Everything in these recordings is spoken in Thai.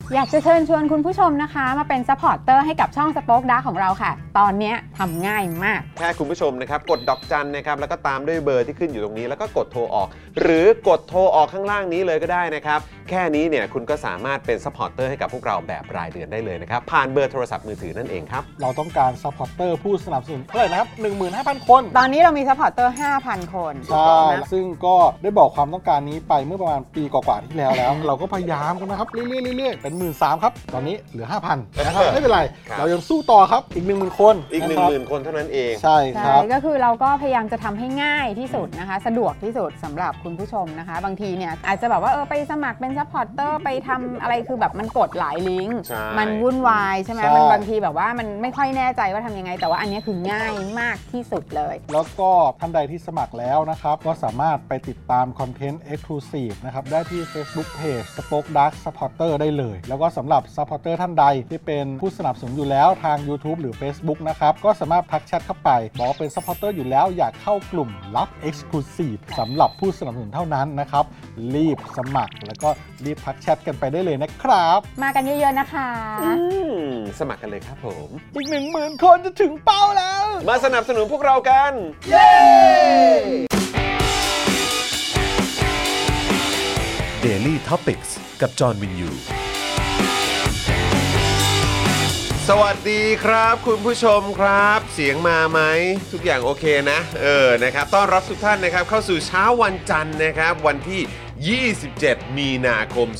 อยากจะเชิญชวนคุณผู้ชมนะคะมาเป็นซัพพอร์ตเตอร์ให้กับช่อง Spoke Dark ของเราค่ะตอนนี้ทำง่ายมากแค่คุณผู้ชมนะครับกดดอกจันนะครับแล้วก็ตามด้วยเบอร์ที่ขึ้นอยู่ตรงนี้แล้วก็กดโทรออกหรือกดโทรออกข้างล่างนี้เลยก็ได้นะครับแค่นี้เนี่ยคุณก็สามารถเป็นซัพพอร์ตเตอร์ให้กับพวกเราแบบรายเดือนได้เลยนะครับผ่านเบอร์โทรศัพท์มือถือนั่นเองครับเราต้องการซัพพอร์ตเตอร์ผู้สนับสนุนเท่าไหร่นะครับ 15,000 คนตอนนี้เรามีซัพพอร์ตเตอร์ 5,000 คนใช่ซึ่งก็ได้บอกความต้องการนี้ไปเมื่อประมาณปีกว่าๆที่แล้ว เราก็พยายามกันนะครับเรื่อยๆเป็น 13,000 ครับตอนนี้เหลือ 5,000 นะครับไม่เป็นไรเรายังสู้ต่อครับอีก 10,000 คนอีก 10,000 คนเท่านั้นเองใช่ครับก็คือเราก็พยายามจะทำให้ง่ายที่สุดนะคะสะดวกที่สุดสำหรับคุณผู้ชมนะคะบางทีเนี่ยอาจจะแบบว่าไปสมัครเป็นซัพพอร์ตเตอร์ไปทำอะไรคือแบบมันกดหลายลิงก์มันวุ่นวายใช่ไหมมันบางทีแบบว่ามันไม่ค่อยแน่ใจว่าทำยังไงแต่ว่าอันนี้คือง่ายมากที่สุดเลยแล้วก็ท่านใดที่สมัครแล้วนะครับก็สามารถไปติดตามคอนเทนต์ Exclusive นะครับได้ที่ Facebook Page Spoke Dark Supporter ได้เลยแล้วก็สำหรับ Supporter ท่านใดที่เป็นผู้สนับสนุนอยู่แล้วทาง YouTube หรือ Facebook นะครับก็สามารถทักแชทเข้าไปบอกว่าเป็น Supporter อยู่แล้วอยากเข้ากลุ่มลับ Exclusive สำหรับผู้สนับสนุนเท่านั้นนะครับรีบสมัครแล้วก็รีบทักแชทกันไปได้เลยนะครับมากันเยอะๆนะคะสมัครกันเลยครับผมอีก 10,000 คนจะถึงเป้าแล้วมาสนับสนุนพวกเรากันเย้ Daily Topics กับจอห์นวินยูสวัสดีครับคุณผู้ชมครับเสียงมาไหมทุกอย่างโอเคนะนะครับต้อนรับทุกท่านนะครับเข้าสู่เช้าวันจันทร์นะครับวันที่27 มีนาคม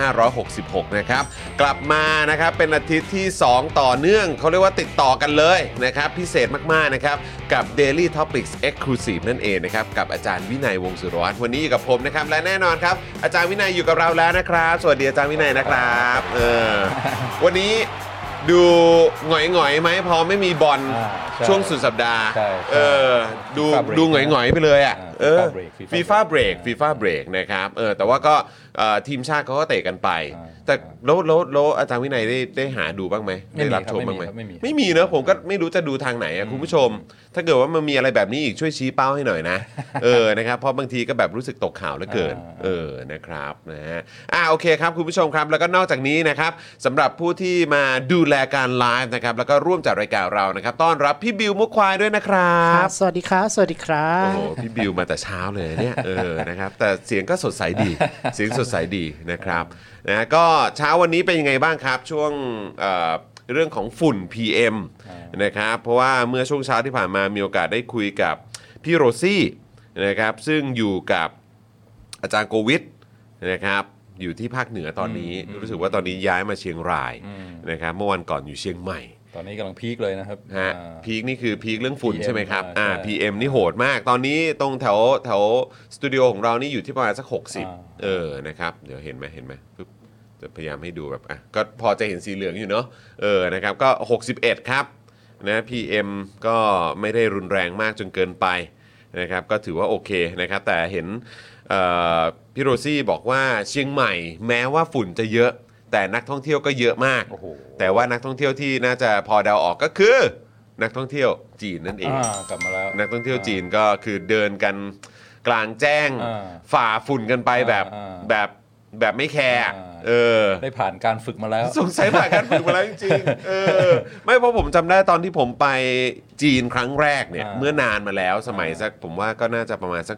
2566 นะครับกลับมานะครับเป็นอาทิตย์ที่2ต่อเนื่องเขาเรียกว่าติดต่อกันเลยนะครับพิเศษมากๆนะครับกับ Daily Topics Exclusive นั่นเองนะครับกับอาจารย์วินัยวงศ์สุรวัฒน์วันนี้อยู่กับผมนะครับและแน่นอนครับอาจารย์วินัยอยู่กับเราแล้วนะครับสวัสดีอาจารย์วินัยนะครับวันนี้ดูหงอยๆไหมพอไม่มีบอลช่วงสุดสัปดาห์ดูหงอยๆไปเลยอ่ะFIFA break นะครับแต่ว่าก็ทีมชาติเขาก็เตะกันไปแต่แล้วอาจารย์วินัยได้หาดูบ้างไหมได้รับชมบ้างไหมไม่มีเนอะผมก็ไม่รู้จะดูทางไหนคุณผู้ชมถ้าเกิดว่ามันมีอะไรแบบนี้อีกช่วยชี้เป้าให้หน่อยนะนะครับเพราะบางทีก็แบบรู้สึกตกข่าวเหลือเกินนะครับนะฮะโอเคครับคุณผู้ชมครับแล้วก็นอกจากนี้นะครับสำหรับผู้ที่มาดูแลการไลฟ์นะครับแล้วก็ร่วมจัดรายการเรานะครับต้อนรับพี่บิวมุกควายด้วยนะครับสวัสดีครับสวัสดีครับโอ้พี่บิวมาแต่เช้าเลยเนี่ยนะครับแต่เสียงก็สดใสดีเสียงสดใสดีนะครับนะก็เช้าวันนี้เป็นยังไงบ้างครับช่วงเรื่องของฝุ่น PM นะครับเพราะว่าเมื่อช่วงเช้าที่ผ่านมามีโอกาสได้คุยกับพี่โรซี่นะครับซึ่งอยู่กับอาจารย์โควิดนะครับอยู่ที่ภาคเหนือตอนนี้รู้สึกว่าตอนนี้ย้ายมาเชียงรายนะครับเมื่อวันก่อนอยู่เชียงใหม่ตอนนี้กำลังพีคเลยนะครับพีคนี่คือพีคเรื่องฝุ่นใช่ไหมครับPM นี่โหดมากตอนนี้ตรงแถวสตูดิโอของเรานี่อยู่ที่ประมาณสัก60นะครับเดี๋ยวเห็นไหมปึ๊บจะพยายามให้ดูแบบก็พอจะเห็นสีเหลืองอยู่เนาะนะครับก็61ครับนะ PM ก็ไม่ได้รุนแรงมากจนเกินไปนะครับก็ถือว่าโอเคนะครับแต่เห็นพี่โรซี่บอกว่าเชียงใหม่แม้ว่าฝุ่นจะเยอะแต่นักท่องเที่ยวก็เยอะมากแต่ว่านักท่องเที่ยวที่น่าจะพอเดาออกก็คือนักท่องเที่ยวจีนนั่นเองกลับมาแล้วนักท่องเที่ยวจีนก็คือเดินกันกลางแจ้งฝ่าฝุ่นกันไปแบบไม่แคร์ได้ผ่านการฝึกมาแล้วสงสัยผ่านการฝึกมาแล้วจริงๆไม่เพราะผมจำได้ตอนที่ผมไปจีนครั้งแรกเนี่ยเมื่อนานมาแล้วสมัยสักผมว่าก็น่าจะประมาณสัก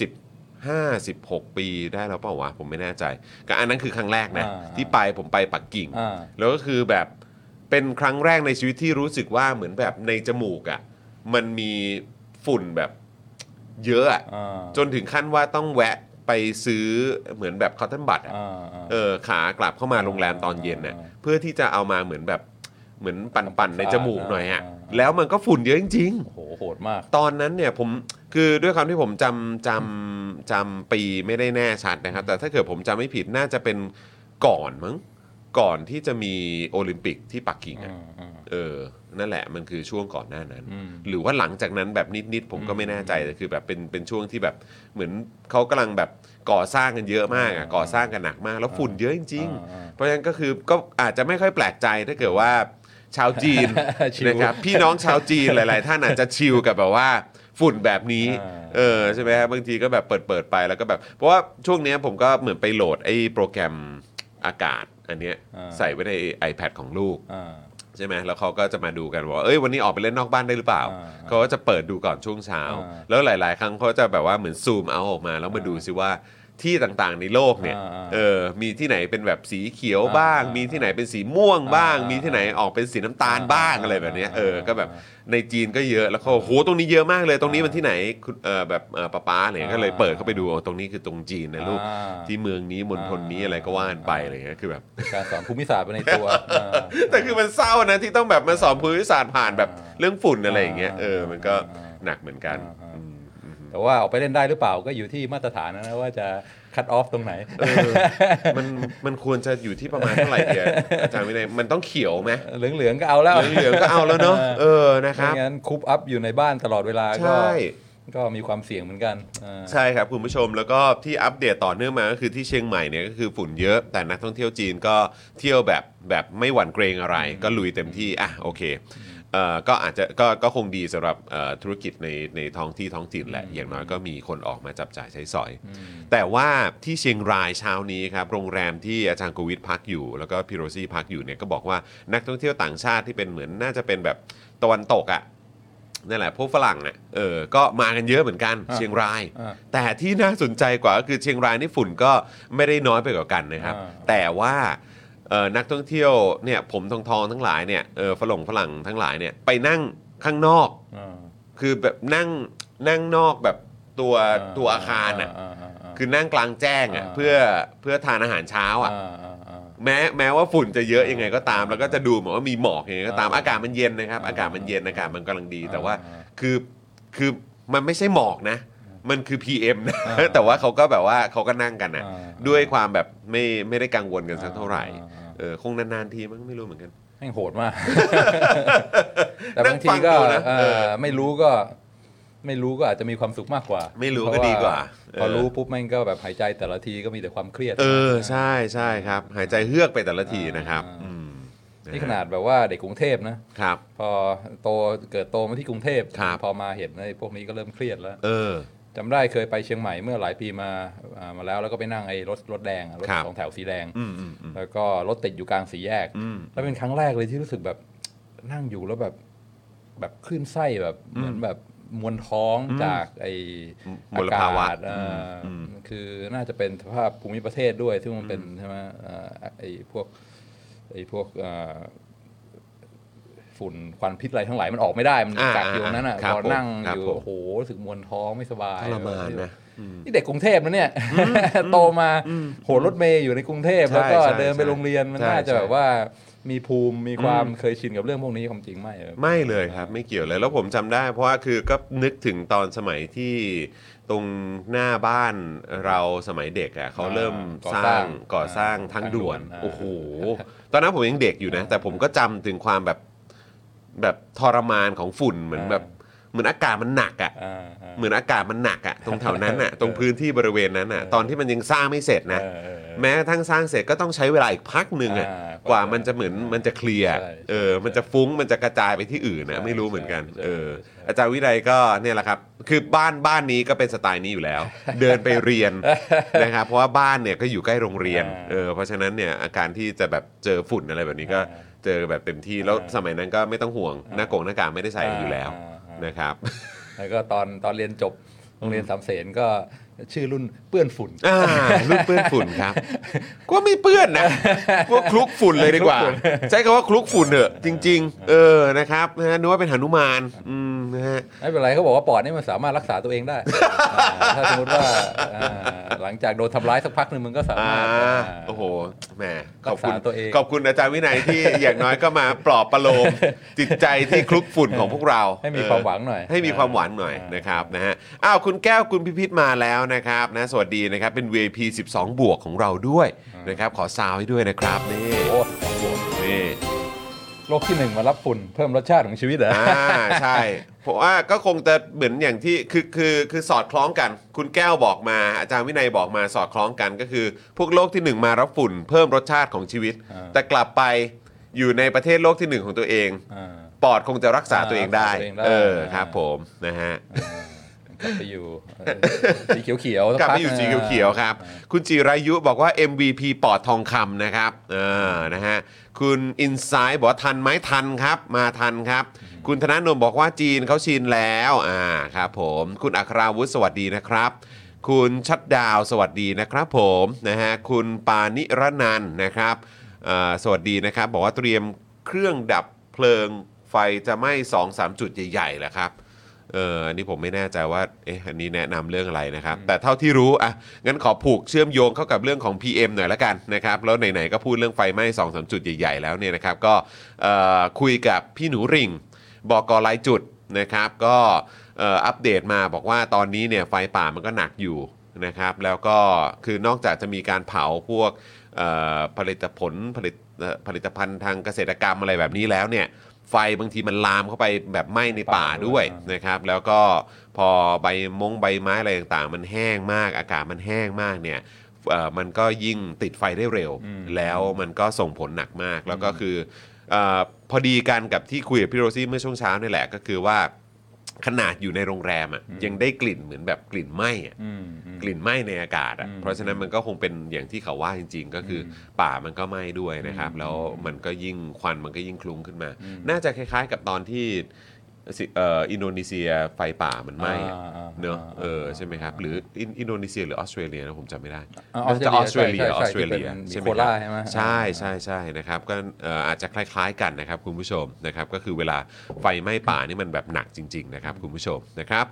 56 ปีได้แล้วเปล่าวะผมไม่แน่ใจก็อันนั้นคือครั้งแรกนะที่ผมไปปักกิ่งแล้วก็คือแบบเป็นครั้งแรกในชีวิตที่รู้สึกว่าเหมือนแบบในจมูกอ่ะมันมีฝุ่นแบบเยอะจนถึงขั้นว่าต้องแวะไปซื้อเหมือนแบบคอตตอนบัดขากลับเข้ามาโรงแรมตอนเย็นน่ะเพื่อที่จะเอามาเหมือนแบบเหมือนปั่นในจมูกหน่อยฮะแล้วมันก็ฝุ่นเยอะจริงๆโอ้โหโหดมากตอนนั้นเนี่ยผมคือด้วยความที่ผมจำปีไม่ได้แน่ชัดนะครับแต่ถ้าเกิดผมจำไม่ผิดน่าจะเป็นก่อนมั้งก่อนที่จะมีโอลิมปิกที่ปักกิ่งนั่นแหละมันคือช่วงก่อนหน้านั้นหรือว่าหลังจากนั้นแบบนิดๆผมก็ไม่แน่ใจแต่คือแบบเป็นช่วงที่แบบเหมือนเขากำลังแบบก่อสร้างกันเยอะมากก่อสร้างกันหนักมากแล้วฝุ่นเยอะจริงๆเพราะฉะนั้นก็คือก็อาจจะไม่ค่อยแปลกใจถ้าเกิดว่าชาวจีนนะครับพี่น้องชาวจีนหลายๆท่านอาจจะชิลกับแบบว่าฝุ่นแบบนี้ใช่ไหมครับบางทีก็แบบเปิดไปแล้วก็แบบเพราะว่าช่วงนี้ผมก็เหมือนไปโหลดไอ้โปรแกรมอากาศอันเนี้ยอ่าใส่ไว้ใน iPad ของลูกอ่าใช่ไหมแล้วเขาก็จะมาดูกันว่าเอ้ยวันนี้ออกไปเล่นนอกบ้านได้หรือเปล่า เขาก็จะเปิดดูก่อนช่วงเช้า แล้วหลายๆ ครั้งเขาจะแบบว่าเหมือนซูมเอาออกมาแล้วมาดูซิว่าที่ต่างๆในโลกเนี่ยมีที่ไหนเป็นแบบสีเขียวบ้าง มีที่ไหนเป็นสีม่วงบ้าง มีที่ไหนออกเป็นสีน้ำตาลบ้างอะไรแบบเนี้ยก็แบบในจีนก็เยอะแล้วเขาโหตรงนี้เยอะมากเลยตรงนี้มันที่ไหนคุณแบบป๊าๆเนี่ยก็เลยเปิดเข้าไปดูตรงนี้คือตรงจีนนะลูกที่เมืองนี้มณฑลนี้อะไรก็ว่านไปอะไรเงี้ยคือแบบการสอนภูมิศาสตร์ไปในตัวแต่คือมันเศร้านะที่ต้องแบบมาสอนภูมิศาสตร์ผ่านแบบเรื่องฝุ่นอะไรอย่างเงี้ยมันก็หนักเหมือนกันแต่ว่าออกไปเล่นได้หรือเปล่าก็อยู่ที่มาตรฐานนะว่าจะคัตออฟตรงไหนมันควรจะอยู่ที่ประมาณเท่าไหร่เดียอาจารย์วินัยมันต้องเขียวไหมเหลืองๆก็เอาแล้วเหลืองๆก็เอาแล้วเนาะนะครับไม่งั้นคุปอัพอยู่ในบ้านตลอดเวลาใช่ก็มีความเสี่ยงเหมือนกันใช่ครับคุณผู้ชมแล้วก็ที่อัปเดตต่อเนื่องมาก็คือที่เชียงใหม่เนี่ยก็คือฝุ่นเยอะแต่นักท่องเที่ยวจีนก็เที่ยวแบบไม่หวั่นเกรงอะไร ก็ลุยเต็มที่โอเคก็อาจจะก็คงดีสำหรับธุรกิจในท้องถิ่นแหละอย่างน้อยก็มีคนออกมาจับจ่ายใช้สอยแต่ว่าที่เชียงรายเช้านี้ครับโรงแรมที่อาจารย์โควิดพักอยู่แล้วก็พี่โรซี่พักอยู่เนี่ยก็บอกว่านักท่องเที่ยวต่างชาติที่เป็นเหมือนน่าจะเป็นแบบตะวันตกอ่ะนั่นแหละพวกฝรั่งอ่ะก็มากันเยอะเหมือนกันเชียงรายแต่ที่น่าสนใจกว่าก็คือเชียงรายนี่ฝุ่นก็ไม่ได้น้อยไปกว่ากันนะครับแต่ว่านักท่องเที่ยวเนี่ยผมทองทั้งหลายเนี่ยฝรั่งทั้งหลายเนี่ยไปนั่งข้างนอกคือแบบนั่งนอกแบบตัวอาคารอ่ะคือนั่งกลางแจ้งอ่ะเพื่อทานอาหารเช้าอ่ะแม้ว่าฝุ่นจะเยอะยังไงก็ตามแล้วก็จะดูเหมือนว่ามีหมอกยังไงก็ตามอากาศมันเย็นนะครับอากาศมันเย็นอากาศมันกำลังดีแต่ว่าคือมันไม่ใช่หมอกนะมันคือ PM นะแต่ว่าเขาก็แบบว่าเขาก็นั่งกันนะด้วยความแบบไม่ได้กังวลกันสักเท่าไหร่คงนานๆทีมั้งไม่รู้เหมือนกันแม่งโหดมาก แต่บางทีก็ไม่รู้ก็อาจจะมีความสุขมากกว่าไม่รู้ก็ดีกว่าพอรู้ปุ๊บแม่งก็แบบหายใจแต่ละทีก็มีแต่ความเครียดใช่ใช่ครับหายใจเฮือกไปแต่ละทีนะครับนี่ขนาดแบบว่าเด็กกรุงเทพนะครับพอเกิดโตมาที่กรุงเทพพอมาเห็นไอ้พวกนี้ก็เริ่มเครียดแล้วจำได้เคยไปเชียงใหม่เมื่อหลายปีมาแล้วก็ไปนั่งไอ้รถแดงรถสองแถวสีแดงแล้วก็รถติดอยู่กลางสี่แยกแล้วเป็นครั้งแรกเลยที่รู้สึกแบบนั่งอยู่แล้วแบบคลื่นไส้แบบเหมือนแบบมวลท้องจากไอ้อากาศคือน่าจะเป็นสภาพภูมิประเทศด้วยซึ่งมันเป็นใช่ไหมไอ้พวกฝุ่นควันพิษอะไรทั้งหลายมันออกไม่ได้มันกักอยู่นั้นอ่ะพอนั่งอยู่โอ้โหรู้สึกมวนท้องไม่สบายทรมานนะนี่เด็กกรุงเทพนะเนี่ยโตมาโหรถเมย์อยู่ในกรุงเทพแล้วก็เดินไปโรงเรียนมันน่าจะแบบว่ามีภูมิมีความเคยชินกับเรื่องพวกนี้ความจริงไม่เลยครับไม่เกี่ยวเลยแล้วผมจำได้เพราะว่าคือก็นึกถึงตอนสมัยที่ตรงหน้าบ้านเราสมัยเด็กอ่ะเขาเริ่มก่อสร้างทางด่วนโอ้โหตอนนั้นผมยังเด็กอยู่นะแต่ผมก็จำถึงความแบบทรมานของฝุ่นเหมือนอากาศมันหนักอ่ะเหมือนอากาศมันหนักอ่ะตรงแถวนั้นอ่ะตรงพื้นที่บริเวณนั้นอ่ะตอนที่มันยังสร้างไม่เสร็จนะแม้กระทั่งสร้างเสร็จก็ต้องใช้เวลาอีกพักหนึ่งอ่ะกว่ามันจะเหมือนมันจะเคลียร์มันจะฟุ้งมันจะกระจายไปที่อื่นนะไม่รู้เหมือนกันอาจารย์วิไลก็เนี่ยแหละครับคือบ้านนี้ก็เป็นสไตล์นี้อยู่แล้วเดินไปเรียนนะครับเพราะว่าบ้านเนี่ยก็อยู่ใกล้โรงเรียนเพราะฉะนั้นเนี่ยอาการที่จะแบบเจอฝุ่นอะไรแบบนี้ก็เจอแบบเต็มที่แล้วสมัยนั้นก็ไม่ต้องห่วงหน้ากากไม่ได้ใส่อยู่แล้วนะครับแล้วก็ตอนเรียนจบโรงเรียนสามเสนก็ชื่อรุ่นเปื้อนฝุ่นรุ่นเปื้อนฝุ่นครับก็ไม่เปื้อนนะพวกคลุกฝุ่นเลยดีกว่าใช้คำว่าคลุกฝุ่นเถอะจริงๆนะครับนะนึกว่าเป็นหนุมานนะฮะไม่เป็นไรเขาบอกว่าปอดนี่มันสามารถรักษาตัวเองได้ถ้าสมมติว่าหลังจากโดนทำร้ายสักพักนึงมันก็สามารถโอ้โหแหมขอบคุณอาจารย์วินัยที่อย่างน้อยก็มาปลอบประโลมจิตใจที่คลุกฝุ่นของพวกเราให้มีความหวังหน่อยให้มีความหวังหน่อยนะครับนะฮะคุณแก้วคุณพิพิธมาแล้วนะครับนะสวัสดีนะครับเป็น VIP 12 บวกของเราด้วยนะครับขอซาวให้ด้วยนะครับนี่โลกที่1มารับฝุ่นเพิ่มรสชาติของชีวิตเหรอใช่เพราะว่าก็คงจะเหมือนอย่างที่คือสอดคล้องกันคุณแก้วบอกมาอาจารย์วินัยบอกมาสอดคล้องกันก็คือพวกโลกที่1มารับฝุ่นเพิ่มรสชาติของชีวิตแต่กลับไปอยู่ในประเทศโลกที่1ของตัวเองปอดคงจะรักษาตัวเองได้ครับผมนะฮะกลับไปอยู่สีเขียวๆกลับไปอยู่สีเขียวๆครับคุณจิรายุบอกว่า MVP ปอดทองคำนะครับนะฮะคุณอินไซด์บอกว่าทันไหมทันครับมาทันครับคุณธนาโนมบอกว่าจีนเขาชินแล้วครับผมคุณอัคราวุฒิสวัสดีนะครับคุณชัดดาวสวัสดีนะครับผมนะฮะคุณปานิรนันท์นะครับสวัสดีนะครับบอกว่าเตรียมเครื่องดับเพลิงไฟจะไหม้ 2-3 จุดใหญ่ๆแหละครับอันนี้ผมไม่แน่ใจว่าอันนี้แนะนำเรื่องอะไรนะครับแต่เท่าที่รู้งั้นขอผูกเชื่อมโยงเข้ากับเรื่องของ PM หน่อยละกันนะครับแล้วไหนๆก็พูดเรื่องไฟไหม้ 2-3 จุดใหญ่ๆแล้วเนี่ยนะครับก็คุยกับพี่หนูริ่งบอกรายจุดนะครับก็อัปเดตมาบอกว่าตอนนี้เนี่ยไฟป่ามันก็หนักอยู่นะครับแล้วก็คือนอกจากจะมีการเผาพวกผลิตภัณฑ์ทางเกษตรกรรมอะไรแบบนี้แล้วเนี่ยไฟบางทีมันลามเข้าไปแบบไหม้ในป่าด้วยนะครับแล้วก็พอใบไม้อะไรต่างๆมันแห้งมากอากาศมันแห้งมากเนี่ยมันก็ยิ่งติดไฟได้เร็วแล้วมันก็ส่งผลหนักมากแล้วก็คือพอดีกันกับที่คุยกับพี่โรซี่เมื่อช่วงเช้านี่แหละก็คือว่าขนาดอยู่ในโรงแรมยังได้กลิ่นเหมือนแบบกลิ่นไหม้กลิ่นไหม้ในอากาศเพราะฉะนั้นมันก็คงเป็นอย่างที่เขาว่าจริงๆก็คือป่ามันก็ไหม้ด้วยนะครับแล้วมันก็ยิ่งควันมันก็ยิ่งคลุ้งขึ้นมาน่าจะคล้ายๆกับตอนที่อินโดนีเซียไฟป่ามันไหม้เนอะใช่ไหมครับหรืออินโดนีเซียหรือออสเตรเลียนะผมจำไม่ได้น่าจะออสเตรเลียใช่ไหมครับใช่นะครับก็อาจจะคล้ายๆกันนะครับคุณผู้ชมนะครับก็คือเวลาไฟไหม้ป่านี่มันแบบหนักจริงๆนะครับคุณผู้ชมนะครับ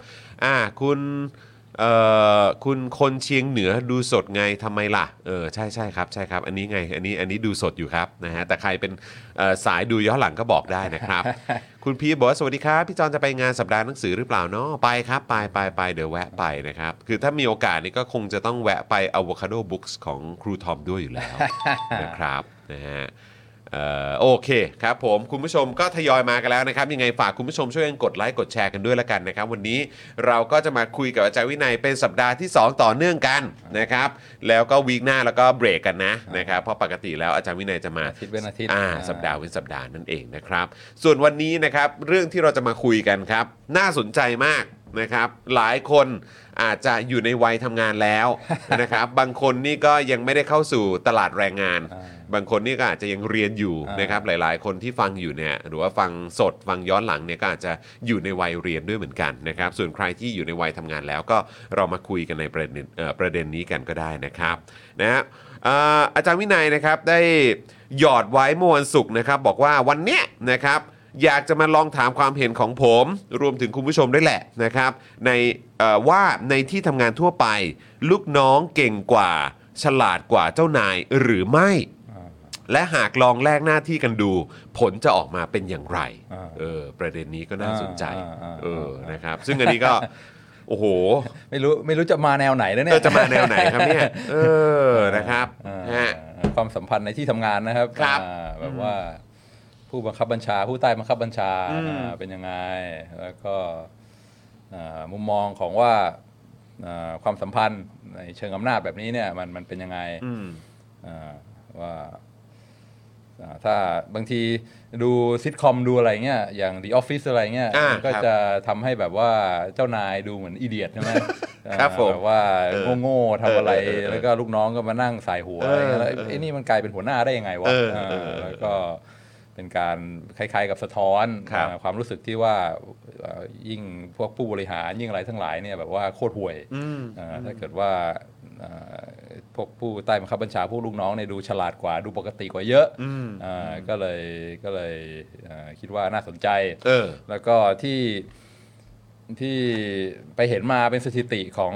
คุณคนเชียงเหนือดูสดไงทำไมล่ะใช่ครับอันนี้ไงอันนี้ดูสดอยู่ครับนะฮะแต่ใครเป็นสายดูย้อนหลังก็บอกได้นะครับ คุณพีบอกว่าสวัสดีครับพี่จอนจะไปงานสัปดาห์หนังสือหรือเปล่าเนาะไปครับไปเดี๋ยวแวะไปนะครับคือถ้ามีโอกาสนี่ก็คงจะต้องแวะไป Avocado Books ของครูทอมด้วยอยู่แล้ว นะครับนะฮะโอเคครับผมคุณผู้ชมก็ทยอยมากันแล้วนะครับยังไงฝากคุณผู้ชมช่วยกันกดไลค์กดแชร์กันด้วยละกันนะครับวันนี้เราก็จะมาคุยกับอาจารย์วินัยเป็นสัปดาห์ที่2ต่อเนื่องกันนะครับแล้วก็วีคหน้าแล้วก็เบรกกันนะครับเพราะปกติแล้วอาจารย์วินัยจะมาอาทิตย์เว้นอาทิตย์สัปดาห์เว้นสัปดาห์นั่นเองนะครับส่วนวันนี้นะครับเรื่องที่เราจะมาคุยกันครับน่าสนใจมากนะครับหลายคนอาจจะอยู่ในวัยทำงานแล้วนะครับบางคนนี่ก็ยังไม่ได้เข้าสู่ตลาดแรงงานบางคนนี่ก็อาจจะยังเรียนอยู่นะครับหลายๆคนที่ฟังอยู่เนี่ยหรือว่าฟังสดฟังย้อนหลังเนี่ยก็อาจจะอยู่ในวัยเรียนด้วยเหมือนกันนะครับส่วนใครที่อยู่ในวัยทำงานแล้วก็เรามาคุยกันในประเด็นนี้กันก็ได้นะครับนะอาจารย์วินัยนะครับได้หยอดไว้เมื่อวันศุกร์นะครับบอกว่าวันเนี้ยนะครับอยากจะมาลองถามความเห็นของผมรวมถึงคุณผู้ชมด้วยแหละนะครับในว่าในที่ทำงานทั่วไปลูกน้องเก่งกว่าฉลาดกว่าเจ้านายหรือไม่และหากลองแลกหน้าที่กันดูผลจะออกมาเป็นอย่างไรประเด็นนี้ก็น่าสนใจนะครับซึ่งอันนี้ก็โอ้โหไม่รู้จะมาแนวไหนนะเนี่ยจะมาแนวไหนครับเนี่ยนะครับความสัมพันธ์ในที่ทำงานนะครับแบบว่าผู้บังคับบัญชาผู้ใต้บังคับบัญชาเป็นยังไงแล้วก็มุมมองของว่าความสัมพันธ์ในเชิงอำนาจแบบนี้เนี่ยมันเป็นยังไงว่าถ้าบางทีดูซิทคอมดูอะไรเงี้ยอย่าง The Office อะไรเงี้ยมันก็จะทำให้แบบว่าเจ้านายดูเหมือนอีเดียตใช่ไหมแบบว่าโง่ๆทำอะไรแล้วก็ลูกน้องก็มานั่งใส่หัวอะไรไอ้นี่มันกลายเป็นหัวหน้าได้ยังไงวะแล้วก็เป็นการคล้ายๆกับสะท้อนความรู้สึกที่ว่ายิ่งพวกผู้บริหารยิ่งอะไรทั้งหลายเนี่ยแบบว่าโคตรห่วยถ้าเกิดว่าพวกผู้ใต้บังคับบัญชาผู้ลูกน้องเนี่ยดูฉลาดกว่าดูปกติกว่าเยอะก็เลยคิดว่าน่าสนใจแล้วก็ที่ไปเห็นมาเป็นสถิติของ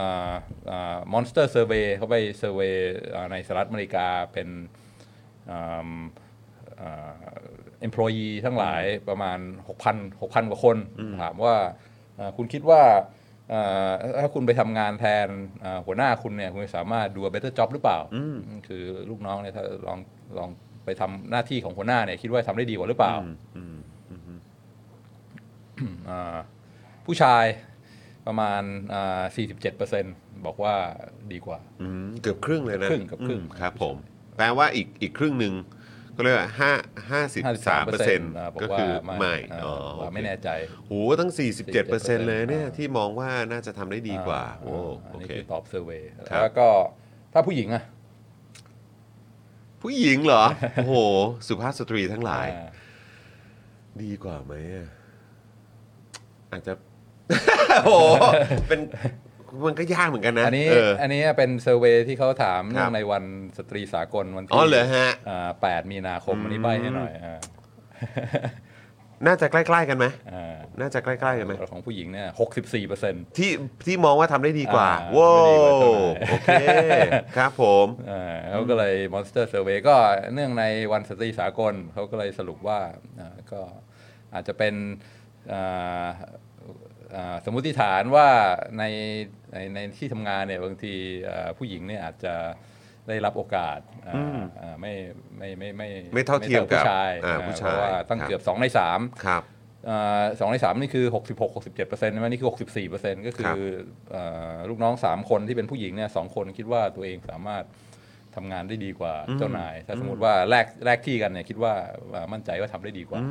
Monster Survey เขาไปเซอร์เวย์ในสหรัฐอเมริกาเป็นemployee ทั้งหลายประมาณ 6,000 กว่าคนถามว่าคุณคิดว่าถ้าคุณไปทำงานแทนหัวหน้าคุณเนี่ยคุณสามารถดู better job หรือเปล่าคือลูกน้องเนี่ยถ้าลองไปทำหน้าที่ของหัวหน้าเนี่ยคิดว่าทำได้ดีกว่าหรือเปล่าผู้ชายประมาณ47%บอกว่าดีกว่าเกือบครึ่งเลยนะเกือบครึ่งครับผมแปลว่าอีกครึ่งนึงเขาเรียกว่า53%ก็คือไม่ไม่แน่ใจโหตั้ง 47% เลยเนี่ยที่มองว่าน่าจะทำได้ดีกว่าโอ้โอเคตอบเซอร์เวย์แล้วก็ถ้าผู้หญิงอะผู้หญิงเหรอโอ้โหสุภาพสตรีทั้งหลายดีกว่าไหมอาจจะโอ้โหเป็นมันก็ยากเหมือนกันนะอันนี้เป็นเซอร์เวย์ที่เขาถามเรื่องในวันสตรีสากลวันที่8 มีนาคมวันนี้ใบให้หน่อยน่าจะใกล้ๆกันไหมน่าจะใกล้ๆกันไหมของผู้หญิงเนี่ย 64% ที่มองว่าทำได้ดีกว่าว้าวโอเคครับผมเขาก็เลย Monster Survey ก็เนื่องในวันสตรีสากลเขาก็เลยสรุปว่าก็อาจจะเป็นสมมุติฐานว่าในที่ทำงานเนี่ยบางทีผู้หญิงเนี่ยอาจจะได้รับโอกาสไม่เท่าเทียมกับผู้ชายเพราะว่าตั้งเกือบ2 ใน 3 ครับ 2 ใน 3นี่คือ 66-67% ใช่ไหมนี่คือ 64% ก็คือลูกน้อง3 คนที่เป็นผู้หญิงเนี่ย2 คนคิดว่าตัวเองสามารถทำงานได้ดีกว่าเจ้านายถ้าสมมติว่าแลกที่กันเนี่ยคิดว่ามั่นใจว่าทำได้ดีกว่า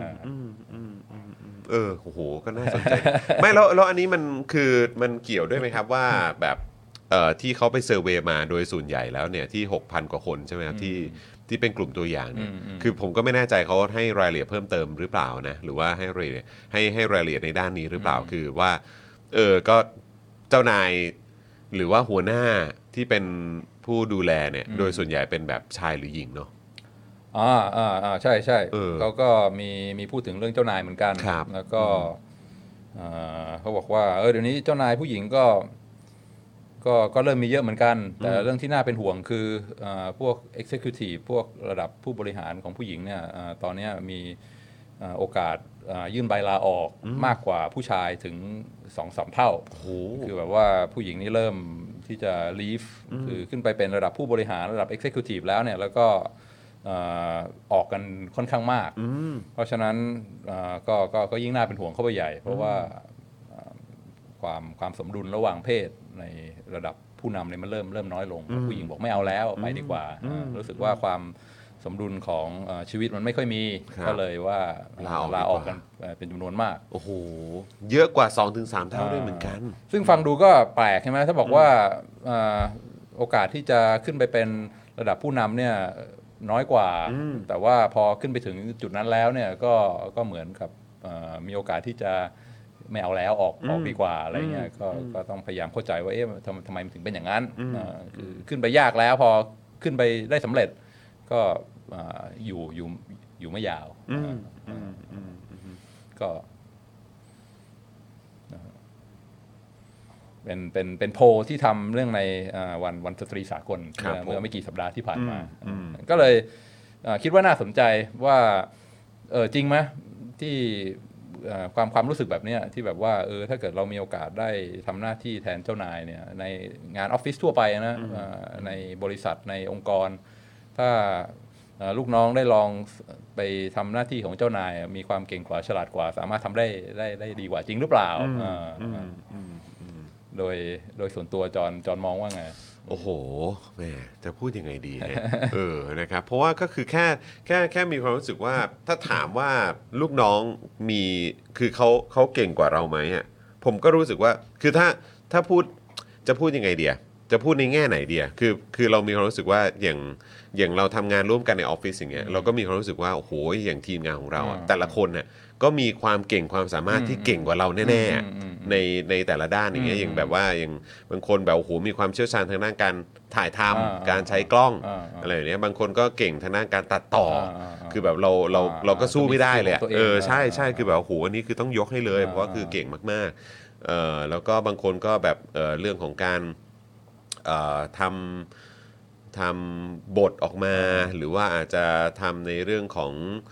โอ้โหก็น่าสนใจไม่แล้วอันนี้มันเกี่ยวด้วยไหมครับว่าแบบที่เขาไปเซอร์เวย์มาโดยส่วนใหญ่แล้วเนี่ยที่ 6,000 กว่าคนใช่ไหมครับที่เป็นกลุ่มตัวอย่างเนี่ยคือผมก็ไม่แน่ใจเขาให้รายละเอียดเพิ่มเติมหรือเปล่านะหรือว่าให้รายละเอียดในด้านนี้หรือเปล่าคือว่าก็เจ้านายหรือว่าหัวหน้าที่เป็นผู้ดูแลเนี่ยโดยส่วนใหญ่เป็นแบบชายหรือหญิงเนาะใช่ใช่เขาก็มีพูดถึงเรื่องเจ้านายเหมือนกันแล้วก็เขาบอกว่าเดี๋ยวนี้เจ้านายผู้หญิงก็เริ่มมีเยอะเหมือนกันแต่เรื่องที่น่าเป็นห่วงคือพวก executive พวกระดับผู้บริหารของผู้หญิงเนี่ยตอนนี้มีโอกาสยื่นใบลาออกมากกว่าผู้ชายถึง 2-3 เท่าคือแบบว่าผู้หญิงนี่เริ่มที่จะ leave คือขึ้นไปเป็นระดับผู้บริหารระดับ executive แล้วเนี่ยแล้วก็ออกกันค่อนข้างมากเพราะฉะนั้นก็ยิ่งน่าเป็นห่วงเข้าไปใหญ่เพราะว่าความสมดุลระหว่างเพศในระดับผู้นำเนี่ยมันเริ่มน้อยลงผู้หญิงบอกไม่เอาแล้วไปดีกว่ารู้สึกว่าความสมดุลของชีวิตมันไม่ค่อยมีก็เลยว่าลาออกกันเป็นจำนวนมากโอ้โหเยอะกว่า 2-3 เท่าด้วยเหมือนกันซึ่งฟังดูก็แปลกใช่ไหมถ้าบอกว่าโอกาสที่จะขึ้นไปเป็นระดับผู้นำเนี่ยน้อยกว่าแต่ว่าพอขึ้นไปถึงจุดนั้นแล้วเนี่ยก็เหมือนกับมีโอกาสที่จะไม่เอาแล้วออกดีกว่าอะไรเงี้ยก็ต้องพยายามเข้าใจว่าทำไมมันถึงเป็นอย่างนั้นคือขึ้นไปยากแล้วพอขึ้นไปได้สำเร็จก็อยู่ไม่ยาวก็เป็นโพลที่ทำเรื่องในวันสตรีสากลเมื่อไม่กี่สัปดาห์ที่ผ่านมาก็เลยคิดว่าน่าสนใจว่าจริงไหมที่ความรู้สึกแบบนี้ที่แบบว่าถ้าเกิดเรามีโอกาสได้ทำหน้าที่แทนเจ้านายเนี่ยในงานออฟฟิศทั่วไปนะในบริษัทในองค์กรถ้าลูกน้องได้ลองไปทำหน้าที่ของเจ้านายมีความเก่งกว่าฉลาดกว่าสามารถทำได้ดีกว่าจริงหรือเปล่าโดยส่วนตัวจอนมองว่าไงโอ้โหแม่จะพูดยังไงดีเนี่ยนะครับเพราะว่าก็คือแค่มีความรู้สึกว่าถ้าถามว่าลูกน้องมีคือเขาเก่งกว่าเราไหมอ่ะผมก็รู้สึกว่าคือถ้าจะพูดยังไงเดียจะพูดในแง่ไหนเดียคือเรามีความรู้สึกว่าอย่างเราทำงานร่วมกันในออฟฟิศอย่างเงี้ยเราก็มีความรู้สึกว่าโอ้โหอย่างทีมงานของเราแต่ละคนเนี่ยก็มีความเก่งความสามารถที่เก่งกว่าเราแน่ๆในแต่ละด้านอย่างเงี้ยอย่างแบบว่าอย่างบางคนแบบโอ้โหมีความเชี่ยวชาญทางด้านการถ่ายทำการใช้กล้องอะไรอย่างเงี้ยบางคนก็เก่งทางด้านการตัดต่อคือแบบเราก็สู้ไม่ได้เลยใช่คือแบบโอ้โหอันนี้คือต้องยกให้เลยเพราะว่าคือเก่งมากๆแล้วก็บางคนก็แบบเรื่องของการทำบทออกมาหรือว่าอาจจะทำในเรื่องของ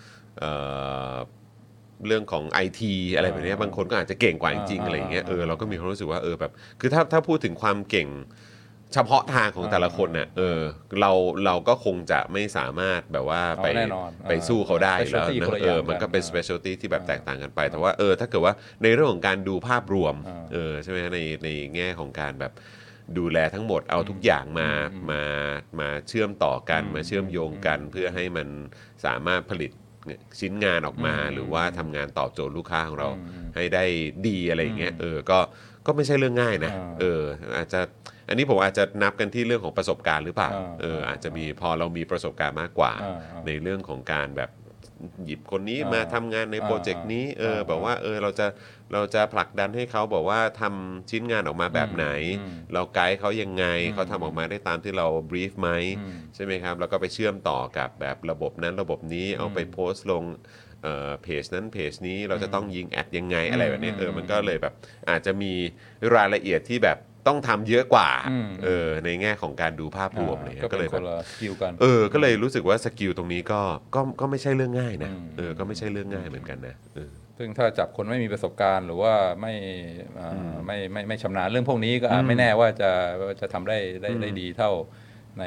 IT อะไรแบบนี้บางคนก็อาจจะเก่งกว่าจริงๆอะไรอย่างเงี้ยเราก็มีความรู้สึกว่าแบบคือถ้าพูดถึงความเก่งเฉพาะทางของแต่ละคนเนี่ยเราก็คงจะไม่สามารถแบบว่าไปสู้เขาได้แล้วนะมันก็เป็น specialty ที่แบบแตกต่างกันไปแต่ว่าถ้าเกิดว่าในเรื่องของการดูภาพรวมใช่ไหมในแง่ของการแบบดูแลทั้งหมดเอาทุกอย่างมาเชื่อมต่อกันมาเชื่อมโยงกันเพื่อให้มันสามารถผลิตชิ้นงานออกมาหรือว่าทำงานตอบโจทย์ลูกค้าของเราให้ได้ดีอะไรอย่างเงี้ยก็ไม่ใช่เรื่องง่ายนะอาจจะอันนี้ผมอาจจะนับกันที่เรื่องของประสบการณ์หรือเปล่าอาจจะมีพอเรามีประสบการณ์มากกว่าในเรื่องของการแบบหยิบคนนี้มาทำงานในโปรเจกต์นี้แบบว่าเราจะผลักดันให้เขาบอกว่าทำชิ้นงานออกมาแบบไหนเราไกด์เขายังไงเขาทำออกมาได้ตามที่เราบรีฟไหมใช่ไหมครับแล้วก็ไปเชื่อมต่อกับแบบระบบนั้นระบบนี้เอาไปโพสต์ลงเพจนั้นเพจนี้เราจะต้องยิงแอดยังไงอะไรแบบนี้มันก็เลยแบบอาจจะมีรายละเอียดที่แบบต้องทำเยอะกว่าในแง่ของการดูภาพรวมเลยก็เลยแบบสกิลกันก็เลยรู้สึกว่าสกิลตรงนี้ก็ไม่ใช่เรื่องง่ายนะก็ไม่ใช่เรื่องง่ายเหมือนกันนะซึ่งถ้าจับคนไม่มีประสบการณ์หรือว่าไม่ชำนาญเรื่องพวกนี้ก็ไม่แน่ว่าจะทำได้ดีเท่าใน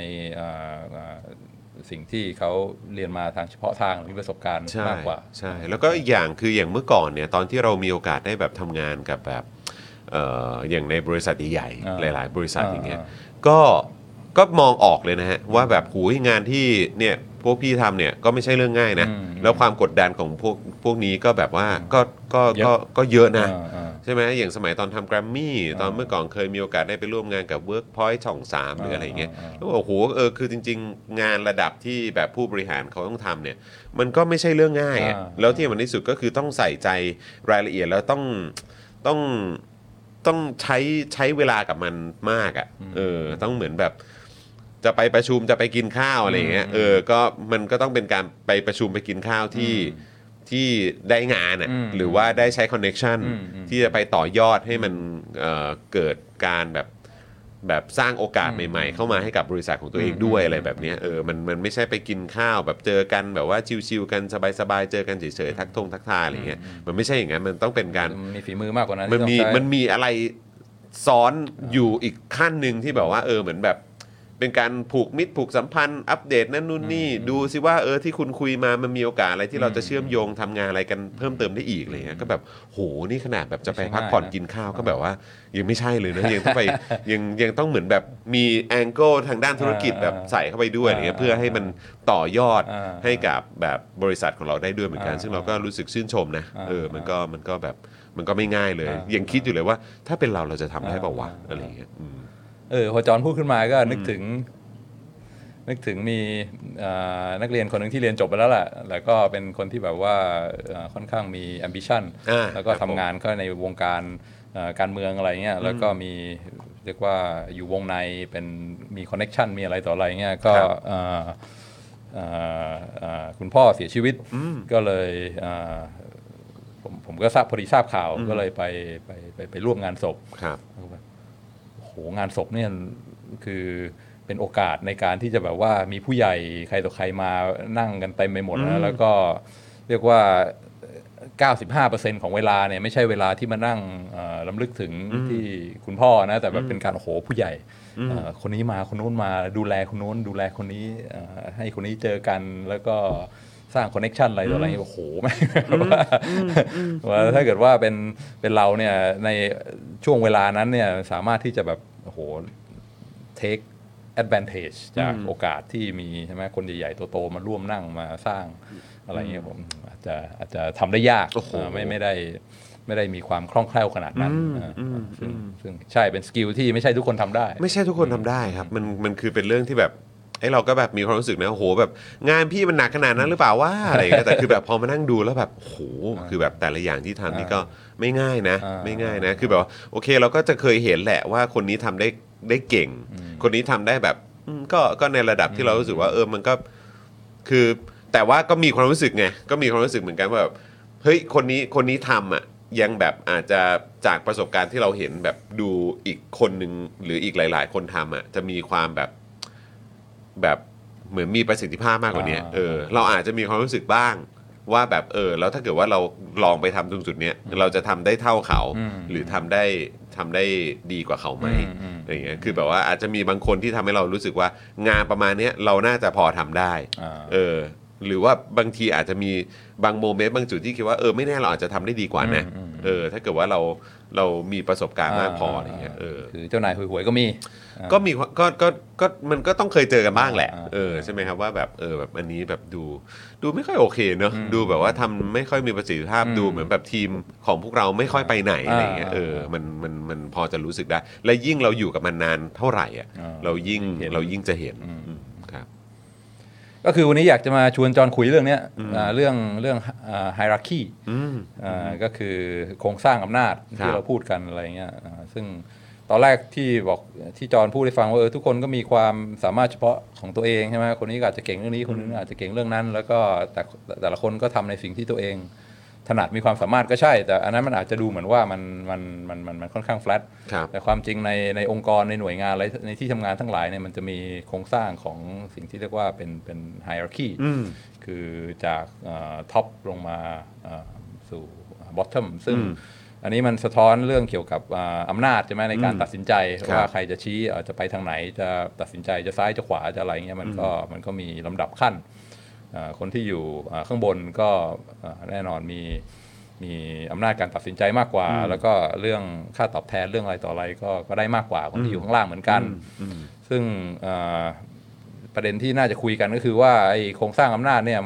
สิ่งที่เขาเรียนมาทางเฉพาะทางมีประสบการณ์มากกว่าใช่แล้วก็อีกอย่างคืออย่างเมื่อก่อนเนี่ยตอนที่เรามีโอกาสได้แบบทำงานกับแบบอย่างในบริษัทใหญ่ๆหลายๆบริษัทอย่างเงี้ยก็มองออกเลยนะฮะว่าแบบหูยงานที่เนี่ยพวกพี่ทำเนี่ยก็ไม่ใช่เรื่องง่ายนะแล้วความกดดันของพวกนี้ก็แบบว่าก็เยอะนะใช่ไหมอย่างสมัยตอนทำแกรมมี่ตอนเมื่อก่อนเคยมีโอกาสได้ไปร่วมงานกับ Workpoint ช่อง 3หรืออะไรเงี้ยแล้วโอ้โหคือจริงๆงานระดับที่แบบผู้บริหารเขาต้องทำเนี่ยมันก็ไม่ใช่เรื่องง่ายแล้วที่มันที่สุดก็คือต้องใส่ใจรายละเอียดแล้วต้องใช้เวลากับมันมากอ่ะต้องเหมือนแบบจะไปประชุมจะไปกินข้าวอะไรอย่างเงี้ยก็มันก็ต้องเป็นการไปประชุมไปกินข้าวที่ได้งานอ่ะหรือว่าได้ใช้คอนเนคชั่นที่จะไปต่อยอดให้มันเกิดการแบบสร้างโอกาสใหม่ๆเข้ามาให้กับบริษัทของตัวเองด้วยอะไรแบบนี้มันไม่ใช่ไปกินข้าวแบบเจอกันแบบว่าชิวๆกันสบายๆเจอกันเฉยๆทักทายอะไรเงี้ยมันไม่ใช่อย่างนั้นมันต้องเป็นการมีฝีมือมากกว่านั้นมันมีอะไรซ้อนอยู่อีกขั้นนึงที่แบบว่าเหมือนแบบเป็นการผูกมิตรผูกสัมพันธ์อัปเดตนั่นนู่นนี่ดูสิว่าที่คุณคุยมามันมีโอกาสอะไรที่เราจะเชื่อมโยงทำงานอะไรกันเพิ่มเติมได้อีกอะไรเงี้ยก็แบบโหนี่ขนาดแบบจะไปพักผ่อนกินข้าวก็แบบว่ายังไม่ใช่เลยนะยังต้องไปยังต้องเหมือนแบบมีแองเกิลทางด้านธุรกิจแบบใส่เข้าไปด้วยอะไรเงี้ยเพื่อให้มันต่อยอดให้กับแบบบริษัทของเราได้ด้วยเหมือนกันซึ่งเราก็รู้สึกชื่นชมนะมันก็แบบมันก็ไม่ง่ายเลยยังคิดอยู่เลยว่าถ้าเป็นเราจะทำได้เปล่าวะอะไรเงี้ยพอจอนพูดขึ้นมาก็นึกถึงมีนักเรียนคนหนึ่งที่เรียนจบไปแล้วแหละแล้วก็เป็นคนที่แบบว่าค่อนข้างมี ambition แล้วก็ทำงานก็ในวงการการเมืองอะไรเงี้ยแล้วก็มีเรียกว่าอยู่วงในเป็นมี connection มีอะไรต่ออะไรเงี้ยก็คุณพ่อเสียชีวิตก็เลยผมก็พอดีทราบข่าวก็เลยไปร่วมงานศพโหงานศพเนี่ยคือเป็นโอกาสในการที่จะแบบว่ามีผู้ใหญ่ใครต่อใครมานั่งกันเต็มไปหมดแล้วก็เรียกว่า 95% ของเวลาเนี่ยไม่ใช่เวลาที่มานั่งรำลึกถึงที่คุณพ่อนะแต่แบบเป็นการโหผู้ใหญ่คนนี้มาคนโน้นมาดูแลคนโน้นดูแลคนนี้ให้คนนี้เจอกันแล้วก็สร้างคอนเนคชันอะไรต่ออะไรโอ้โหไม่ว่าถ้าเกิดว่าเป็นเราเนี่ยในช่วงเวลานั้นเนี่ยสามารถที่จะแบบโอ้โห take advantage จากโอกาสที่มีใช่ไหมคนใหญ่ๆโตๆมาร่วมนั่งมาสร้างอะไรเงี้ยผมอาจจะทำได้ยากไม่ได้มีความคล่องแคล่วขนาดนั้นซึ่งใช่เป็นสกิลที่ไม่ใช่ทุกคนทำได้ไม่ใช่ทุกคนทำได้ครับมันคือเป็นเรื่องที่แบบเราก็แบบมีความรู้สึกนะโอ้โหแบบงานพี่มันหนักขนาดนั้นหรือเปล่าว่าอะไรอย่างเงี้ยแต่คือแบบพอมานั่งดูแล้วแบบโอ้โหคือแบบแต่ละอย่างที่ทำนี่ก็ไม่ง่ายนะไม่ง่ายนะคือแบบโอเคเราก็จะเคยเห็นแหละว่าคนนี้ทำได้เก่งคนนี้ทำได้แบบก็ในระดับที่เรารู้สึกว่ามันก็คือแต่ว่าก็มีความรู้สึกไงก็มีความรู้สึกเหมือนกันว่าแบบเฮ้ยคนนี้ทำอ่ะยังแบบอาจจะจากประสบการณ์ที่เราเห็นแบบดูอีกคนนึงหรืออีกหลายๆคนทำอ่ะจะมีความแบบเหมือนมีประสิทธิภาพมากกว่านี้เราอาจจะมีความรู้สึกบ้างว่าแบบแล้วถ้าเกิดว่าเราลองไปทำตรงจุดนี้เราจะทำได้เท่าเขาหรือทำได้ดีกว่าเขาไหมอะไรอย่างเงี้ยคือแบบว่าอาจจะมีบางคนที่ทำให้เรารู้สึกว่างานประมาณนี้เราน่าจะพอทำได้หรือว่าบางทีอาจจะมีบางโมเมนต์บางจุดที่คิดว่าไม่แน่เราอาจจะทำได้ดีกว่านะถ้าเกิดว่าเราเรามีประสบการณ์มากพออะไรเงี้ยคือเจ้านายหวยๆก็มีก็มันก็ต้องเคยเจอกันบ้างแหละใช่ไหมครับว่าแบบแบบอันนี้แบบดูไม่ค่อยโอเคเนอะดูแบบว่าทำไม่ค่อยมีประสิทธิภาพดูเหมือนแบบทีมของพวกเราไม่ค่อยไปไหนอะไรเงี้ยมันพอจะรู้สึกได้และยิ่งเราอยู่กับมันนานเท่าไหร่อ่ะเรายิ่งจะเห็นครับก็คือวันนี้อยากจะมาชวนจอห์นคุยเรื่องนี้เรื่องhierarchy ก็คือโครงสร้างอำนาจที่เราพูดกันอะไรเงี้ยซึ่งตอนแรกที่จอห์นพูดให้ฟังว่าทุกคนก็มีความสามารถเฉพาะของตัวเองใช่ไหมคนนี้อาจจะเก่งเรื่องนี้คนนึงอาจจะเก่งเรื่องนั้นแล้วก็แต่ละคนก็ทำในสิ่งที่ตัวเองถนัดมีความสามารถก็ใช่แต่อันนั้นมันอาจจะดูเหมือนว่ามันค่อนข้างแฟลตแต่ความจริงในองค์กรในหน่วยงานในที่ทำงานทั้งหลายเนี่ยมันจะมีโครงสร้างของสิ่งที่เรียกว่าเป็น hierarchy คือจากท็อปลงมาสู่ bottom ซึ่งอันนี้มันสะท้อนเรื่องเกี่ยวกับอำนาจใช่ไหมในการตัดสินใจว่าใครจะชี้จะไปทางไหนจะตัดสินใจจะซ้ายจะขวาจะอะไรเงี้ยมันก็มีลำดับขั้นคนที่อยู่ข้างบนก็แน่นอนมีอำนาจการตัดสินใจมากกว่าแล้วก็เรื่องค่าตอบแทนเรื่องอะไรต่ออะไรก็ได้มากกว่าคนที่อยู่ข้างล่างเหมือนกันซึ่งประเด็นที่น่าจะคุยกันก็คือว่าไอ้โครงสร้างอำนาจเนี่ย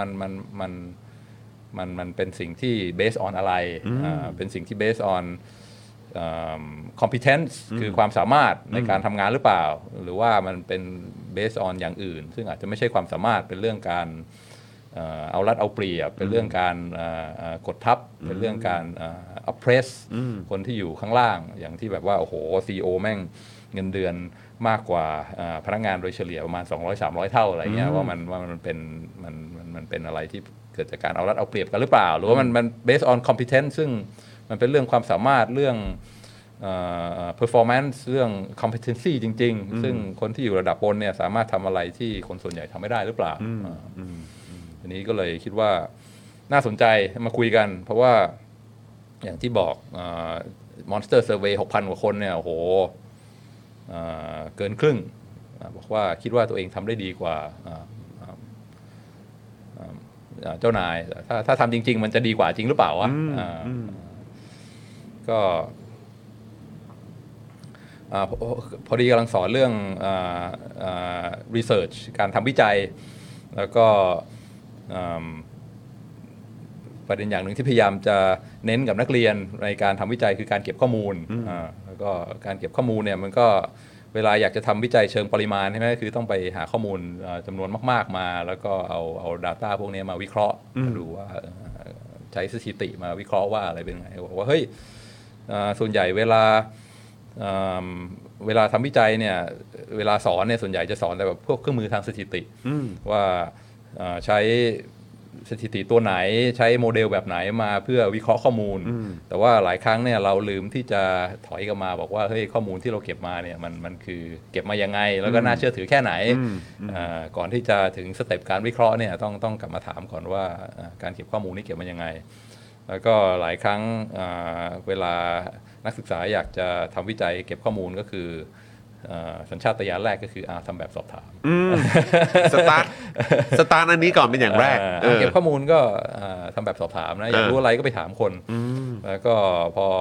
มันเป็นสิ่งที่ based on อะไรเป็นสิ่งที่ based on competence คือความสามารถในการทำงานหรือเปล่าหรือว่ามันเป็น based on อย่างอื่นซึ่งอาจจะไม่ใช่ความสามารถเป็นเรื่องการเอารัดเอาเปรียบเป็นเรื่องการกดทับเป็นเรื่องการ oppress คนที่อยู่ข้างล่างอย่างที่แบบว่าโอ้โห CEO แม่งเงินเดือนมากกว่าพนักงานโดยเฉลี่ยประมาณ 200-300 เท่าอะไรเงี้ยว่ามันเป็นอะไรที่เกิดจากการเอารัดเอาเปรียบกันหรือเปล่าหรือว่ามัน based on competence ซึ่งมันเป็นเรื่องความสามารถเรื่องperformance เรื่อง competency จริงๆซึ่งคนที่อยู่ระดับบนเนี่ยสามารถทำอะไรที่คนส่วนใหญ่ทำไม่ได้หรือเปล่าอันนี้ก็เลยคิดว่าน่าสนใจมาคุยกันเพราะว่าอย่างที่บอกMonster Survey 6,000 กว่าคนเนี่ยโอ้โหเกินครึ่งบอกว่าคิดว่าตัวเองทำได้ดีกว่าเจ้านายถ้าทำจริงๆมันจะดีกว่าจริงหรือเปล่าวะก็พอดีกำลังสอนเรื่องresearch การทำวิจัยแล้วก็ประเด็นอย่างหนึ่งที่พยายามจะเน้นกับนักเรียนในการทำวิจัยคือการเก็บข้อมูลแล้วก็การเก็บข้อมูลเนี่ยมันก็เวลาอยากจะทำวิจัยเชิงปริมาณใช่ไหมคือต้องไปหาข้อมูลจำนวนมากๆมาแล้วก็เอา data พวกนี้มาวิเคราะห์ดูว่าใช้สถิติมาวิเคราะห์ว่าอะไรเป็นไงบอกว่าเฮ้ยส่วนใหญ่เวลาทำวิจัยเนี่ยเวลาสอนเนี่ยส่วนใหญ่จะสอนแต่แบบพวกเครื่องมือทางสถิติว่าใช้สถิติตัวไหนใช้โมเดลแบบไหนมาเพื่อวิเคราะห์ข้อมูลแต่ว่าหลายครั้งเนี่ยเราลืมที่จะถอยกลับมาบอกว่าเฮ้ยข้อมูลที่เราเก็บมาเนี่ยมันคือเก็บมายังไงแล้วก็น่าเชื่อถือแค่ไหนก่อนที่จะถึงสเต็ปการวิเคราะห์เนี่ยต้องกลับมาถามก่อนว่าการเก็บข้อมูลนี่เก็บมายังไงแล้วก็หลายครั้งเวลานักศึกษาอยากจะทำวิจัยเก็บข้อมูลก็คือสัญชาตญาณแรกก็คือทำแบบสอบถามสตาร์ทอันนี้ก่อนเป็นอย่างแรกเก็บข้อมูลก็ทำแบบสอบถามนะอยากรู้อะไรก็ไปถามคนแล้วก็พอ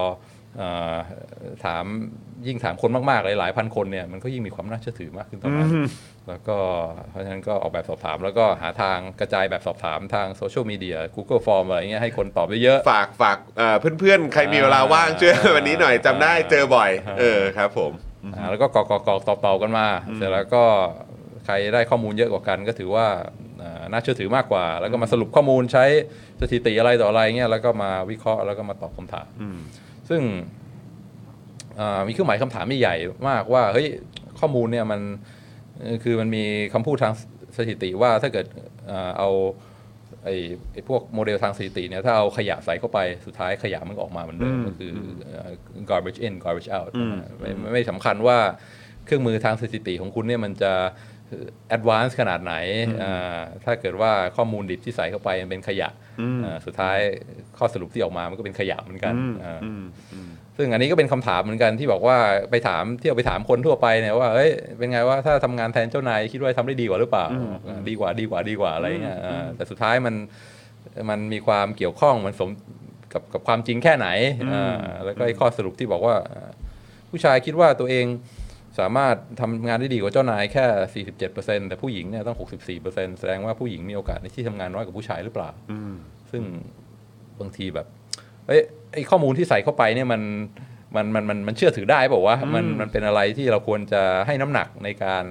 ยิ่งถามคนมากๆหลายพันคนเนี่ยมันก็ยิ่งมีความน่าเชื่อถือมากขึ้นต่อมาแล้วก็เพราะฉะนั้นก็ออกแบบสอบถามแล้วก็หาทางกระจายแบบสอบถามทางโซเชียลมีเดีย Google Form อะไรเงี้ยให้คนตอบเยอะๆฝากเพื่อนๆใครมีเวลาว่างช่วยวันนี้หน่อยจำได้เจอบ่อยครับผมแล้วก็กรอกตอบกันมาเสร็จแล้วก็ใครได้ข้อมูลเยอะกว่ากันก็ถือว่าน่าเชื่อถือมากกว่าแล้วก็มาสรุปข้อมูลใช้สถิติอะไรต่ออะไรเงี้ยแล้วก็มาวิเคราะห์แล้วก็มาตอบคำถามซึ่งมีเครื่องหมายคำถามใหญ่มากว่าเฮ้ยข้อมูลเนี่ยมันมีคำพูดทางสถิติว่าถ้าเกิดเอาไอ้พวกโมเดลทางสถิติเนี่ยถ้าเอาขยะใส่เข้าไปสุดท้ายขยะมันก็ออกมาเหมือนเดิมก็คือ garbage in garbage out ไม่สำคัญว่าเครื่องมือทางสถิติของคุณเนี่ยมันจะ advance ขนาดไหนถ้าเกิดว่าข้อมูลดิบที่ใส่เข้าไปมันเป็นขยะสุดท้ายข้อสรุปที่ออกมามันก็เป็นขยะเหมือนกันซึ่งอันนี้ก็เป็นคำถามเหมือนกันที่บอกว่าไปถามเที่ยวไปถามคนทั่วไปเนี่ยว่าเอ้ยเป็นไงว่าถ้าทำงานแทนเจ้านายคิดว่าทำได้ดีกว่าหรือเปล่าดีกว่าอะไรเงี้ยแต่สุดท้ายมันมีความเกี่ยวข้องมันกับความจริงแค่ไหนแล้วก็ข้อสรุปที่บอกว่าผู้ชายคิดว่าตัวเองสามารถทำงานได้ดีกว่าเจ้านายแค่ 47% แต่ผู้หญิงเนี่ยต้อง 64% แสดงว่าผู้หญิงมีโอกาสในที่ทำงานน้อยกว่าผู้ชายหรือเปล่าซึ่งบางทีแบบไอ้ข้อมูลที่ใส่เข้าไปเนี่ยมันเชื่อถือได้บอกว่ามันเป็นอะไรที่เราควรจะให้น้ำหนักในการ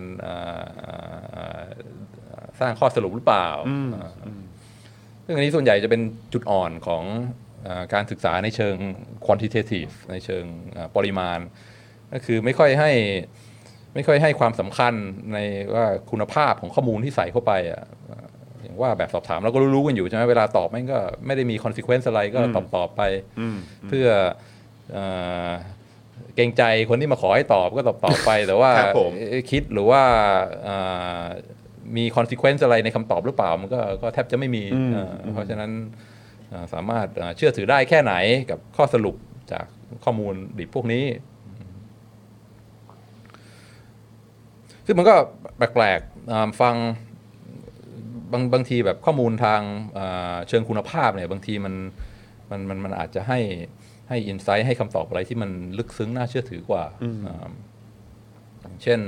สร้างข้อสรุปหรือเปล่าซึ่งอันนี้ส่วนใหญ่จะเป็นจุดอ่อนของการศึกษาในเชิง quantitative ในเชิงปริมาณก็คือไม่ค่อยให้ความสำคัญในว่าคุณภาพของข้อมูลที่ใส่เข้าไปอย่างว่าแบบสอบถามเราก็รู้กันอยู่ใช่ไหมเวลาตอบมันก็ไม่ได้มี consequence อะไรก็ตอบไปเพื่อเกรงใจคนที่มาขอให้ตอบก็ตอบไปแต่ว่าคิดหรือว่ามี consequence อะไรในคำตอบหรือเปล่ามันก็แทบจะไม่มีเพราะฉะนั้นสามารถเชื่อถือได้แค่ไหนกับข้อสรุปจากข้อมูลดิบพวกนี้ซึ่งมันก็แปลกๆฟังบางทีแบบข้อมูลทางเชิงคุณภาพเนี่ยบางทีมันอาจจะให้อินไซต์ให้คำตอบอะไรที่มันลึกซึ้งน่าเชื่อถือกว่าเช่น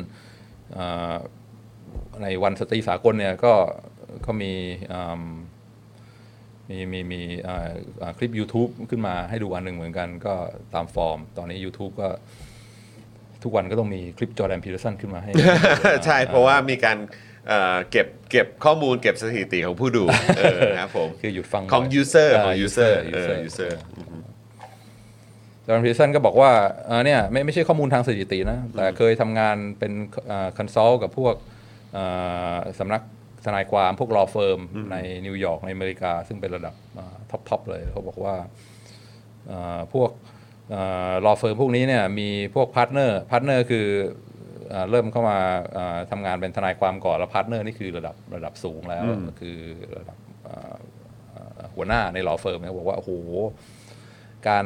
ในวันสตรีสากลเนี่ยก็มีคลิป YouTube ขึ้นมาให้ดูอันหนึ่งเหมือนกันก็ตามฟอร์มตอนนี้ YouTube ก็ทุกวันก็ต้องมีคลิปจอร์แดน พีเตอร์สันขึ้นมาให้ใช่เพราะว่ามีการเก็บข้อมูลเก็บสถิติของผู้ดูครับผมคือหยุดฟังของ user ของ user จอร์แดน พีเตอร์สันก็บอกว่าเนี่ยไม่ใช่ข้อมูลทางสถิตินะแต่เคยทำงานเป็นคอนซัลท์กับพวกสำนักทนายความพวก law firm ในนิวยอร์กในอเมริกาซึ่งเป็นระดับท็อปเลยเขาบอกว่าพวกlaw firm พวกนี้เนี่ยมีพวกพาร์ทเนอร์คือเริ่มเข้ามาทำงานเป็นทนายความก่อนแล้วพาร์ทเนอร์นี่คือระดับสูงแล้วคือระดับหัวหน้าในlaw firm เนี่ยบอกว่าโอ้โหการ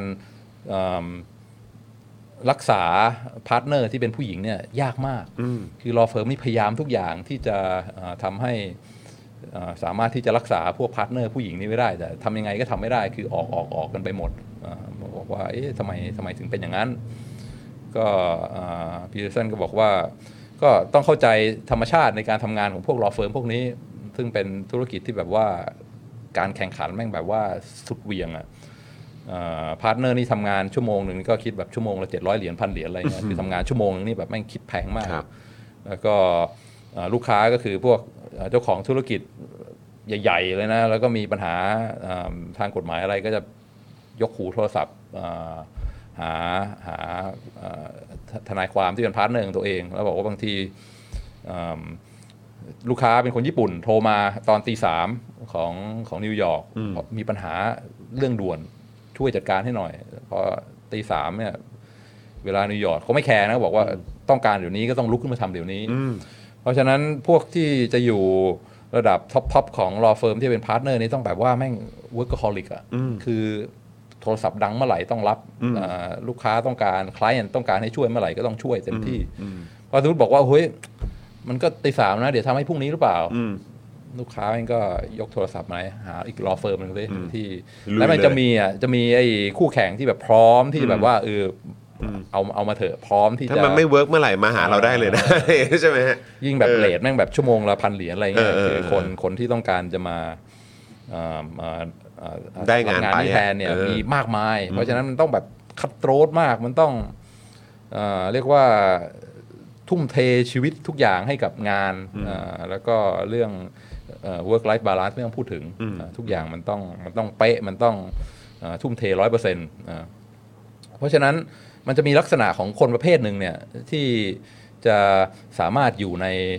รักษาพาร์ทเนอร์ที่เป็นผู้หญิงเนี่ยยากมากคือlaw firmนี่พยายามทุกอย่างที่จะทำให้สามารถที่จะรักษาพวกพาร์ทเนอร์ผู้หญิงนี่ไม่ได้แต่ทำยังไงก็ทำไม่ได้คือออกกันไปหมดบอกว่าเอ๊ะทำไมถึงเป็นอย่างนั้นก็พีเตอร์สันก็บอกว่าก็ต้องเข้าใจธรรมชาติในการทำงานของพวกlaw firmพวกนี้ซึ่งเป็นธุรกิจที่แบบว่าการแข่งขันแม่งแบบว่าสุดเหวี่ยงพาร์ทเนอร์นี่ทำงานชั่วโมงหนึ่งก็คิดแบบชั่วโมงละ700 เหรียญ1,000 เหรียญอะไรเงี้ยคือทำงานชั่วโมงนึงนี่แบบแม่งคิดแพงมากแล้วก็ลูกค้าก็คือพวกเจ้าของธุรกิจใหญ่ๆเลยนะแล้วก็มีปัญหาทางกฎหมายอะไรก็จะยกหูโทรศัพท์หาทนายความที่เป็นพาร์ทเนอร์ของตัวเองแล้วบอกว่าบางทีลูกค้าเป็นคนญี่ปุ่นโทรมาตอนตี3ของนิวยอร์กมีปัญหาเรื่องด่วนช่วยจัดการให้หน่อยพอตี3เนี่ยเวลานิวยอร์กเขาไม่แคร์นะบอกว่าต้องการเดี๋ยวนี้ก็ต้องลุกขึ้นมาทำเดี๋ยวนี้เพราะฉะนั้นพวกที่จะอยู่ระดับท็อปของlaw firmที่เป็นพาร์ทเนอร์นี่ต้องแบบว่าแม่ง workaholic อ่ะคือโทรศัพท์ดังเมื่อไหร่ต้องรับลูกค้าต้องการ client ต้องการให้ช่วยเมื่อไหร่ก็ต้องช่วยเต็มที่พอสมมติบอกว่าเฮ้ยมันก็ตี3นะเดี๋ยวทำให้พรุ่งนี้หรือเปล่าลูกค้ามันก็ยกโทรศัพท์มาหาอีกlaw firmนึงสิที่แล้วมันจะมีไอ้คู่แข่งที่แบบพร้อมที่แบบว่าเอามาเถอะพร้อมที่จะถ้ามันไม่เวิร์กเมื่อไหร่มาหาเราได้เลยนะใช่ไหมฮะยิ่งแบบเรทแม่งแบบชั่วโมงละ1,000 เหรียญอะไรเงี้ยคือคนที่ต้องการจะมาได้งานที่แทนเนี่ยมีมากมายเพราะฉะนั้นมันต้องแบบคัดโตรดมากมันต้องเรียกว่าทุ่มเทชีวิตทุกอย่างให้กับงานแล้วก็เรื่องwork life balance ไม่ต้องพูดถึงทุกอย่างมันต้องเป๊ะมันต้องทุ่มเท 100% เพราะฉะนั้นมันจะมีลักษณะของคนประเภทหนึ่งเนี่ยที่จะสามารถอยู่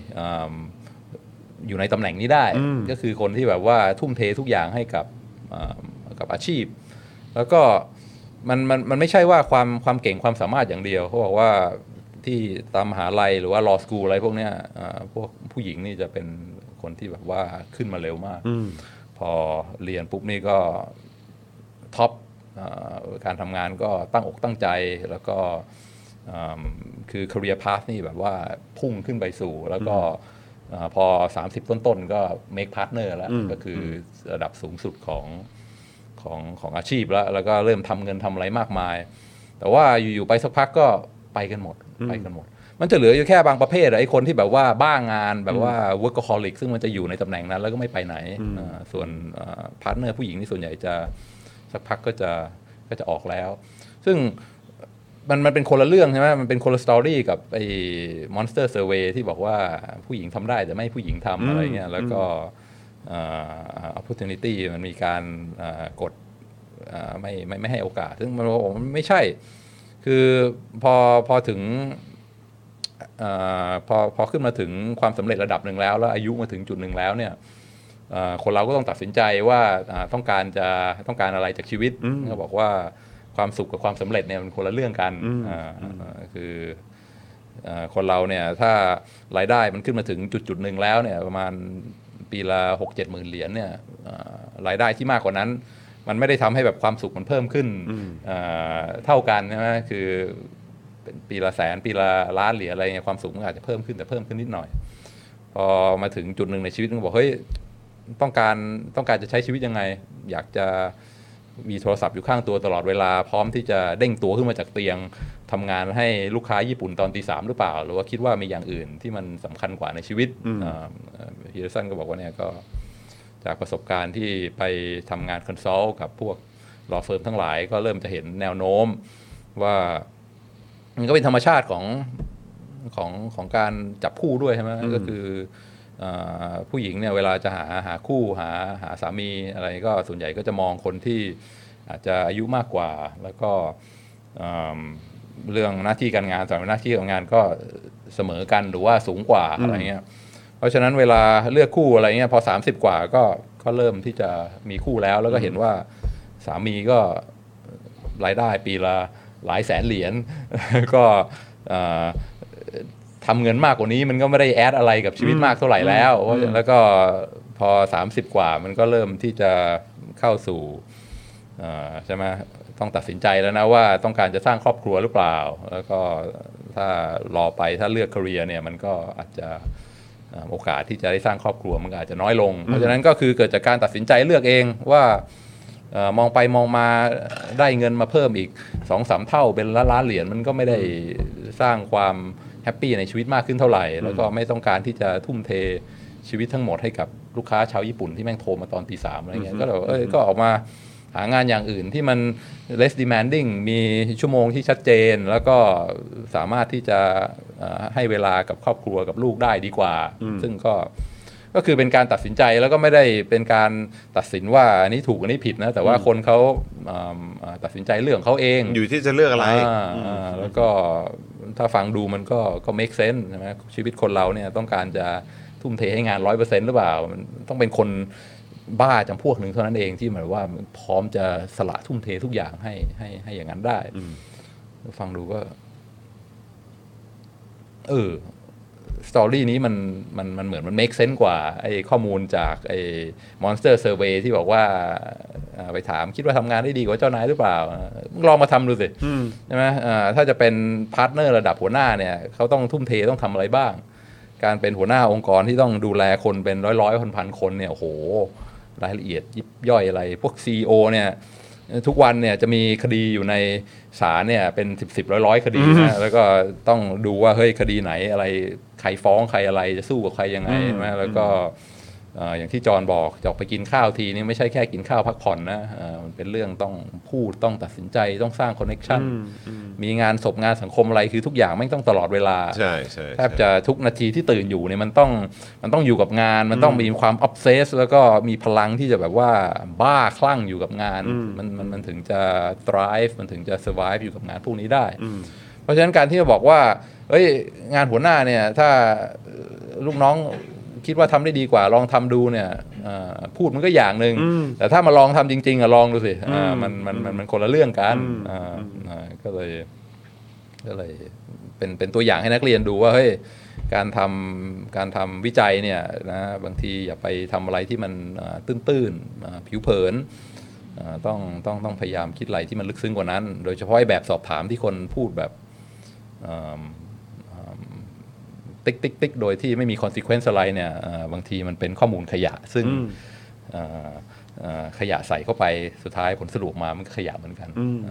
ในตำแหน่งนี้ได้ก็คือคนที่แบบว่าทุ่มเททุกอย่างให้กับอาชีพแล้วก็มันไม่ใช่ว่าความเก่งความสามารถอย่างเดียวเขาบอกว่าที่ตามมหาลัยหรือว่า law school อะไรพวกเนี้ยพวกผู้หญิงนี่จะเป็นคนที่แบบว่าขึ้นมาเร็วมากพอเรียนปุ๊บนี่ก็ท็อปการทำงานก็ตั้งอกตั้งใจแล้วก็คือ career path นี่แบบว่าพุ่งขึ้นไปสู่แล้วก็พอ30ต้นๆก็ make partner แล้วก็คือระดับสูงสุดของของอาชีพแล้วก็เริ่มทำเงินทำอะไรมากมายแต่ว่าอยู่ๆไปสักพักก็ไปกันหมดมันจะเหลืออยู่แค่บางประเภทไอ้คนที่แบบว่าบ้างานแบบว่า workaholic ซึ่งมันจะอยู่ในตำแหน่งนั้นแล้วก็ไม่ไปไหนส่วนพาร์ทเนอร์ผู้หญิงที่ส่วนใหญ่จะสักพักก็จะออกแล้วซึ่งมันเป็นคนละเรื่องใช่ไหมมันเป็นคนละสตอรี่กับไอ้ Monster Survey ที่บอกว่าผู้หญิงทำได้แต่ไม่ให้ผู้หญิงทำอะไรเงี้ยแล้วก็opportunity มันมีการกดไม่ให้โอกาสซึ่งมันบอกไม่ใช่คือพอถึงพอขึ้นมาถึงความสำเร็จระดับหนึ่งแล้วอายุมาถึงจุดหนึ่งแล้วเนี่ยคนเราก็ต้องตัดสินใจว่าต้องการอะไรจากชีวิตเขาบอกว่าความสุขกับความสำเร็จเนี่ยมันคนละเรื่องกันคือคนเราเนี่ยถ้ารายได้มันขึ้นมาถึงจุดหนึ่งแล้วเนี่ยประมาณปีละ 6-7 หมื่นเหรียญเนี่ยรายได้ที่มากกว่านั้นมันไม่ได้ทำให้แบบความสุขมันเพิ่มขึ้นเท่ากันใช่ไหมคือเป็นปีละแสนปีละล้านเหรียญอะไรเงี้ยความสุขมันอาจจะเพิ่มขึ้นแต่เพิ่มขึ้นนิดหน่อยพอมาถึงจุดหนึ่งในชีวิตมันบอกเฮ้ยต้องการจะใช้ชีวิตยังไงอยากจะมีโทรศัพท์อยู่ข้างตัวตลอดเวลาพร้อมที่จะเด้งตัวขึ้นมาจากเตียงทำงานให้ลูกค้าญี่ปุ่นตอนตี 3หรือเปล่าหรือว่าคิดว่ามีอย่างอื่นที่มันสำคัญกว่าในชีวิตฮีเดอร์สันก็บอกว่าเนี่ยก็จากประสบการณ์ที่ไปทำงานคอนซัลท์กับพวกลอเฟิร์มทั้งหลายก็เริ่มจะเห็นแนวโน้มว่ามันก็เป็นธรรมชาติของการจับคู่ด้วยใช่ไหมก็คือผู้หญิงเนี่ยเวลาจะหาคู่หาสามีอะไรก็ส่วนใหญ่ก็จะมองคนที่อาจจะอายุมากกว่าแล้วก็เรื่องหน้าที่การงานสำหรับหน้าที่ของงานก็เสมอกันหรือว่าสูงกว่าอะไรเงี้ยเพราะฉะนั้นเวลาเลือกคู่อะไรเงี้ยพอ30กว่าก็เริ่มที่จะมีคู่แล้วก็เห็นว่าสามีก็รายได้ปีละหลายแสนเหรียญก็ทำเงินมากกว่านี้มันก็ไม่ได้แอดอะไรกับชีวิตมากเท่าไหร่แล้วแล้วก็พอ30กว่ามันก็เริ่มที่จะเข้าสู่ใช่ไหมต้องตัดสินใจแล้วนะว่าต้องการจะสร้างครอบครัวหรือเปล่าแล้วก็ถ้ารอไปถ้าเลือกแคริเอร์เนี่ยมันก็อาจจะโอกาสที่จะได้สร้างครอบครัวมันอาจจะน้อยลงเพราะฉะนั้นก็คือเกิดจากการตัดสินใจเลือกเองว่ามองไปมองมาได้เงินมาเพิ่มอีก 2-3 เท่าเป็นล้านเหรียญมันก็ไม่ได้สร้างความแฮปปี้ในชีวิตมากขึ้นเท่าไหร่แล้วก็ไม่ต้องการที่จะทุ่มเทชีวิตทั้งหมดให้กับลูกค้าชาวญี่ปุ่นที่แม่งโทรมาตอนตี 3อะไรเงี้ยก็เลยก็ออกมาหางานอย่างอื่นที่มัน less demanding มีชั่วโมงที่ชัดเจนแล้วก็สามารถที่จะให้เวลากับครอบครัวกับลูกได้ดีกว่าซึ่งก็คือเป็นการตัดสินใจแล้วก็ไม่ได้เป็นการตัดสินว่าอันนี้ถูกอันนี้ผิดนะแต่ว่าคนเขาตัดสินใจเรื่องเขาเองอยู่ที่จะเลือกอะไรแล้วก็ถ้าฟังดูมันก็ make sense ใช่ไหมชีวิตคนเราเนี่ยต้องการจะทุ่มเทให้งาน 100% หรือเปล่ามันต้องเป็นคนบ้าจำพวกหนึ่งเท่านั้นเองที่หมายว่าพร้อมจะสละทุ่มเททุกอย่างให้อย่างนั้นได้ฟังดูก็สตอรี่นี้มันเหมือนมัน make sense กว่าไอ้ข้อมูลจากไอ้ Monster Survey ที่บอกว่าไปถามคิดว่าทำงานได้ดีกว่าเจ้านายหรือเปล่าลองมาทำดูสิใช่ไหมถ้าจะเป็นพาร์ทเนอร์ระดับหัวหน้าเนี่ยเขาต้องทุ่มเทต้องทำอะไรบ้างการเป็นหัวหน้าองค์กรที่ต้องดูแลคนเป็นร้อยพันคนเนี่ยโอ้โหรายละเอียดยิบย่อยอะไรพวก CEO เนี่ยทุกวันเนี่ยจะมีคดีอยู่ในศาลเนี่ยเป็น10ร้อยคดีนะแล้วก็ต้องดูว่าเฮ้ยคดีไหนอะไรใครฟ้องใครอะไรจะสู้กับใครยังไงใช่ไหมแล้วก็อย่างที่จอห์นบอกจะออกไปกินข้าวทีนี่ไม่ใช่แค่กินข้าวพักผ่อนนะมันเป็นเรื่องต้องพูดต้องตัดสินใจต้องสร้างคอนเนคชั่นมีงานศพงานสังคมอะไรคือทุกอย่างไม่ต้องตลอดเวลาใช่ใช่แทบจะทุกนาทีที่ตื่นอยู่เนี่ยมันต้องอยู่กับงานมันต้องมีความออฟเซสแล้วก็มีพลังที่จะแบบว่าบ้าคลั่งอยู่กับงานมันถึงจะ thrive มันถึงจะ survive อยู่กับงานพวกนี้ได้เพราะฉะนั้นการที่จะบอกว่าเอ้ยงานหัวหน้าเนี่ยถ้าลูกน้องคิดว่าทำได้ดีกว่าลองทำดูเนี่ยพูดมันก็อย่างหนึ่งแต่ถ้ามาลองทำจริงๆลองดูสิมันคนละเรื่องกันก็เลยเป็นตัวอย่างให้นักเรียนดูว่าเฮ้ยการทำวิจัยเนี่ยนะบางทีอย่าไปทำอะไรที่มันตื้นๆผิวเผินต้องพยายามคิดอะไรที่มันลึกซึ้งกว่านั้นโดยเฉพาะแบบสอบถามที่คนพูดแบบติ๊กโดยที่ไม่มี consequence อะไรเนี่ยบางทีมันเป็นข้อมูลขยะซึ่งขยะใส่เข้าไปสุดท้ายผลสรุปมามันก็ขยะเหมือนกัน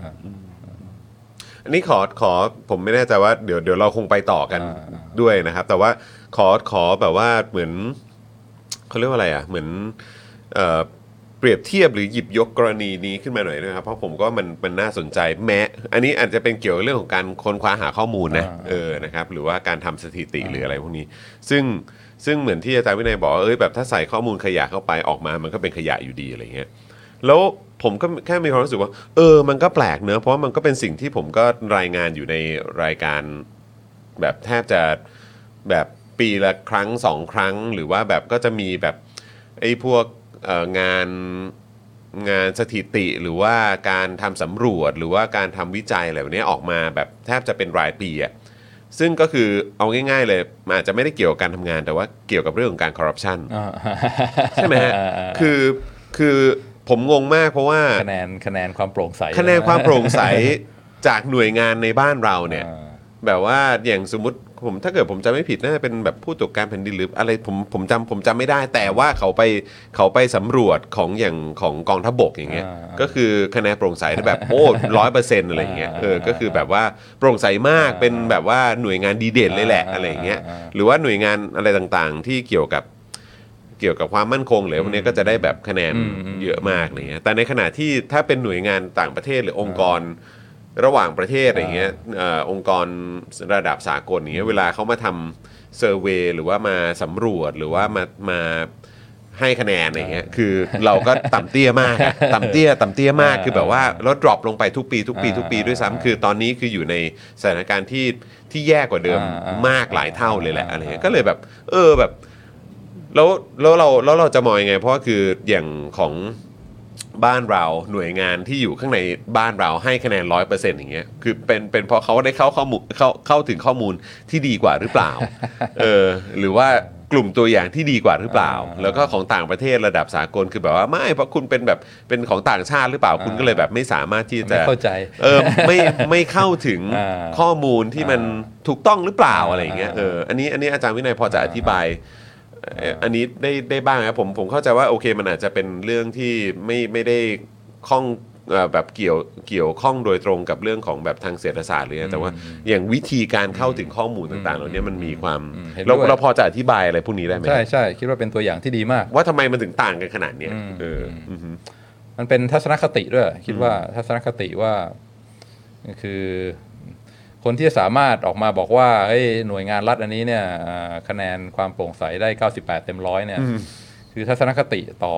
อันนี้ขอผมไม่แน่ใจว่าเดี๋ยวเราคงไปต่อกันด้วยนะครับแต่ว่าขอแบบว่าเหมือนเขาเรียกว่าอะไรเหมือนเปรียบเทียบหรือหยิบยกกรณีนี้ขึ้นมาหน่อยนะครับเพราะผมก็มันน่าสนใจแม้อันนี้อาจจะเป็นเกี่ยวกับเรื่องของการค้นคว้าหาข้อมูลนะนะครับหรือว่าการทำสถิติหรืออะไรพวกนี้ซึ่งเหมือนที่อาจารย์วินัยบอกว่าแบบถ้าใส่ข้อมูลขยะเข้าไปออกมามันก็เป็นขยะอยู่ดีอะไรเงี้ยแล้วผมก็แค่มีความรู้สึกว่ามันก็แปลกเนอะเพราะมันก็เป็นสิ่งที่ผมก็รายงานอยู่ในรายการแบบแทบจะแบบปีละครั้ง2ครั้งหรือว่าแบบก็จะมีแบบไอ้พวกงานสถิติหรือว่าการทำสำรวจหรือว่าการทำวิจัยอะไรแบบนี้ออกมาแบบแทบจะเป็นรายปีอ่ะซึ่งก็คือเอาง่ายๆเลยมันอาจจะไม่ได้เกี่ยวกับการทำงานแต่ว่าเกี่ยวกับเรื่องของการคอร์รัปชันใช่ไหมฮะคือผมงงมากเพราะว่าคะแนนความโปร่งใสจากหน่วยงานในบ้านเราเนี่ยแบบว่าอย่างสมมติถ้าเกิดผมจำไม่ผิดน่าจะเป็นแบบผู้ตรวจการแผ่นดินหรืออะไรผมจำไม่ได้แต่ว่าเขาไปสำรวจของกองทัพบกอย่างเงี้ยก็คือคะแนนโปร่งใสแบบ100%อะไรอย่างเงี้ยก็คือแบบว่าโปร่งใสมากเป็นแบบว่าหน่วยงานดีเด่นเลยแหละอะไรอย่างเงี้ยหรือว่าหน่วยงานอะไรต่างๆที่เกี่ยวกับความมั่นคงหรือพวกนี้ก็จะได้แบบคะแนนเยอะมากอะไรเงี้ยแต่ในขณะที่ถ้าเป็นหน่วยงานต่างประเทศหรือองค์กรระหว่างประเทศอะไรเงี้ยองค์กรระดับสากลอย่างเงี้ยเวลาเขามาทำเซอร์เวย์หรือว่ามาสำรวจหรือว่ามาให้คะแนนอะไรเงี้ยคือเราก็ต่ำเตี้ยมากต่ำเตี้ยมากคือแบบว่าลดดรอปลงไปทุกปีด้วยซ้ำคือตอนนี้คืออยู่ในสถานการณ์ที่แย่กว่าเดิมมากหลายเท่าเลยแหละอะไรเงี้ยก็เลยแบบแบบแล้วเราจะมองยังไงเพราะว่าคืออย่างของบ้านเราหน่วยงานที่อยู่ข้างในบ้านเราให้คะแนน 100% อย่างเงี้ยคือเป็นเพราะเขาได้เข้าถึงข้อมูลที่ดีกว่าหรือเปล่าหรือว่ากลุ่มตัวอย่างที่ดีกว่าหรือเปล่าแล้วก็ของต่างประเทศระดับสากลคือแบบว่าไม่เพราะคุณเป็นของต่างชาติหรือเปล่าคุณก็เลยแบบไม่สามารถที่จะเข้าใจไม่เข้าถึงข้อมูลที่มันถูกต้องหรือเปล่าอะไรอย่างเงี้ยอันนี้อาจารย์วินัยพอจะอธิบายอันนี้ได้บ้างครับผมเข้าใจว่าโอเคมันอาจจะเป็นเรื่องที่ไม่ได้ข้องแบบเกี่ยวข้องโดยตรงกับเรื่องของแบบทางเศรษฐศาสตร์เลยแต่ว่าอย่างวิธีการเข้าถึงข้อมูลต่างๆเหล่านี้มันมีความเราพอจะอธิบายอะไรพวกนี้ได้ไหมใช่คิดว่าเป็นตัวอย่างที่ดีมากว่าทำไมมันถึงต่างกันขนาดนี้มันเป็นทัศนคติด้วยคิดว่าทัศนคติว่าคือคนที่สามารถออกมาบอกว่าหน่วยงานรัฐอันนี้เนี่ยคะแนนความโปร่งใสได้98 เต็ม 100เนี่ยคือทัศนคติต่อ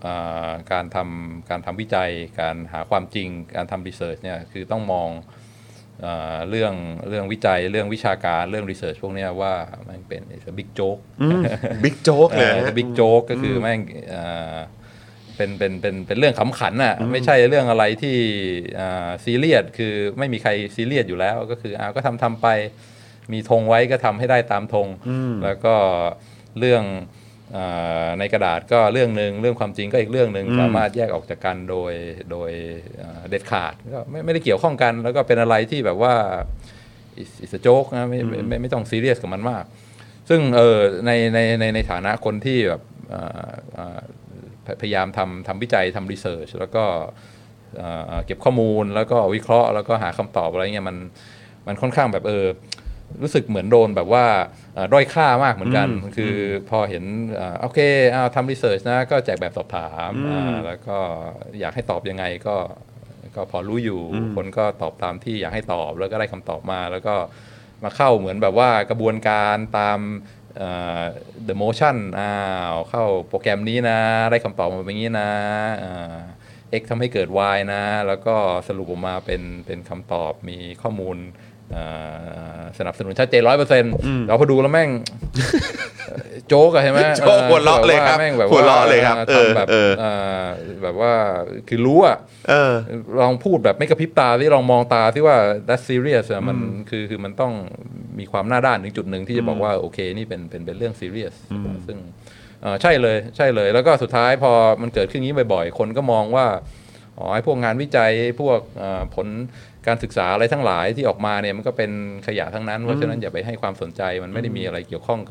การทำวิจัยการหาความจริงการทำรีเสิร์ชเนี่ยคือต้องมองเรื่องวิจัยเรื่องวิชาการเรื่องรีเสิร์ชพวกนี้ว่ามันเป็นบิ๊กโจ๊กบิ๊กโจ๊กเลยบิ๊กโจ๊กก็คือแม่งเป็นเรื่องขำขันอ่ะไม่ใช่เรื่องอะไรที่ซีเรียสคือไม่มีใครซีเรียสอยู่แล้วก็คือก็ทำไปมีธงไว้ก็ทำให้ได้ตามธงแล้วก็เรื่องในกระดาษก็เรื่องนึงเรื่องความจริงก็อีกเรื่องนึงสามารถแยกออกจากกันโดยเด็ดขาดก็ไม่ได้เกี่ยวข้องกันแล้วก็เป็นอะไรที่แบบว่าอิสโจ๊กนะไม่ต้องซีเรียสกับมันมากซึ่งในฐานะคนที่แบบพยายามทำวิจัยทำรีเสิร์ชแล้วก็เก็บข้อมูลแล้วก็วิเคราะห์แล้วก็หาคำตอบอะไรเงี้ยมันค่อนข้างแบบรู้สึกเหมือนโดนแบบว่าด้อยค่ามากเหมือนกันคือพอเห็นโอเคทำรีเสิร์ชนะก็แจกแบบสอบถามแล้วก็อยากให้ตอบยังไงก็พอรู้อยู่คนก็ตอบตามที่อยากให้ตอบแล้วก็ได้คำตอบมาแล้วก็มาเข้าเหมือนแบบว่ากระบวนการตามthe motion เข้าโปรแกรมนี้นะได้คำตอบมาเป็นอย่างนี้นะx ทำให้เกิด y นะแล้วก็สรุปออกมาเป็นคำตอบมีข้อมูลสนับสนุนชัดเจน 100% เราพอดูแล้วแม่งโจ๊กอะใช่ไหมโจ๊กหัวเราะเลยครับหัวเราะเลยครับแบบว่าคือรู้อะลองพูดแบบไม่กระพริบตาที่ลองมองตาที่ว่า that serious มันคือมันต้องมีความหน้าด้านถึงจุดหนึ่งที่จะบอกว่าโอเคนี่เป็นเรื่อง serious ซึ่งใช่เลยแล้วก็สุดท้ายพอมันเกิดขึ้นนี้บ่อยๆคนก็มองว่าไอ้พวกงานวิจัยพวกผลการศึกษาอะไรทั้งหลายที่ออกมาเนี่ยมันก็เป็นขยะทั้งนั้นเพราะฉะนั้นอย่าไปให้ความสนใจมันไม่ได้มีอะไรเกี่ยวข้องกับ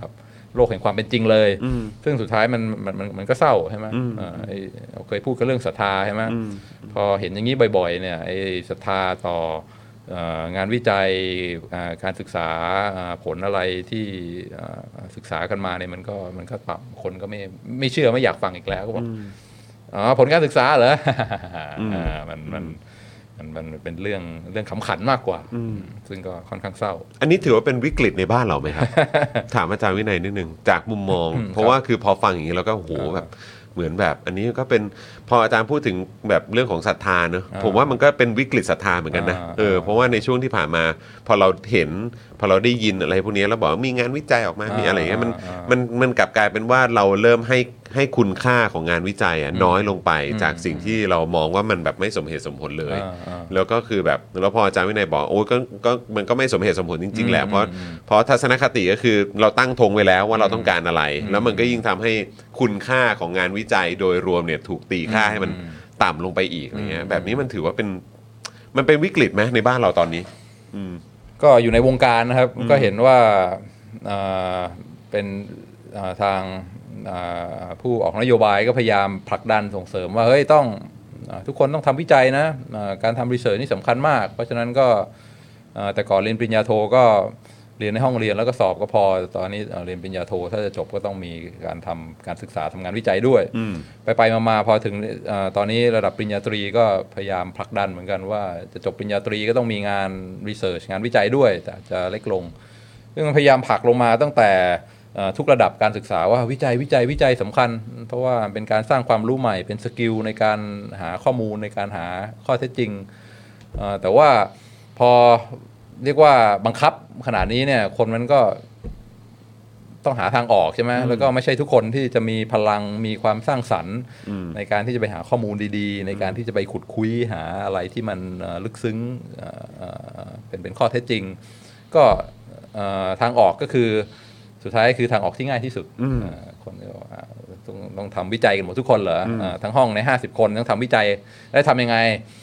โลกแห่งความเป็นจริงเลยซึ่งสุดท้ายมันก็เศร้าใช่ไหมเราเคยพูดกันเรื่องศรัทธาใช่ไหมพอเห็นอย่างนี้บ่อยๆเนี่ยไอ้ศรัทธาต่องานวิจัยการศึกษาผลอะไรที่ศึกษากันมาเนี่ยมันก็ต่ำคนก็ไม่เชื่อไม่อยากฟังอีกแล้วก็บอกผลการศึกษาเหรอ มันเป็นเรื่องขำขันมากกว่าซึ่งก็ค่อนข้างเศร้าอันนี้ถือว่าเป็นวิกฤตในบ้านเราไหมครับ ถามอาจารย์วินัยนิดนึงจากมุมมอง เพราะว่าคือพอฟังอย่างนี้เราก็โหแบบเหมือนแบบอันนี้ก็เป็นพออาจารย์พูดถึงแบบเรื่องของศรัทธาเนอะผมว่ามันก็เป็นวิกฤตศรัทธาเหมือนกันนะเพราะว่าในช่วงที่ผ่านมาพอเราเห็นพอเราได้ยินอะไรพวกนี้แล้วบอกมีงานวิจัยออกมามีอะไรเงี้ยมันกลับกลายเป็นว่าเราเริ่มให้คุณค่าของงานวิจัยน้อยลงไปจากสิ่งที่เรามองว่ามันแบบไม่สมเหตุสมผลเลยแล้วก็คือแบบแล้วพออาจารย์วินัยบอกโอ้ก็มันก็ไม่สมเหตุสมผลจริงๆแหละเพราะทัศนคติก็คือเราตั้งธงไว้แล้วว่าเราต้องการอะไรแล้วมันก็ยิ่งทำให้คุณค่าของงานวิจัยโดยรวมเนี่ยถูกตีค่าให้มันต่ำลงไปอีกอะไรเงี้ยแบบนี้มันถือว่ามันเป็นวิกฤตไหมในบ้านเราตอนนี้ก็อยู่ในวงการนะครับก็เห็นว่าเป็นทางผู้ออกนโยบายก็พยายามผลักดันส่งเสริมว่าเฮ้ยต้องทุกคนต้องทำวิจัยนะการทำรีเสิร์ชนี่สำคัญมากเพราะฉะนั้นก็แต่ก่อนเรียนปริญญาโทก็เรียนในห้องเรียนแล้วก็สอบก็พอตอนนี้เรียนปริญญาโทถ้าจะจบก็ต้องมีการศึกษาทำงานวิจัยด้วยไปมาพอถึงตอนนี้ระดับปริญญาตรีก็พยายามผลักดันเหมือนกันว่าจะจบปริญญาตรีก็ต้องมีงานรีเสิร์ชงานวิจัยด้วยแต่จะเล็กลงซึ่งพยายามผลักลงมาตั้งแต่ทุกระดับการศึกษาว่าวิจัยสำคัญเพราะว่าเป็นการสร้างความรู้ใหม่เป็นสกิลในการหาข้อมูลในการหาข้อเท็จจริงแต่ว่าพอเรียกว่าบังคับขนาดนี้เนี่ยคนมันก็ต้องหาทางออกใช่ไหมแล้วก็ไม่ใช่ทุกคนที่จะมีพลังมีความสร้างสรรค์ในการที่จะไปหาข้อมูลดีๆในการที่จะไปขุดคุยหาอะไรที่มันลึกซึ้งเป็นข้อเท็จจริงก็ทางออกก็คือสุดท้ายคือทางออกที่ง่ายที่สุดคนต้องทำวิจัยกันหมดทุกคนเหรอทั้งห้องใน50คนต้องทำวิจัยแล้วทำยังไง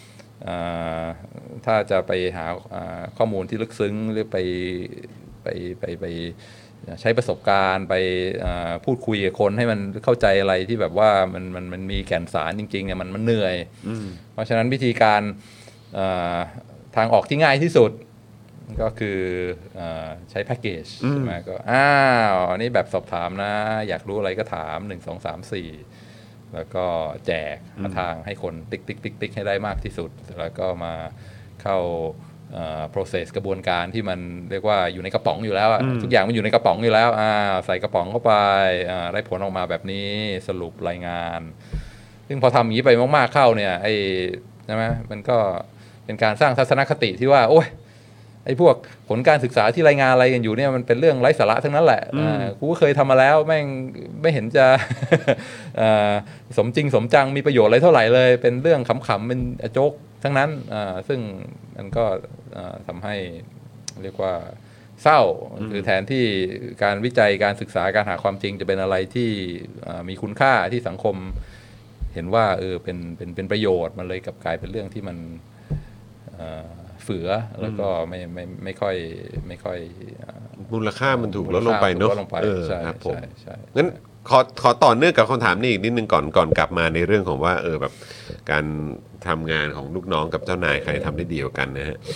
ถ้าจะไปหาข้อมูลที่ลึกซึ้งหรือไปใช้ประสบการณ์ไปพูดคุยกับคนให้มันเข้าใจอะไรที่แบบว่ามันมีแก่นสารจริงๆเนี่ยมันเหนื่อยเพราะฉะนั้นวิธีการทางออกที่ง่ายที่สุดก็คือใช้แพ็กเกจใช่ไหมก็อันนี้แบบสอบถามนะอยากรู้อะไรก็ถาม1 2 3 4แล้วก็แจกทางให้คนติ๊กให้ได้มากที่สุดแล้วก็มาเข้าprocess กระบวนการที่มันเรียกว่าอยู่ในกระป๋องอยู่แล้วทุกอย่างมันอยู่ในกระป๋องอยู่แล้วใส่กระป๋องเข้าไปได้ผลออกมาแบบนี้สรุปรายงานซึ่งพอทำอย่างนี้ไปมากๆเข้าเนี่ยใช่ไหมมันก็เป็นการสร้างทัศนคติที่ว่าโอ๊ยไอ้พวกผลการศึกษาที่รายงานอะไรกันอยู่เนี่ยมันเป็นเรื่องไร้สาระทั้งนั้นแหละกูก็เคยทำมาแล้วแม่งไม่เห็นจะ สมจริงสมจังมีประโยชน์อะไรเท่าไหร่เลยเป็นเรื่องขำๆเป็นโจ๊กทั้งนั้นซึ่งมันก็ทำให้เรียกว่าเศร้าคือแทนที่การวิจัยการศึกษาการหาความจริงจะเป็นอะไรที่มีคุณค่าที่สังคมเห็นว่าเป็นประโยชน์มันเลยกลับกลายเป็นเรื่องที่มันเฝือแล้วก็ไม่ค่อยมูลค่ามันถูกลดลงไปเนอะครับผมงั้นขอต่อเนื่องกับคำถามนี้อีกนิดนึงก่อนกลับมาในเรื่องของว่าแบบการทำงานของลูกน้องกับเจ้านายใครทำได้ดีกว่ากันนะฮะ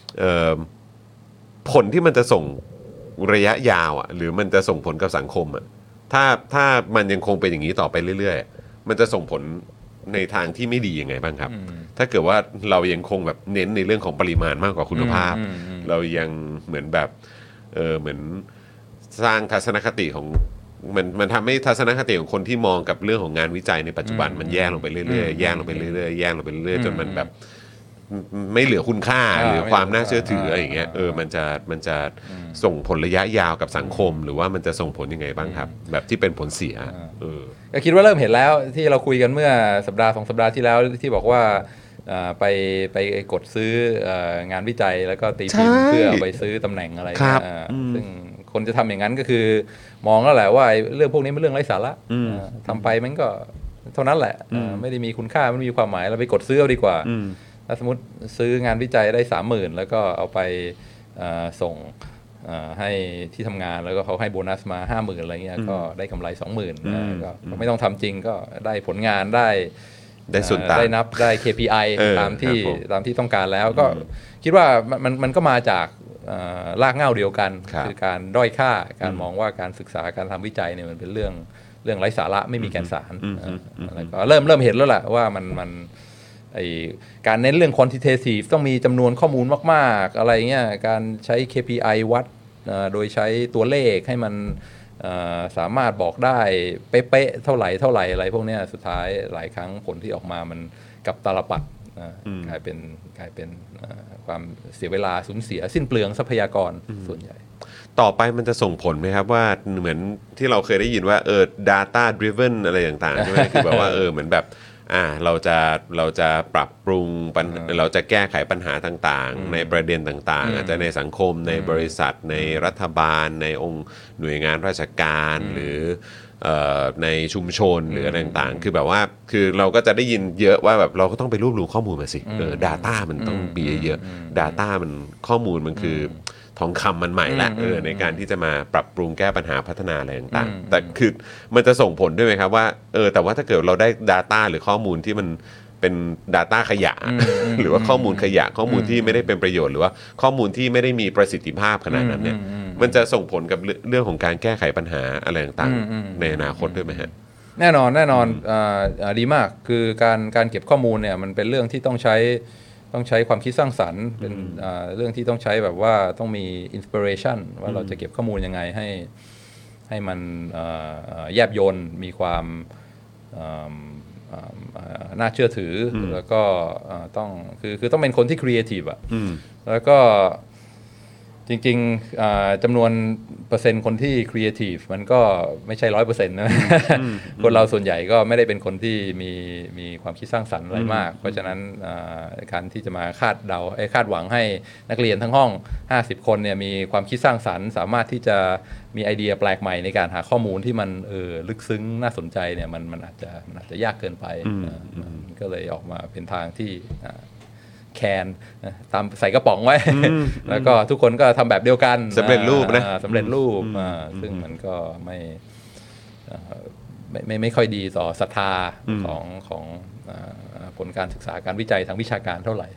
ผลที่มันจะส่งระยะยาวหรือมันจะส่งผลกับสังคมถ้ามันยังคงเป็นอย่างนี้ต่อไปเรื่อยๆมันจะส่งผลในทางที่ไม่ดียังไงบ้างครับถ้าเกิดว่าเรายังคงแบบเน้นในเรื่องของปริมาณมากกว่าคุณภาพเรายังเหมือนแบบเหมือนสร้างทัศนคติของมันทำให้ทัศนคติของคนที่มองกับเรื่องของงานวิจัยในปัจจุบันมันแย่ลงไปเรื่อยๆแย่ลงไปเรื่อยๆแย่ลงไปเรื่อยๆจนมันแบบไม่เหลือคุณค่าหรือความน่าเชื่อถืออะไรอย่างเงี้ยมันจะส่งผลระยะยาวกับสังคมหรือว่ามันจะส่งผลยังไงบ้างครับแบบที่เป็นผลเสียก็คิดว่าเริ่มเห็นแล้วที่เราคุยกันเมื่อสัปดาห์2 สัปดาห์ที่แล้วที่บอกว่าไปกดซื้องานวิจัยแล้วก็ตีพิมพ์เพื่อไปซื้อตำแหน่งอะไรซึ่งคนจะทำอย่างนั้นก็คือมองแล้วแหละว่าเรื่องพวกนี้เป็นเรื่องไร้สาระทำไปมันก็เท่านั้นแหละไม่ได้มีคุณค่าไม่มีความหมายเราไปกดซื้อเอาดีกว่าถ้าสมมติซื้องานวิจัยได้ 30,000 แล้วก็เอาไปส่งให้ที่ทำงานแล้วก็เขาให้โบนัสมา 50,000 อะไรเงี้ยก็ได้กำไร 20,000 ก็ไม่ต้องทำจริงก็ได้ผลงานได้ส่วนต่างได้นับได้ KPI ตามที่ต้องการแล้วก็คิดว่ามันก็มาจากรากเหง้าเดียวกันคือการด้อยค่าการมองว่าการศึกษาการทำวิจัยเนี่ยมันเป็นเรื่องไร้สาระไม่มีแก่นสารแล้วก็เริ่มเห็นแล้วแหละว่ามันการเน้นเรื่อง quantitative ต้องมีจำนวนข้อมูลมากๆอะไรเงี้ยการใช้ KPI วัดโดยใช้ตัวเลขให้มันสามารถบอกได้เป๊ะๆเท่าไหร่อะไรพวกนี้สุดท้ายหลายครั้งผลที่ออกมามันกับตาลปัดกลายเป็นความเสียเวลาสูญเสียสิ้นเปลืองทรัพยากรส่วนใหญ่ต่อไปมันจะส่งผลไหมครับว่าเหมือนที่เราเคยได้ยินว่าdata driven อะไรต่างๆใช่ไหมคือแบบว่าเหมือนแบบเราจะปรับปรุงเราจะแก้ไขปัญหาต่างๆในประเด็นต่างๆอาจจะในสังคมในบริษัทในรัฐบาลในองค์หน่วยงานราชการหรือในชุมชนหรืออะไรต่างๆคือแบบว่าคือเราก็จะได้ยินเยอะว่าแบบเราก็ต้องไปรวบรวมข้อมูลมาสิdata มันต้องมีเยอะ data มันข้อมูลมันคือทองคำมันใหม่ละในการที่จะมาปรับปรุงแก้ปัญหาพัฒนาอะไรต่างๆแต่คือมันจะส่งผลด้วยไหมครับว่าแต่ว่าถ้าเกิดเราได้ data หรือข้อมูลที่มันเป็น data ขยะ หรือว่าข้อมูลขยะข้อมูลที่ไม่ได้เป็นประโยชน์หรือว่าข้อมูลที่ไม่ได้มีประสิทธิภาพขนาดนั้นเนี่ยมันจะส่งผลกับเรื่องของการแก้ไขปัญหาอะไรต่างๆในอนาคตด้วยไหมฮะแน่นอนดีมากคือการเก็บข้อมูลเนี่ยมันเป็นเรื่องที่ต้องใช้ความคิดสร้างสรรค์เป็นเรื่องที่ต้องใช้แบบว่าต้องมีอินสปิเรชันว่าเราจะเก็บข้อมูลยังไงให้มันแยบยลมีความน่าเชื่อถือแล้วก็ต้องคือต้องเป็นคนที่ครีเอทีฟอ่ะแล้วก็จริงๆจำนวนเปอร์เซ็นต์คนที่ครีเอทีฟมันก็ไม่ใช่ 100% นะคนเราส่วนใหญ่ก็ไม่ได้เป็นคนที่มีความคิดสร้างสรรค์อะไรมากเพราะฉะนั้นการที่จะมาคาดหวังให้นักเรียนทั้งห้อง50คนเนี่ยมีความคิดสร้างสรรค์สามารถที่จะมีไอเดียแปลกใหม่ในการหาข้อมูลที่มันลึกซึ้งน่าสนใจเนี่ยมันอาจจะยากเกินไปก็เลยออกมาเป็นทางที่แคนตามใส่กระป๋องไว้แล้วก็ทุกคนก็ทำแบบเดียวกันสำเร็จรูปนะสำเร็จรูปซึ่งมันก็ไม่ค่อยดีต่อศรัทธาของผลการศึกษาการวิจัยทางวิชาการเท่าไหร่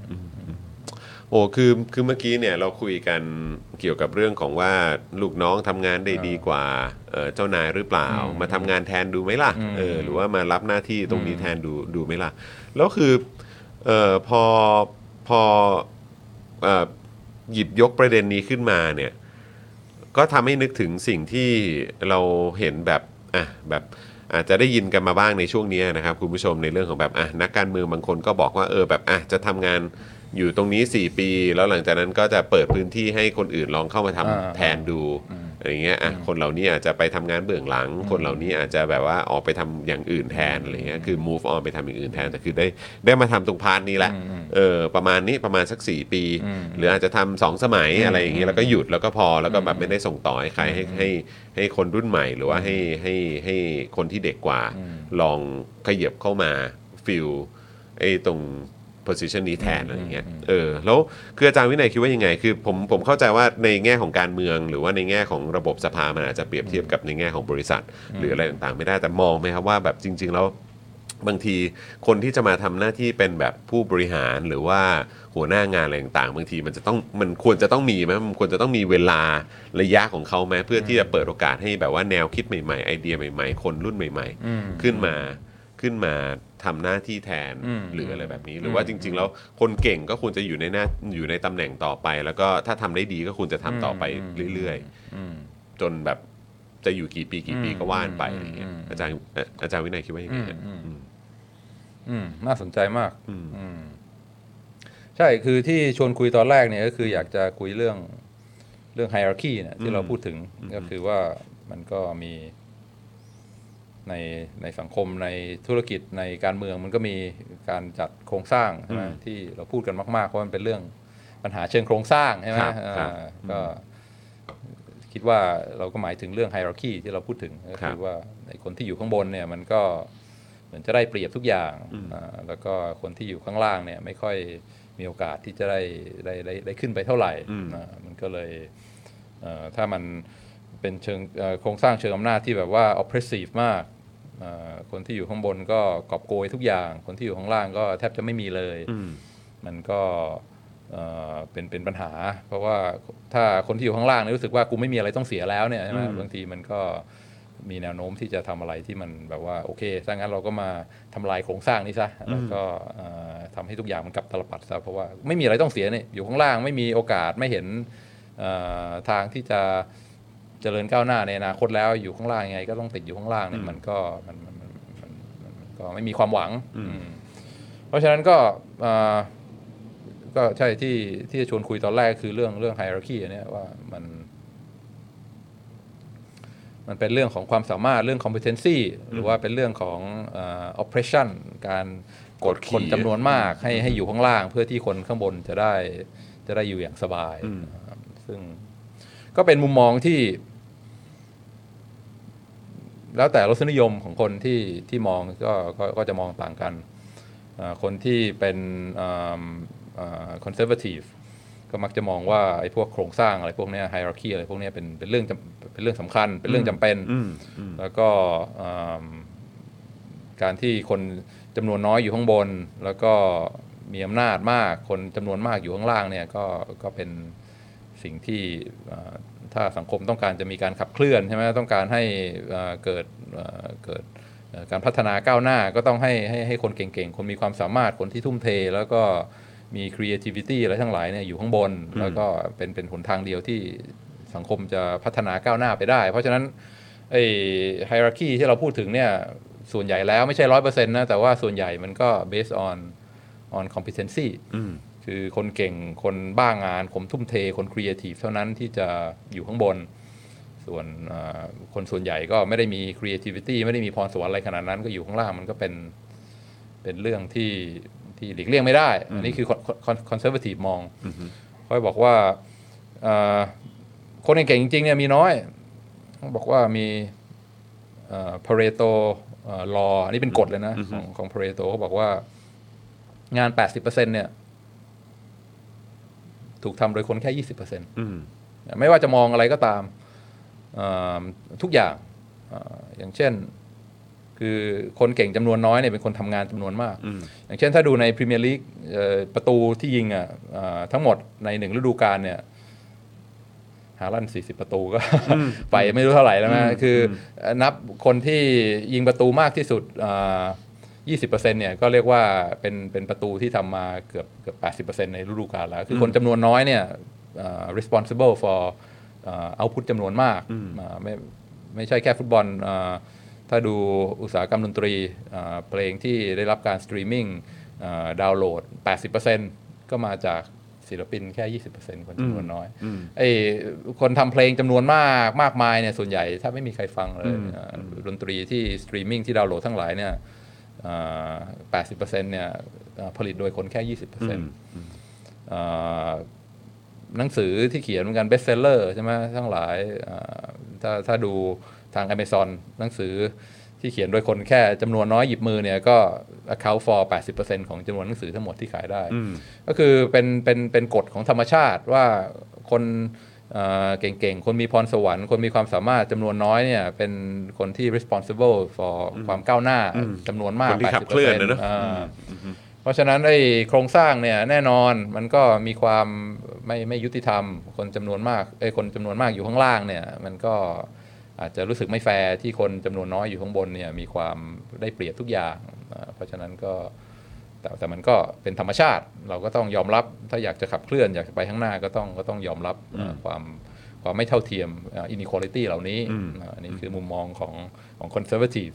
คือเมื่อกี้เนี่ยเราคุยกันเกี่ยวกับเรื่องของว่าลูกน้องทำงานได้ดีกว่าเจ้านายหรือเปล่ามาทำงานแทนดูไหมล่ะหรือว่ามารับหน้าที่ตรงนี้แทนดูไหมล่ะแล้วคือพอหยิบยกประเด็นนี้ขึ้นมาเนี่ยก็ทำให้นึกถึงสิ่งที่เราเห็นแบบอาจจะได้ยินกันมาบ้างในช่วงนี้นะครับคุณผู้ชมในเรื่องของแบบนักการเมืองบางคนก็บอกว่าแบบจะทำงานอยู่ตรงนี้4ปีแล้วหลังจากนั้นก็จะเปิดพื้นที่ให้คนอื่นลองเข้ามาทำแทนดูอะไรเงี้ยคนเหล่านี้อาจจะไปทำงานเบื้องหลังคนเหล่านี้อาจจะแบบว่าออกไปทำอย่างอื่นแทนอะไรเงี้ยคือ move on ไปทำอย่างอื่นแทนแต่คือได้มาทำตรงพาร์ทนี้แหละประมาณนี้ประมาณสัก4ปีหรืออาจจะทำ2สมัยอะไรอย่างเงี้ยแล้วก็หยุดแล้วก็พอแล้วก็แบบไม่ได้ส่งต่อให้ใครให้คนรุ่นใหม่หรือว่าให้คนที่เด็กกว่าลองขยับเข้ามาฟิลตรงposition นี้แทนอะไรอย่างเงี้ยแล้วคืออาจารย์วินัยคิดว่ายังไงคือผมเข้าใจว่าในแง่ของการเมืองหรือว่าในแง่ของระบบสภามันอาจจะเปรียบเทียบกับในแง่ของบริษัทหรืออะไรต่างๆไม่ได้แต่มองไหมครับว่าแบบจริงๆแล้วบางทีคนที่จะมาทำหน้าที่เป็นแบบผู้บริหารหรือว่าหัวหน้างานอะไรต่างๆบางทีมันควรจะต้องมีไหมมันควรจะต้องมีเวลาระยะของเขาไหมเพื่อที่จะเปิดโอกาสให้แบบว่าแนวคิดใหม่ๆไอเดียใหม่ๆคนรุ่นใหม่ๆขึ้นมาทำหน้าที่แทนหรืออะไรแบบนี้หรือว่าจริงๆแล้วคนเก่งก็ควรจะอยู่ในตำแหน่งต่อไปแล้วก็ถ้าทำได้ดีก็ควรจะทำต่อไปเรื่อยๆจนแบบจะอยู่กี่ปีก็ว่านไปอะไรเงี้ยอาจารย์วินัยคิดว่ายังไงน่าสนใจมากใช่คือที่ชวนคุยตอนแรกเนี่ยก็คืออยากจะคุยเรื่อง hierarchy เนี่ยที่เราพูดถึงก็คือว่ามันก็มีในสังคมในธุรกิจในการเมืองมันก็มีการจัดโครงสร้างใช่ไหมที่เราพูดกันมากๆเพราะมันเป็นเรื่องปัญหาเชิงโครงสร้างใช่ไหมก็คิดว่าเราก็หมายถึงเรื่อง hierarchy ที่เราพูดถึงก็คือว่าในคนที่อยู่ข้างบนเนี่ยมันก็เหมือนจะได้เปรียบทุกอย่างแล้วก็คนที่อยู่ข้างล่างเนี่ยไม่ค่อยมีโอกาสที่จะได้ขึ้นไปเท่าไหร่มันก็เลยถ้ามันเป็นเชิงโครงสร้างเชิงอำนาจที่แบบว่า oppressive มากคนที่อยู่ข้างบนก็กอบโกยทุกอย่างคนที่อยู่ข้างล่างก็แทบจะไม่มีเลยมันก็เป็นปัญหาเพราะว่าถ้าคนที่อยู่ข้างล่างรู้สึกว่ากูไม่มีอะไรต้องเสียแล้วเนี่ยใช่ไหมบางทีมันก็มีแนวโน้มที่จะทำอะไรที่มันแบบว่าโอเคถ้างั้นเราก็มาทำลายโครงสร้างนี้ซะแล้วก็ทำให้ทุกอย่างมันกลับตลปัดซะเพราะว่าไม่มีอะไรต้องเสียเนี่ยอยู่ข้างล่างไม่มีโอกาสไม่เห็นทางที่จะเจริญก้าวหน้าในอนาคตแล้วอยู่ข้างล่างยังไงก็ต้องติดอยู่ข้างล่างเนี่ยมันก็ไม่มีความหวังเพราะฉะนั้นก็ใช่ที่จะชวนคุยตอนแรกคือเรื่อง hierarchy เนี่ยว่ามันเป็นเรื่องของความสามารถเรื่อง competency หรือว่าเป็นเรื่องของoppression การกดคนจำนวนมากให้อยู่ข้างล่างเพื่อที่คนข้างบนจะได้อยู่อย่างสบายซึ่งก็เป็นมุมมองที่แล้วแต่รสนิยมของคนที่มองก็จะมองต่างกันคนที่เป็นconservative ก็มักจะมองว่าไอ้พวกโครงสร้างอะไรพวกนี้ hierarchy อะไรพวกนี้เป็นเรื่องสำคัญเป็นเรื่องจำเป็นแล้วก็การที่คนจำนวนน้อยอยู่ข้างบนแล้วก็มีอำนาจมากคนจำนวนมากอยู่ข้างล่างเนี่ยก็เป็นสิ่งที่ถ้าสังคมต้องการจะมีการขับเคลื่อนใช่ไหมต้องการให้เกิดการพัฒนาก้าวหน้าก็ต้องให้คนเก่งๆคนมีความสามารถคนที่ทุ่มเทแล้วก็มี creativity อะไรทั้งหลายเนี่ยอยู่ข้างบนแล้วก็เป็นหนทางเดียวที่สังคมจะพัฒนาก้าวหน้าไปได้เพราะฉะนั้นไอ้ hierarchy ที่เราพูดถึงเนี่ยส่วนใหญ่แล้วไม่ใช่ 100% นะแต่ว่าส่วนใหญ่มันก็ based on competency คือคนเก่งคนบ้างานคนทุ่มเทคน creative เท่านั้นที่จะอยู่ข้างบนส่วนคนส่วนใหญ่ก็ไม่ได้มี creativity ไม่ได้มีพรสวรรค์อะไรขนาดนั้นก็อยู่ข้างล่างมันก็เป็นเรื่องที่หลีกเลี่ยงไม่ได้อันนี้คือ conservative มองค่อยบอกว่าคนเก่งจริงๆเนี่ยมีน้อยบอกว่ามีPareto law อันนี้เป็นกฎเลยนะของ Pareto เขาบอกว่างาน 80% เนี่ยถูกทำโดยคนแค่ 20% ไม่ว่าจะมองอะไรก็ตามทุกอย่างอย่างเช่นคือคนเก่งจำนวนน้อยเนี่ยเป็นคนทำงานจำนวนมากอย่างเช่นถ้าดูในพรีเมียร์ลีกประตูที่ยิงทั้งหมดใน1ฤดูกาลเนี่ยฮาลันด์40ประตูก็ ไปไม่รู้เท่าไหร่แล้วนะคือนับคนที่ยิงประตูมากที่สุด20% เนี่ยก็เรียกว่าเป็นประตูที่ทำมาเกือบ 80% ในฤดูกาลแล้วคือคนจำนวนน้อยเนี่ย responsible for output จำนวนมากไม่ใช่แค่ฟุตบอลถ้าดูอุตสาหกรรมดนตรีเพลงที่ได้รับการสตรีมมิ่งดาวน์โหลด 80% ก็มาจากศิลปินแค่ 20% คนจำนวนน้อยไอ้คนทำเพลงจำนวนมากมายเนี่ยส่วนใหญ่ถ้าไม่มีใครฟังเลยดนตรีที่สตรีมมิ่งที่ดาวน์โหลดทั้งหลายเนี่ย80% เนี่ยผลิตโดยคนแค่ 20% หนังสือที่เขียนเหมือนกันเบสเซลเลอร์ใช่ไหมทั้งหลายถ้าดูทาง Amazon หนังสือที่เขียนโดยคนแค่จำนวนน้อยหยิบมือเนี่ยก็ account for 80% ของจำนวนหนังสือทั้งหมดที่ขายได้ก็คือเป็นกฎของธรรมชาติว่าคนเก่งๆคนมีพรสวรรค์คนมีความสามารถจำนวนน้อยเนี่ยเป็นคนที่ responsible for ความก้าวหน้าจำนวนมากคนที่ขับเคลื่อนนะเพราะฉะนั้นไอ้โครงสร้างเนี่ยแน่นอนมันก็มีความไม่ยุติธรรมคนจำนวนมากคนจำนวนมากอยู่ข้างล่างเนี่ยมันก็อาจจะรู้สึกไม่แฟร์ที่คนจำนวนน้อยอยู่ข้างบนเนี่ยมีความได้เปรียบทุกอย่างเพราะฉะนั้นก็แต่มันก็เป็นธรรมชาติเราก็ต้องยอมรับถ้าอยากจะขับเคลื่อนอยากจะไปข้างหน้าก็ต้องยอมรับความไม่เท่าเทียม inequality เหล่านี้อันนี้คือมุมมองของ conservative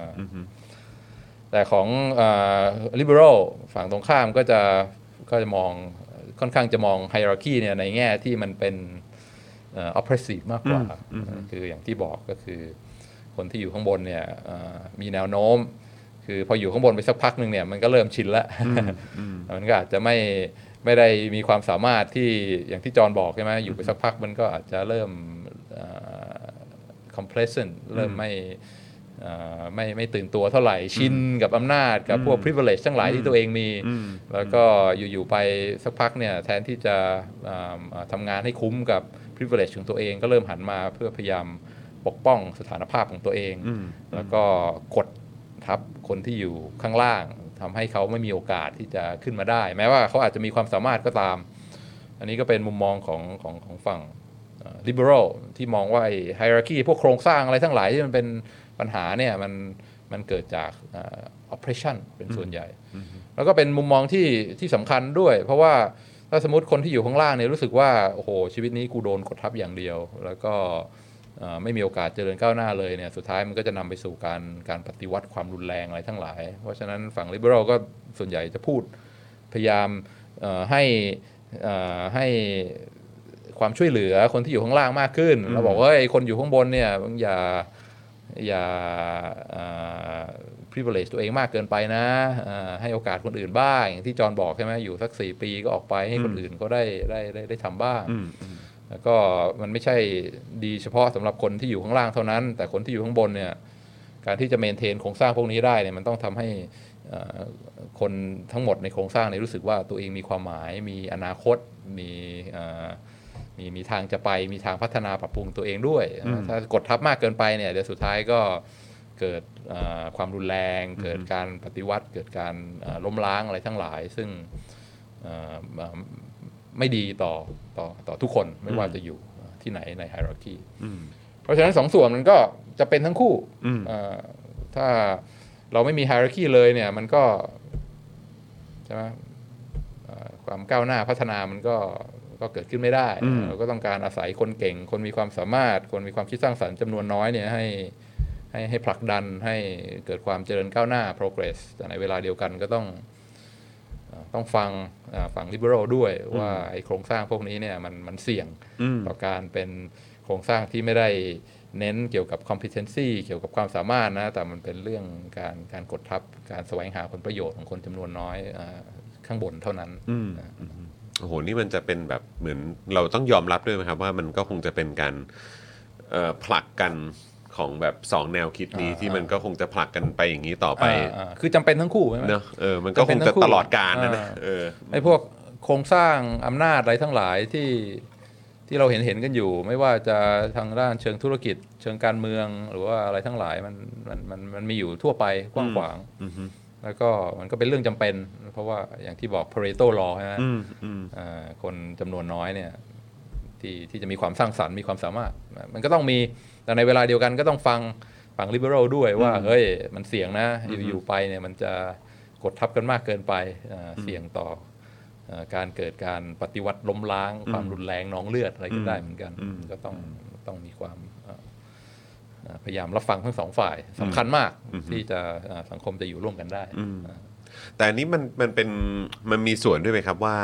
แต่ของliberal ฝั่งตรงข้ามก็จะมองค่อนข้างจะมอง hierarchy เนี่ยในแง่ที่มันเป็นoppressive มากกว่าคืออย่างที่บอกก็คือคนที่อยู่ข้างบนเนี่ยมีแนวโน้มคือพออยู่ข้างบนไปสักพักนึงเนี่ยมันก็เริ่มชินแล้วมันก็อาจจะไม่ได้มีความสามารถที่อย่างที่จอห์นบอกใช่ไหมอยู่ไปสักพักมันก็อาจจะเริ่มcomplacent เริ่มไม่ตื่นตัวเท่าไหร่ชินกับอำนาจกับพวก privilege ทั้งหลายที่ตัวเองมีแล้วก็อยู่ๆไปสักพักเนี่ยแทนที่จะทำงานให้คุ้มกับ privilege ของตัวเองก็เริ่มหันมาเพื่อพยายามปกป้องสถานภาพของตัวเองแล้วก็กดทับคนที่อยู่ข้างล่างทำให้เขาไม่มีโอกาสที่จะขึ้นมาได้แม้ว่าเขาอาจจะมีความสามารถก็ตามอันนี้ก็เป็นมุมมองของฝั่งliberal ที่มองว่าhierarchy พวกโครงสร้างอะไรทั้งหลายที่มันเป็นปัญหาเนี่ยมันเกิดจาก oppression เป็นส่วนใหญ่แล้วก็เป็นมุมมองที่สำคัญด้วยเพราะว่าถ้าสมมติคนที่อยู่ข้างล่างเนี่ยรู้สึกว่าโอ้โหชีวิตนี้กูโดนกดทับอย่างเดียวแล้วก็ไม่มีโอกาสเจริญก้าวหน้าเลยเนี่ยสุดท้ายมันก็จะนำไปสู่การปฏิวัติความรุนแรงอะไรทั้งหลายเพราะฉะนั้นฝั่ง liberal ก็ส่วนใหญ่จะพูดพยายามให้ความช่วยเหลือคนที่อยู่ข้างล่างมากขึ้นเราบอกว่าคนอยู่ข้างบนเนี่ยอย่าprivilege ตัวเองมากเกินไปนะให้โอกาสคนอื่นบ้างอย่างที่จอห์นบอกใช่ไหมอยู่สัก4 ปีก็ออกไปให้คนอื่นก็ได้ทำบ้างแล้วก็มันไม่ใช่ดีเฉพาะสำหรับคนที่อยู่ข้างล่างเท่านั้นแต่คนที่อยู่ข้างบนเนี่ยการที่จะเมนเทนโครงสร้างพวกนี้ได้เนี่ยมันต้องทำให้คนทั้งหมดในโครงสร้างนี้รู้สึกว่าตัวเองมีความหมายมีอนาคตมีทางจะไปมีทางพัฒนาปรับปรุงตัวเองด้วยถ้ากดทับมากเกินไปเนี่ยเดี๋ยวสุดท้ายก็เกิดความรุนแรงเกิดการปฏิวัติเกิดการล้มล้างอะไรทั้งหลายซึ่งไม่ดีต่อทุกคนไม่ว่าจะอยู่ที่ไหนใน hierarchy เพราะฉะนั้น2 ส่วนมันก็จะเป็นทั้งคู่ถ้าเราไม่มี hierarchy เลยเนี่ยมันก็ใช่ไหมความก้าวหน้าพัฒนามันก็เกิดขึ้นไม่ได้เราก็ต้องการอาศัยคนเก่งคนมีความสามารถคนมีความคิดสร้างสรรค์จำนวนน้อยเนี่ยให้ผลักดันให้เกิดความเจริญก้าวหน้า progress แต่ในเวลาเดียวกันก็ต้องฟังฝั่ง liberal ด้วยว่าไอ้โครงสร้างพวกนี้เนี่ยมันเสี่ยงต่อการเป็นโครงสร้างที่ไม่ได้เน้นเกี่ยวกับ competency เกี่ยวกับความสามารถนะแต่มันเป็นเรื่องการกดทับการแสวงหาผลประโยชน์ของคนจำนวนน้อยข้างบนเท่านั้นโอ้โหนี่มันจะเป็นแบบเหมือนเราต้องยอมรับด้วยไหมครับว่ามันก็คงจะเป็นการผลักกันของแบบ2 แนวคิดนี้ที่มันก็คงจะผลักกันไปอย่างนี้ต่อไปคือจำเป็นทั้งคู่ใช่ไหมเนอะมันก็คงจะตลอดกาลนะไอ้พวกโครงสร้างอำนาจอะไรทั้งหลายที่เราเห็นกันอยู่ไม่ว่าจะทางด้านเชิงธุรกิจเชิงการเมืองหรือว่าอะไรทั้งหลายมันมีอยู่ทั่วไปกว้างขวางแล้วก็มันก็เป็นเรื่องจำเป็นเพราะว่าอย่างที่บอก Pareto Law ใช่ไหมคนจำนวนน้อยเนี่ยที่จะมีความสร้างสรรค์มีความสามารถมันก็ต้องมีแต่ในเวลาเดียวกันก็ต้องฟังฝั่ง liberal ด้วยว่าเฮ้ยมันเสี่ยงนะอยู่ไปเนี่ยมันจะกดทับกันมากเกินไปเสี่ยงต่อการเกิดการปฏิวัติล้มล้างความรุนแรงนองเลือดอะไรก็ได้เหมือนกันก็ต้องมีความพยายามรับฟังทั้ง2 ฝ่ายสำคัญมากที่จะสังคมจะอยู่ร่วมกันได้แต่อันนี้มันมีส่วนด้วยไหมครับว่า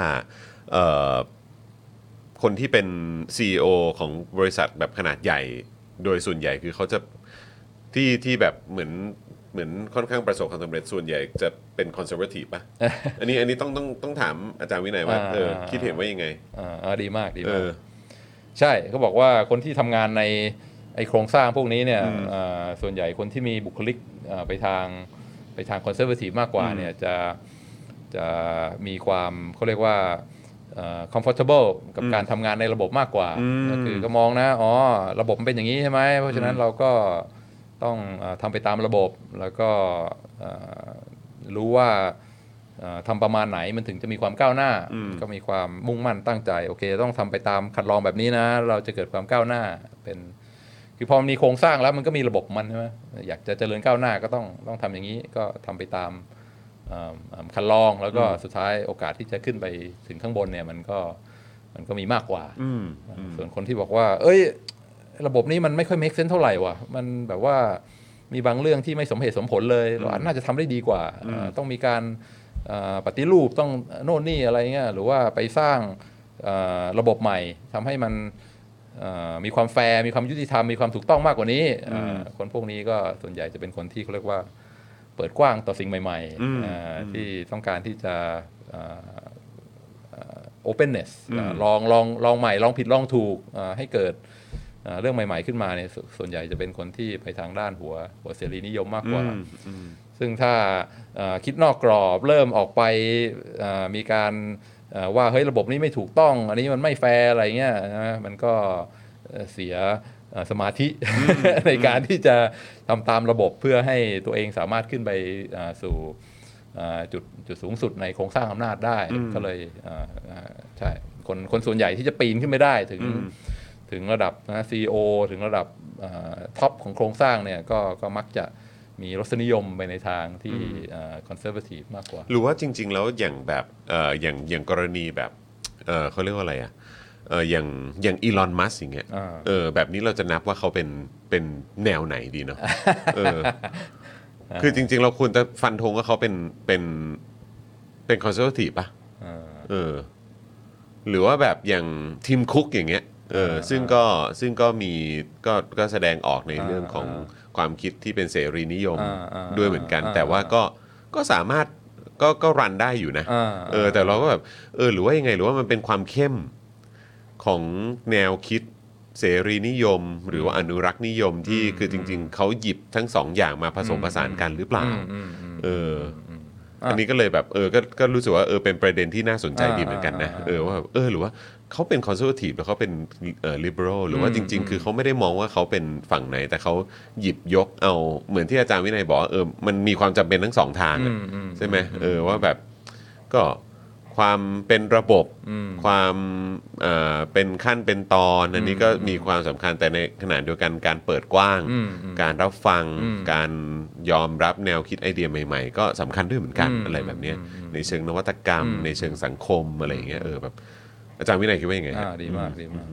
คนที่เป็น CEO ของบริษัทแบบขนาดใหญ่โดยส่วนใหญ่คือเขาจะที่แบบเหมือนค่อนข้างประสบความสำเร็จส่วนใหญ่จะเป็นคอนเซอร์เวทีฟป่ะ อันนี้ต้องถามอาจารย์วินัยว่าคิดเห็นว่ายังไงดีมากใช่เขาบอกว่าคนที่ทำงานในไอโครงสร้างพวกนี้เนี่ยส่วนใหญ่คนที่มีบุคลิกไปทางคอนเซอร์เวทีฟมากกว่าเนี่ยจะมีความเขาเรียกว่าcomfortable กับการทำงานในระบบมากกว่าก็คือก็มองนะระบบมันเป็นอย่างนี้ใช่ไหมเพราะฉะนั้นเราก็ต้องทำไปตามระบบแล้วก็รู้ว่าทำประมาณไหนมันถึงจะมีความก้าวหน้าก็มีความมุ่งมั่นตั้งใจโอเคต้องทำไปตามคัดลองแบบนี้นะเราจะเกิดความก้าวหน้าคือพอมีโครงสร้างแล้วมันก็มีระบบมันใช่ไหมอยากจะเจริญก้าวหน้าก็ต้องทำอย่างนี้ก็ทำไปตามคัดลองแล้วก็สุดท้ายโอกาสที่จะขึ้นไปถึงข้างบนเนี่ยมันก็มีมากกว่าส่วนคนที่บอกว่าเอ้ยระบบนี้มันไม่ค่อย make sense เท่าไหร่ว่ะมันแบบว่ามีบางเรื่องที่ไม่สมเหตุสมผลเลยเราน่าจะทำได้ดีกว่าต้องมีการปฏิรูปต้องโน่นนี่อะไรเงี้ยหรือว่าไปสร้างระบบใหม่ทำให้มันมีความแฟร์มีความยุติธรรมมีความถูกต้องมากกว่านี้คนพวกนี้ก็ส่วนใหญ่จะเป็นคนที่เขาเรียกว่าเปิดกว้างต่อสิ่งใหม่ๆที่ต้องการที่จะopenness ลองใหม่ลองผิดลองถูกให้เกิดเรื่องใหม่ๆขึ้นมาเนี่ยส่วนใหญ่จะเป็นคนที่ไปทางด้านหัวเสรีนิยมมากกว่าซึ่งถ้าคิดนอกกรอบเริ่มออกไปมีการว่าเฮ้ยระบบนี้ไม่ถูกต้องอันนี้มันไม่แฟร์อะไรเงี้ยนะมันก็เสียสมาธิ ในการที่จะทำตามระบบเพื่อให้ตัวเองสามารถขึ้นไปสู่จุดสูงสุดในโครงสร้างอำนาจได้ก็เลยใช่คนส่วนใหญ่ที่จะปีนขึ้นไปได้ถึงระดับCEO ถึงระดับท็อปของโครงสร้างเนี่ยก็มักจะมีรสนิยมไปในทางที่คอนเซอร์เวทีฟมากกว่าหรือว่าจริงๆแล้วอย่างแบบอย่างกรณีแบบเขาเรียกว่าอะไรอ่ะอย่างอีลอนมัสก์อย่างเงี้ยแบบนี้เราจะนับว่าเขาเป็นแนวไหนดีเนาะคือจริงๆเราควรจะฟันธงว่าเขาเป็นคอนเซอร์เวทีฟป่ะหรือว่าแบบอย่างทีมคุกอย่างเงี้ยซึ่งก็มีก็แสดงออกในเรื่องของความคิดที่เป็นเสรีนิยมด้วยเหมือนกันแต่ว่าก็สามารถก็รันได้อยู่นะแต่เราก็แบบหรือว่ายังไงหรือว่ามันเป็นความเข้มของแนวคิดเสรีนิยมหรือว่าอนุรักษ์นิยมที่คือจริงๆเขาหยิบทั้งสองอย่างมาผสมผสานกันหรือเปล่าอันนี้ก็เลยแบบก็รู้สึกว่าเป็นประเด็นที่น่าสนใจดีเหมือนกันนะว่าหรือว่าเขาเป็นคอนเซอร์เวทีฟหรือเขาเป็นลิเบอรัลหรือว่าจริงๆคือเขาไม่ได้มองว่าเขาเป็นฝั่งไหนแต่เขาหยิบยกเอาเหมือนที่อาจารย์วินัยบอกมันมีความจำเป็นทั้งสองทางใช่ไหมว่าแบบก็ความเป็นระบบความเป็นขั้นเป็นตอนอันนี้ก็มีความสำคัญแต่ในขณะเดียวกันการเปิดกว้างการรับฟังการยอมรับแนวคิดไอเดียใหม่ๆก็สำคัญด้วยเหมือนกันอะไรแบบนี้ในเชิงนวัตกรรมในเชิงสังคมอะไรอย่างเงี้ยแบบอาจารย์วินัยคิดว่ายังไงดีมากดีมาก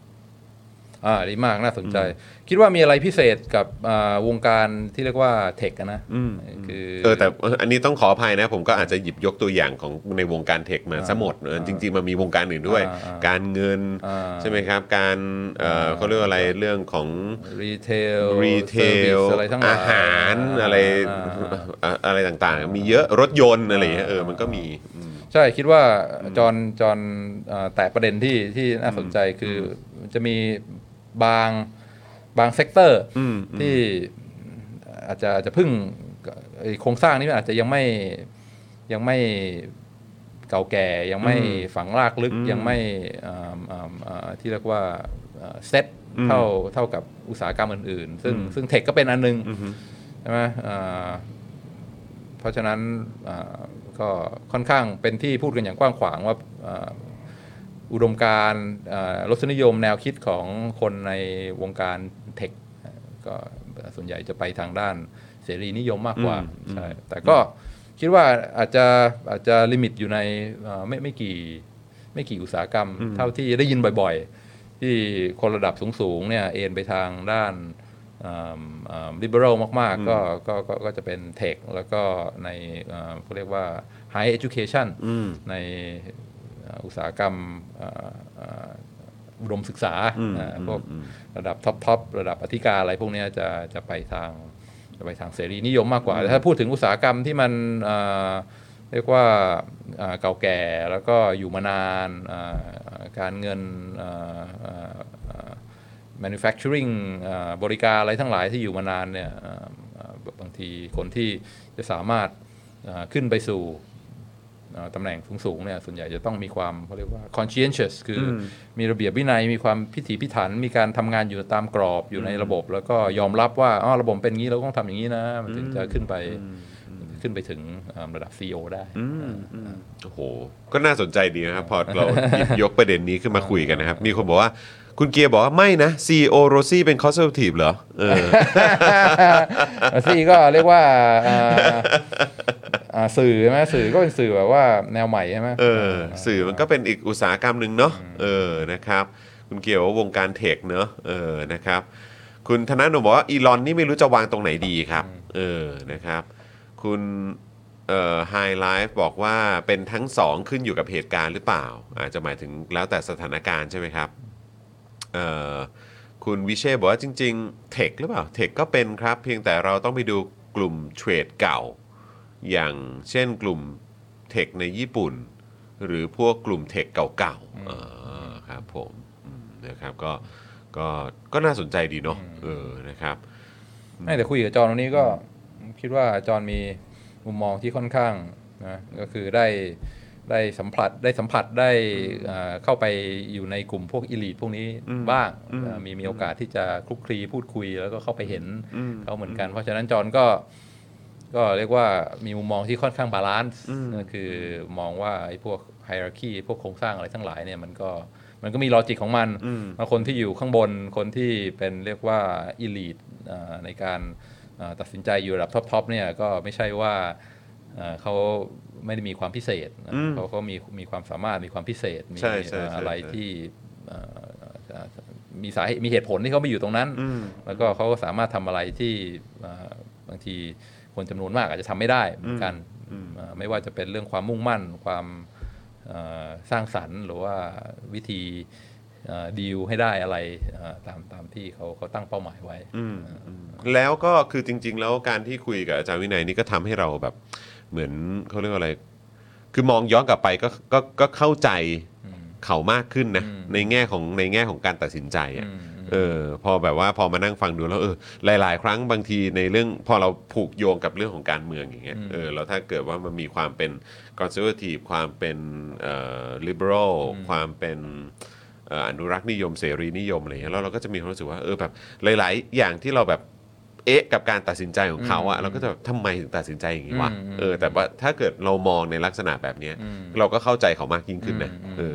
น่าสนใจคิดว่ามีอะไรพิเศษกับวงการที่เรียกว่าเทคนะคือแต่อันนี้ต้องขออภัยนะผมก็อาจจะหยิบยกตัวอย่างของในวงการเทคมาซะหมดจริงๆมันมีวงการอื่นด้วยการเงินใช่ไหมครับการเขาเรียกว่าอะไรเรื่องของรีเทลอาหารอะไรต่างๆมีเยอะรถยนต์อะไรอย่างเงี้ยมันก็มีใช่คิดว่าจอนแตะประเด็นที่น่าสนใจคือจะมีบางเซกเตอร์ที่อาจจะพึ่งโครงสร้างนี้อาจจะยังไม่เก่าแก่ยังไม่ฝังรากลึกยังไม่ที่เรียกว่าเซ็ตเท่ากับอุตสาหกรรมอื่นๆซึ่งเทคก็เป็นอันนึงใช่ไหมเพราะฉะนั้นก็ค่อนข้างเป็นที่พูดกันอย่างกว้างขวางว่าอุดมการณ์รสนิยมแนวคิดของคนในวงการเทคก็ส่วนใหญ่จะไปทางด้านเสรีนิยมมากกว่าใช่แต่ก็คิดว่าอาจจะลิมิตอยู่ในไม่กี่อุตสาหกรรมเท่าที่ได้ยินบ่อยๆที่คนระดับสูงๆเนี่ยเอ็นไปทางด้านliberal มากๆก็จะเป็นเทคแล้วก็ในเขาเรียกว่า high education ในอุตสาหกรรมอุดมศึกษาพวกระดับท็อประดับอธิการอะไรพวกนี้จะไปทางเสรีนิยมมากกว่าถ้าพูดถึงอุตสาหกรรมที่มันเรียกว่าเก่าแก่แล้วก็อยู่มานานการเงินmanufacturing บริการอะไรทั้งหลายที่อยู่มานานเนี่ยบางทีคนที่จะสามารถขึ้นไปสู่ตำแหน่งสูงๆเนี่ยส่วนใหญ่จะต้องมีความเขาเรียกว่า conscientious คือมีระเบียบวินัยมีความพิถีพิถันมีการทำงานอยู่ตามกรอบอยู่ในระบบแล้วก็ยอมรับว่าระบบเป็นงี้เราต้องทำอย่างนี้นะมันถึงจะขึ้นไปถึงระดับ CEO ได้โอ้โหก็น่าสนใจดีนะครับพอเราหยิบยกประเด็นนี้ขึ้นมาคุยกันนะครับมีคนบอกว่าคุณเกียร์บอกว่าไม่นะ CEO โรซี่เป็นคอนเซอร์เวทีฟเหรอซี่ก็เรียกว่าสื่อใช่ไหมสื่อก็เป็นสื่อแบบว่าแนวใหม่ใช่ไหมสื่อมันก็เป็นอีกอุตสาหกรรมหนึ่งเนาะนะครับคุณเกียร์ว่าวงการเทคเนาะนะครับคุณธนาโนบอกว่าอีลอนนี่ไม่รู้จะวางตรงไหนดีครับนะครับคุณไฮไลฟ์บอกว่าเป็นทั้งสองขึ้นอยู่กับเหตุการณ์หรือเปล่าอาจจะหมายถึงแล้วแต่สถานการณ์ใช่ไหมครับคุณวิเช่บอกว่าจริงๆเทคหรือเปล่าเทคก็เป็นครับเพียงแต่เราต้องไปดูกลุ่มเทรดเก่าอย่างเช่นกลุ่มเทคในญี่ปุ่นหรือพวกกลุ่มเทคเก่าๆครับผมนะครับก็น่าสนใจดีเนาะนะครับแต่คุยกับจอห์นวันนี้ก็คิดว่าจอห์นมีมุมมองที่ค่อนข้างนะก็คือได้สัมผัสได้เข้าไปอยู่ในกลุ่มพวกอีลีทพวกนี้บ้างมีโอกาสที่จะคลุกคลีพูดคุยแล้วก็เข้าไปเห็นเขาเหมือนกันเพราะฉะนั้นจอห์นก็เรียกว่ามีมุมมองที่ค่อนข้างบาลานซ์คือมองว่าไอ้พวกไฮรักีพวกโครงสร้างอะไรทั้งหลายเนี่ยมันก็มีลอจิกของมันคนที่อยู่ข้างบนคนที่เป็นเรียกว่าอีลีทในการตัดสินใจอยู่ระดับท็อปเนี่ยก็ไม่ใช่ว่าเขาไม่ได้มีความพิเศษเขามีความสามารถมีความพิเศษมีอะไรที่มีเหตุผลที่เขาไม่อยู่ตรงนั้นแล้วก็เขาก็สามารถทำอะไรที่บางทีคนจำนวนมากอาจจะทำไม่ได้เหมือนกันไม่ว่าจะเป็นเรื่องความมุ่งมั่นความสร้างสรรค์หรือว่าวิธีดีลให้ได้อะไรตามที่เขาตั้งเป้าหมายไว้แล้วก็คือจริงๆแล้วการที่คุยกับอาจารย์วินัยนี่ก็ทำให้เราแบบเหมือนเขาเรียกว่าอะไรคือมองย้อนกลับไปก็เข้าใจเขามากขึ้นนะในแง่ของการตัดสินใจอ่ะพอแบบว่าพอมานั่งฟังดูแล้วหลายๆครั้งบางทีในเรื่องพอเราผูกโยงกับเรื่องของการเมืองอย่างเงี้ยแล้วถ้าเกิดว่ามันมีความเป็น conservative ความเป็นliberal ความเป็นอนุรักษ์นิยมเสรีนิยมอะไรเงี้ยแล้วเราก็จะมีความรู้สึกว่าแบบหลายๆอย่างที่เราแบบกับการตัดสินใจของเขาอะเราก็จะทำไมถึงตัดสินใจอย่างนี้วะแต่ว่าถ้าเกิดเรามองในลักษณะแบบนี้เราก็เข้าใจเขามากยิ่งขึ้นนะ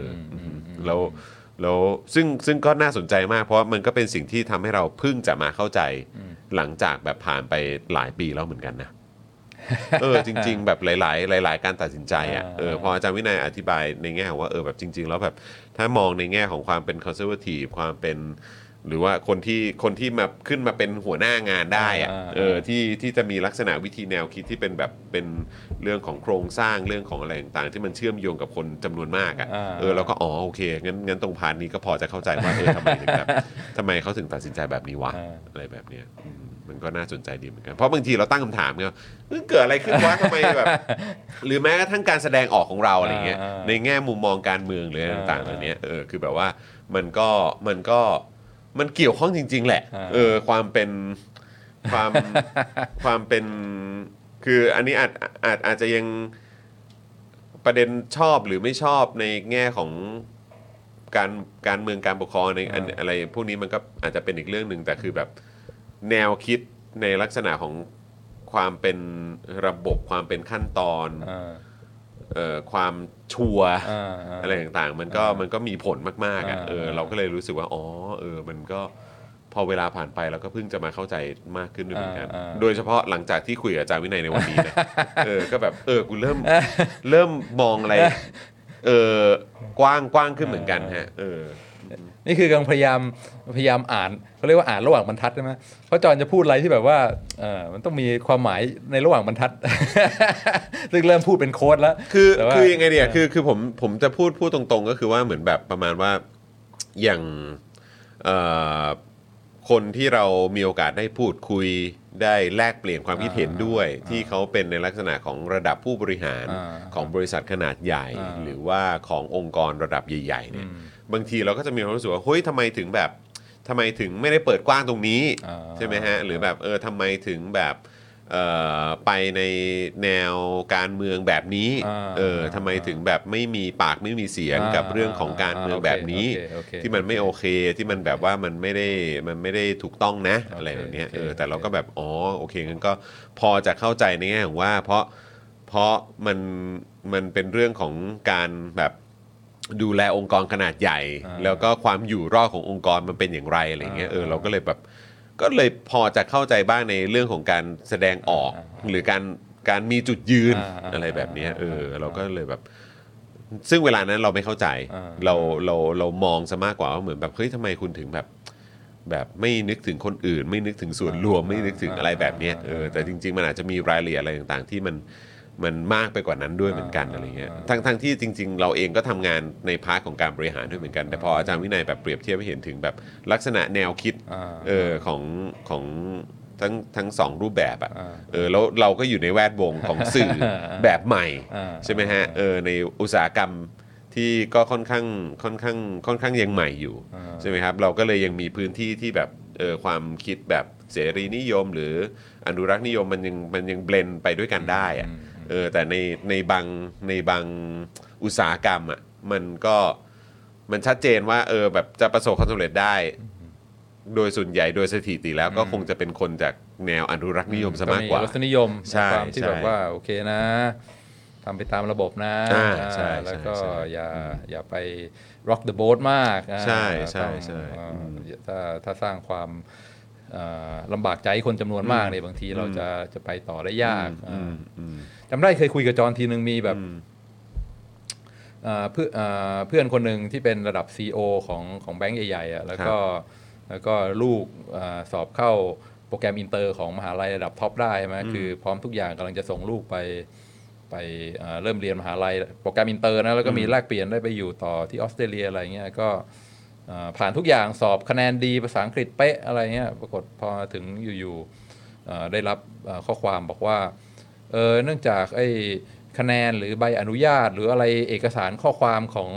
แล้วซึ่งก็น่าสนใจมากเพราะมันก็เป็นสิ่งที่ทำให้เราเพิ่งจะมาเข้าใจหลังจากแบบผ่านไปหลายปีแล้วเหมือนกันนะจริงๆแบบหลายการตัดสินใจอ่ะพออาจารย์วินัยอธิบายในแง่ของว่าแบบจริงๆแล้วแบบถ้ามองในแง่ของความเป็นคอนเซอร์เวทีฟความเป็นหรือว่าคนที่มาขึ้นมาเป็นหัวหน้างานได้อ่ะที่จะมีลักษณะวิธีแนวคิดที่เป็นแบบเป็นเรื่องของโครงสร้างเรื่องของอะไรต่างๆที่มันเชื่อมโยงกับคนจำนวนมากอ่ะเราก็โอเคงั้นตรงพาร์ทนี้ก็พอจะเข้าใจว่าทำไมถึงแบบทำไมเขาถึงตัดสินใจแบบนี้วะอะไรแบบเนี้ยมันก็น่าสนใจดีเหมือนกันเพราะบางทีเราตั้งคำถามไงเกิดอะไรขึ้นวะทำไมแบบหรือแม้กระทั่งการแสดงออกของเราอะไรเงี้ยในแง่มุมมองการเมืองหรืออะไรต่างๆเหล่านี้คือแบบว่ามันเกี่ยวข้องจริงๆแหละความเป็นคืออันนี้อาจจะยังประเด็นชอบหรือไม่ชอบในแง่ของการเมืองการปกครองในอะไรพวกนี้มันก็อาจจะเป็นอีกเรื่องนึงแต่คือแบบแนวคิดในลักษณะของความเป็นระบบความเป็นขั้นตอนความชัวร์อะไรต่างๆมันก็มีผลมากๆเราก็เลยรู้สึกว่ามันก็พอเวลาผ่านไปเราก็เพิ่งจะมาเข้าใจมากขึ้นด้วยเหมือนกันโดยเฉพาะหลังจากที่คุยกับอาจารย์วินัยในวันนี้นะก็แบบกูเริ่มมองอะไรกว้างขึ้นเหมือนกันฮะนี่คือกำลังพยายามอ่านเขาเรียกว่าอ่านระหว่างบรรทัดใช่ไหมเพราะจอนจะพูดอะไรที่แบบว่ามันต้องมีความหมายในระหว่างบรรทัด ซึ่งเริ่มพูดเป็นโค้ดแล้วคือยังไงเนี่ยคือผมจะพูดตรงๆก็คือว่าเหมือนแบบประมาณว่าอย่างคนที่เรามีโอกาสได้พูดคุยได้แลกเปลี่ยนความคิดเห็นด้วยที่เขาเป็นในลักษณะของระดับผู้บริหารของบริษัทขนาดใหญ่หรือว่าขององค์กรระดับใหญ่ๆเนี่ยบางทีเราก็จะมีความรู้สึกว่าเฮ้ยทำไมถึงไม่ได้เปิดกว้างตรงนี้ใช่ไหมฮะหรือแบบทำไมถึงแบบไปในแนวการเมืองแบบนี้ทำไมถึงแบบไม่มีปากไม่มีเสียงกับเรื่องของการเมืองแบบนี้ที่มันไม่โอเคที่มันแบบว่ามันไม่ได้ถูกต้องนะอะไรแบบนี้แต่เราก็แบบโอเคงั้นก็พอจะเข้าใจในแง่ของว่าเพราะมันเป็นเรื่องของการแบบดูแลองค์กรขนาดใหญ่แล้วก็ความอยู่รอดขององค์กรมันเป็นอย่างไรอะไรเงี้ยเราก็เลยพอจะเข้าใจบ้างในเรื่องของการแสดงออกหรือการมีจุดยืนอะไรแบบนี้เราก็เลยแบบซึ่งเวลานั้นเราไม่เข้าใจเรามองซะมากกว่าว่าเหมือนแบบเฮ้ยทำไมคุณถึงแบบไม่นึกถึงคนอื่นไม่นึกถึงส่วนรวมไม่นึกถึงอะไรแบบนี้แต่จริงๆมันอาจจะมีรายละเอียดอะไรต่างๆที่มันมากไปกว่านั้นด้วยเหมือนกันอะไรเงี้ยทั้งที่จริงๆเราเองก็ทำงานในพาร์ทของการบริหารด้วยเหมือนกันแต่พออาจารย์วินัยแบบเปรียบเทียบให้เห็นถึงแบบลักษณะแนวคิดของทั้งสองรูปแบบแล้วเราก็อยู่ในแวดวงของสื่อแบบใหม่ใช่ไหมฮะในอุตสาหกรรมที่ก็ค่อนข้างยังใหม่อยู่ใช่ไหมครับเราก็เลยยังมีพื้นที่ที่แบบความคิดแบบเสรีนิยมหรืออนุรักษ์นิยมมันยังเบลนไปด้วยกันได้อะแต่ในบางอุตสาหกรรมอ่ะมันชัดเจนว่าแบบจะประสบความสำเร็จได้โดยส่วนใหญ่โดยสถิติแล้วก็คงจะเป็นคนจากแนวอนุรักษ์นิยมซะมากกว่ารสนิยมความที่แบบว่าโอเคนะทำไปตามระบบนะแล้วก็อย่าไป rock the boat มากใช่ถ้าสร้างความลำบากใจคนจำนวนมากเนี่ยบางทีเราจะไปต่อได้ยากจำได้เคยคุยกับจอห์นทีนึงมีแบบเพื่อนคนหนึ่งที่เป็นระดับ CEO ของแบงก์ใหญ่ๆแล้วก็ลูกสอบเข้าโปรแกรมอินเตอร์ของมหาลัยระดับท็อปได้ใช่ไหมคือพร้อมทุกอย่างกำลังจะส่งลูกไปเริ่มเรียนมหาลัยโปรแกรมอินเตอร์นะแล้วก็มีแลกเปลี่ยนได้ไปอยู่ต่อที่ออสเตรเลียอะไรเงี้ยก็ผ่านทุกอย่างสอบคะแนนดีภาษาอังกฤษเป๊ะอะไรเงี้ยปรากฏพอถึงอยู่ๆได้รับข้อความบอกว่าเนื่องจากไอ้คะแนนหรือใบอนุญาตหรืออะไรเอกสารข้อความของ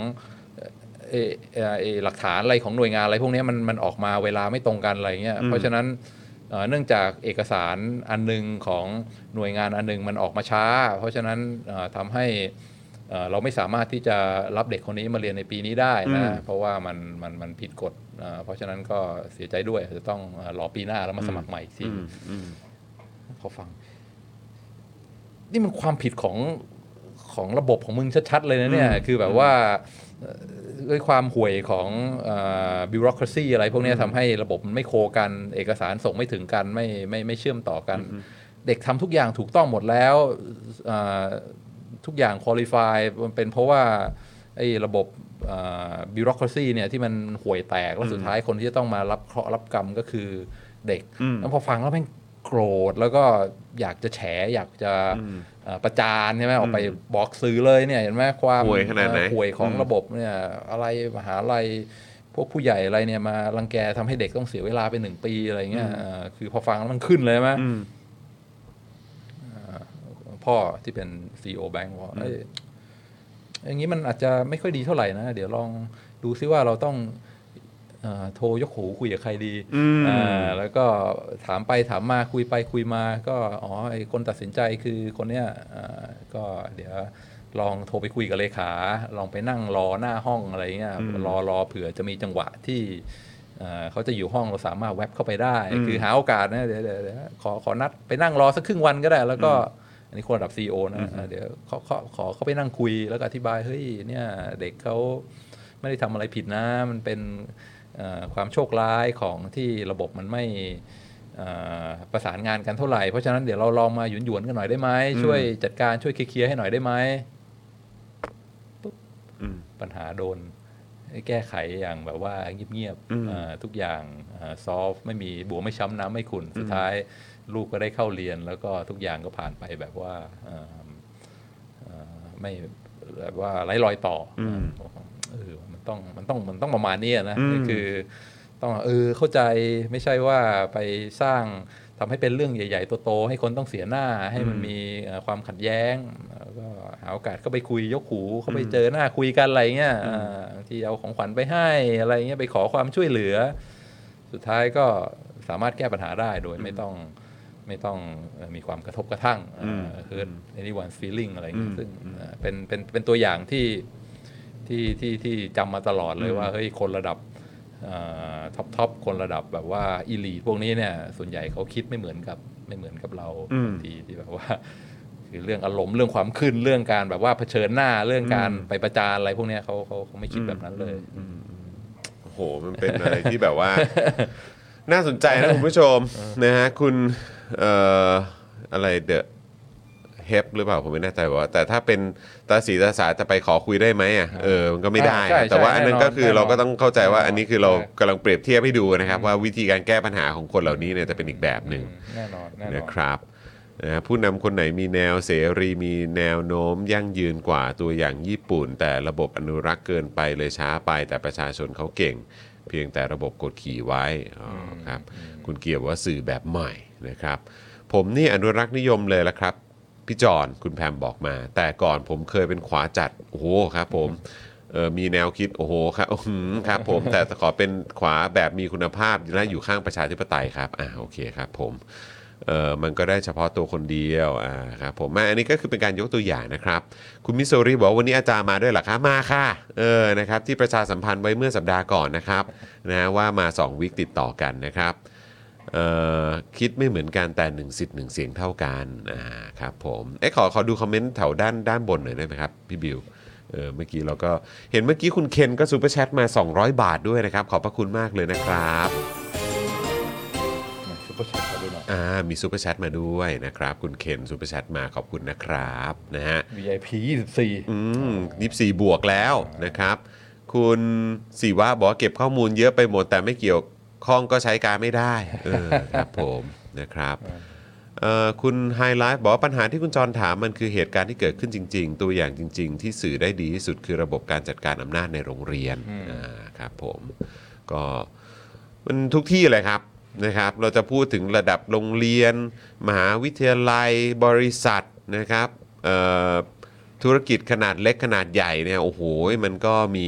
หลักฐานอะไรของหน่วยงานอะไรพวกนี้มันออกมาเวลาไม่ตรงกันอะไรเงี้ยเพราะฉะนั้นเนื่องจากเอกสารอันนึงของหน่วยงานอันนึงมันออกมาช้าเพราะฉะนั้นทำให้เราไม่สามารถที่จะรับเด็กคนนี้มาเรียนในปีนี้ได้นะเพราะว่ามันผิดกฎเพราะฉะนั้นก็เสียใจด้วยจะต้องรอปีหน้าแล้วมาสมัครใหม่อีกทีพอฟังนี่มันความผิดของระบบของมึงชัดๆเลยนะเนี่ยคือแบบว่าด้วยความห่วยของbureaucracy อะไรพวกนี้ทำให้ระบบมันไม่โคกันเอกสารส่งไม่ถึงกันไม่เชื่อมต่อกันเด็กทำทุกอย่างถูกต้องหมดแล้วทุกอย่าง qualify มันเป็นเพราะว่าไอ้ระบบbureaucracy เนี่ยที่มันห่วยแตกแล้วสุดท้ายคนที่จะต้องมารับเคราะห์รับกรรมก็คือเด็กแล้วพอฟังแล้วแม่งโกรธแล้วก็อยากจะแฉอยากจะประจานใช่ไหมออกไปบอกสื่อเลยเนี่ยเห็นไหมความห่วยของระบบเนี่ยอะไรมหาลัยพวกผู้ใหญ่อะไรเนี่ยมารังแกทำให้เด็กต้องเสียเวลาไป1 ปีอะไรเงี้ยคือพอฟังแล้วมันขึ้นเลยไหมพ่อที่เป็น CEO แบงก์ว่าอย่างนี้มันอาจจะไม่ค่อยดีเท่าไหร่นะเดี๋ยวลองดูซิว่าเราต้องโทรยกหูคุยกับใครดีแล้วก็ถามไปถามมาคุยไปคุยมาก็ไอ้คนตัดสินใจคือคนเนี้ยก็เดี๋ยวลองโทรไปคุยกับเลขาลองไปนั่งรอหน้าห้องอะไรเงี้ยรอเผื่อจะมีจังหวะที่เขาจะอยู่ห้องเราสามารถแว็บเข้าไปได้คือหาโอกาสนะเดี๋ยวขอนัดไปนั่งรอสักครึ่งวันก็ได้แล้วก็อันนี้คนระดับ CEO นะเดี๋ยวขอเขาไปนั่งคุยแล้วก็อธิบายเฮ้ยเนี่ยเด็กเขาไม่ได้ทำอะไรผิดนะมันเป็นความโชคร้ายของที่ระบบมันไม่ประสานงานกันเท่าไหร่เพราะฉะนั้นเดี๋ยวเราลองมาหยวนๆกันหน่อยได้ไหมช่วยจัดการช่วยเคลียร์ให้หน่อยได้ไหมปุ๊บปัญหาโดนแก้ไขอย่างแบบว่าเงียบๆทุกอย่างซอฟไม่มีบัวไม่ช้ำน้ำไม่ขุ่นสุดท้ายลูกก็ได้เข้าเรียนแล้วก็ทุกอย่างก็ผ่านไปแบบว่าไม่แบบว่าไร้รอยต่อมันต้องประมาณนี้นะคือต้องเข้าใจไม่ใช่ว่าไปสร้างทำให้เป็นเรื่องใหญ่ๆโตๆให้คนต้องเสียหน้าให้มันมีความขัดแย้งก็หาโอกาสก็ไปคุยยกหูเขาไปเจอหน้าคุยกันอะไรเงี้ยที่เอาของขวัญไปให้อะไรเงี้ยไปขอความช่วยเหลือสุดท้ายก็สามารถแก้ปัญหาได้โดยไม่ต้องมีความกระทบกระทั่งhurt anyone's feeling อะไรเงี้ยซึ่งเป็นตัวอย่างที่จำมาตลอดเลยว่าเฮ้ยคนระดับท็อปคนระดับแบบว่าอีลีทพวกนี้เนี่ยส่วนใหญ่เขาคิดไม่เหมือนกับเราที่แบบว่าคือเรื่องอารมณ์เรื่องความขึ้นเรื่องการแบบว่าเผชิญหน้าเรื่องการไปประจานอะไรพวกนี้เขาไม่คิดแบบนั้นเลยโอ้โหมันเป็นอะไรที่แบบว่าน่าสนใจนะคุณผู้ชมนะฮะคุณอะไรเดอะเฮปหรือเปล่าผมไม่แน่ใจว่าแต่ถ้าเป็นตาสีตาสาจะไปขอคุยได้ไหมมันก็ไม่ได้แต่ว่าอันนั้นก็คือเราก็ต้องเข้าใจว่าอันนี้คือเรากำลังเปรียบเทียบให้ดูนะครับว่าวิธีการแก้ปัญหาของคนเหล่านี้เนี่ยจะเป็นอีกแบบหนึ่งแน่นอนนะครับผู้นำคนไหนมีแนวเสรีมีแนวโน้มยั่งยืนกว่าตัวอย่างญี่ปุ่นแต่ระบบอนุรักษ์เกินไปเลยช้าไปแต่ประชาชนเขาเก่งเพียงแต่ระบบกดขี่ไว้ครับคุณเกียรติว่าสื่อแบบใหม่นะครับผมนี่อนุรักษ์นิยมเลยละครับพี่จอนคุณแพมบอกมาแต่ก่อนผมเคยเป็นขวาจัดโอ้โหครับผมมีแนวคิดโอ้โหครับครับผมแต่ขอเป็นขวาแบบมีคุณภาพและอยู่ข้างประชาธิปไตยครับโอเคครับผมมันก็ได้เฉพาะตัวคนเดียวครับผมอันนี้ก็คือเป็นการยกตัวอย่างนะครับคุณมิโซริบอกวันนี้อาจารย์มาด้วยเหรอคะมาค่ะนะครับที่ประชาสัมพันธ์ไว้เมื่อสัปดาห์ก่อนนะครับนะว่ามา2วีคติดต่อกันนะครับคิดไม่เหมือนกันแต่1สิทธิ์1เสียงเท่ากันครับผมขอดูคอมเมนต์แถวด้านบนหน่อยได้ไหมครับพี่บิวเมื่อกี้เราก็เห็นเมื่อกี้คุณเคนก็ซูเปอร์แชทมา200 บาทด้วยนะครับขอบพระคุณมากเลยนะครับซูเปอร์แชทมาด้วยมีซูเปอร์แชทมาด้วยนะครับคุณเคนซูเปอร์แชทมาขอบคุณนะครับนะฮะ VIP 24 บวกแล้วนะครับคุณศิวะบอกว่าเก็บข้อมูลเยอะไปหมดแต่ไม่เกี่ยวข้องก็ใช้การไม่ได้ครับผมนะครับคุณไฮไลท์บอกว่าปัญหาที่คุณจรถามมันคือเหตุการณ์ที่เกิดขึ้นจริงๆตัวอย่างจริงๆที่สื่อได้ดีที่สุดคือระบบการจัดการอำนาจในโรงเรียนครับผมก็มันทุกที่เลยครับนะครับเราจะพูดถึงระดับโรงเรียนมหาวิทยาลัยบริษัทนะครับธุรกิจขนาดเล็กขนาดใหญ่เนี่ยโอ้โหมันก็มี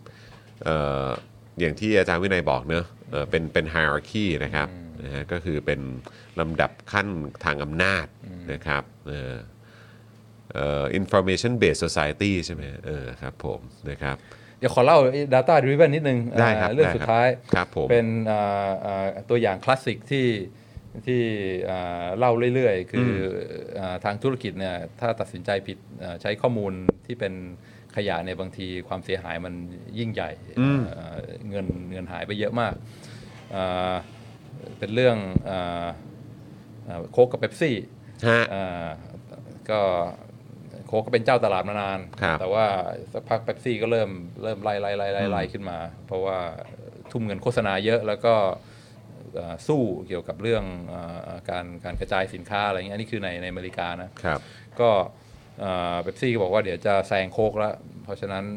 อย่างที่อาจารย์วินัยบอกเนอะเป็น hierarchy นะครับนะฮะก็คือเป็นลำดับขั้นทางอำนาจนะครับinformation based society ใช่ไหมครับผมนะครับเดี๋ยวขอเล่า data driven นิดนึงเรื่องสุดท้ายเป็นตัวอย่างคลาสสิกที่เล่าเรื่อยๆคือทางธุรกิจเนี่ยถ้าตัดสินใจผิดใช้ข้อมูลที่เป็นขยะในบางทีความเสียหายมันยิ่งใหญ่เงินหายไปเยอะมากเป็นเรื่องโค้กกับเป๊ปซี่ก็โค้กก็เป็นเจ้าตลาดมานานแต่ว่าสักพักเป๊ปซี่ก็เริ่มไล่ขึ้นมาเพราะว่าทุ่มเงินโฆษณาเยอะแล้วก็สู้เกี่ยวกับเรื่องการกระจายสินค้าอะไรเงี้ยนี่คือในอเมริกานะครับก็เป๊ปซี่ก็บอกว่าเดี๋ยวจะแซงโค้กแล้วเพราะฉะนั้น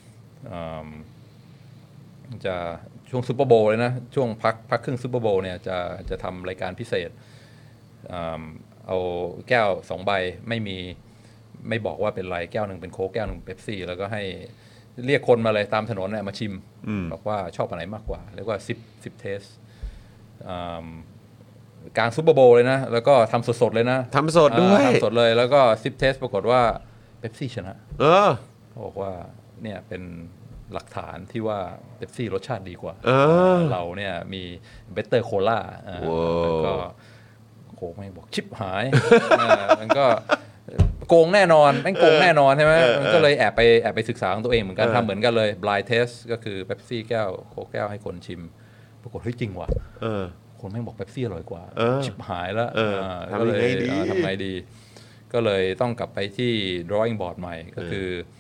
จะช่วงซุปเปอร์โบว์เลยนะช่วงพักครึ่งซุปเปอร์โบว์เนี่ยจะทำรายการพิเศษเอาแก้ว2ใบไม่บอกว่าเป็นไรแก้วหนึ่งเป็นโค้กแก้วหนึ่งเป๊ปซี่แล้วก็ให้เรียกคนมาเลยตามถนนเนี่ยมาชิมบอกว่าชอบอันไหนมากกว่าเรียกว่า10เทสกลางซุปเปอร์โบว์เลยนะแล้วก็ทำสดๆเลยนะทำสดด้วยทำสดเลยแล้วก็10เทสปรากฏว่าเป๊ปซี่ชนะบอกว่าเนี่ยเป็นหลักฐานที่ว่าเป๊ปซี่รสชาติดีกว่าเราเนี่ยมีเบเตอร์โคล่าแล้วก็โค้กไม่บอกชิบหายมันก็โกงแน่นอนแม่งโกงแน่นอนใช่ไหมมันก็เลยแอบไปศึกษาของตัวเองเหมือนกันทำเหมือนกันเลย blind test ก็คือเป๊ปซี่แก้วโค้กแก้วให้คนชิมปรากฏเฮ้ยจริงว่ะคนแม่งบอกเป๊ปซี่อร่อยกว่าชิบหายแล้วก็เลยทำไงดีก็เลยต้องกลับไปที่ drawing board ใหม่ก็คื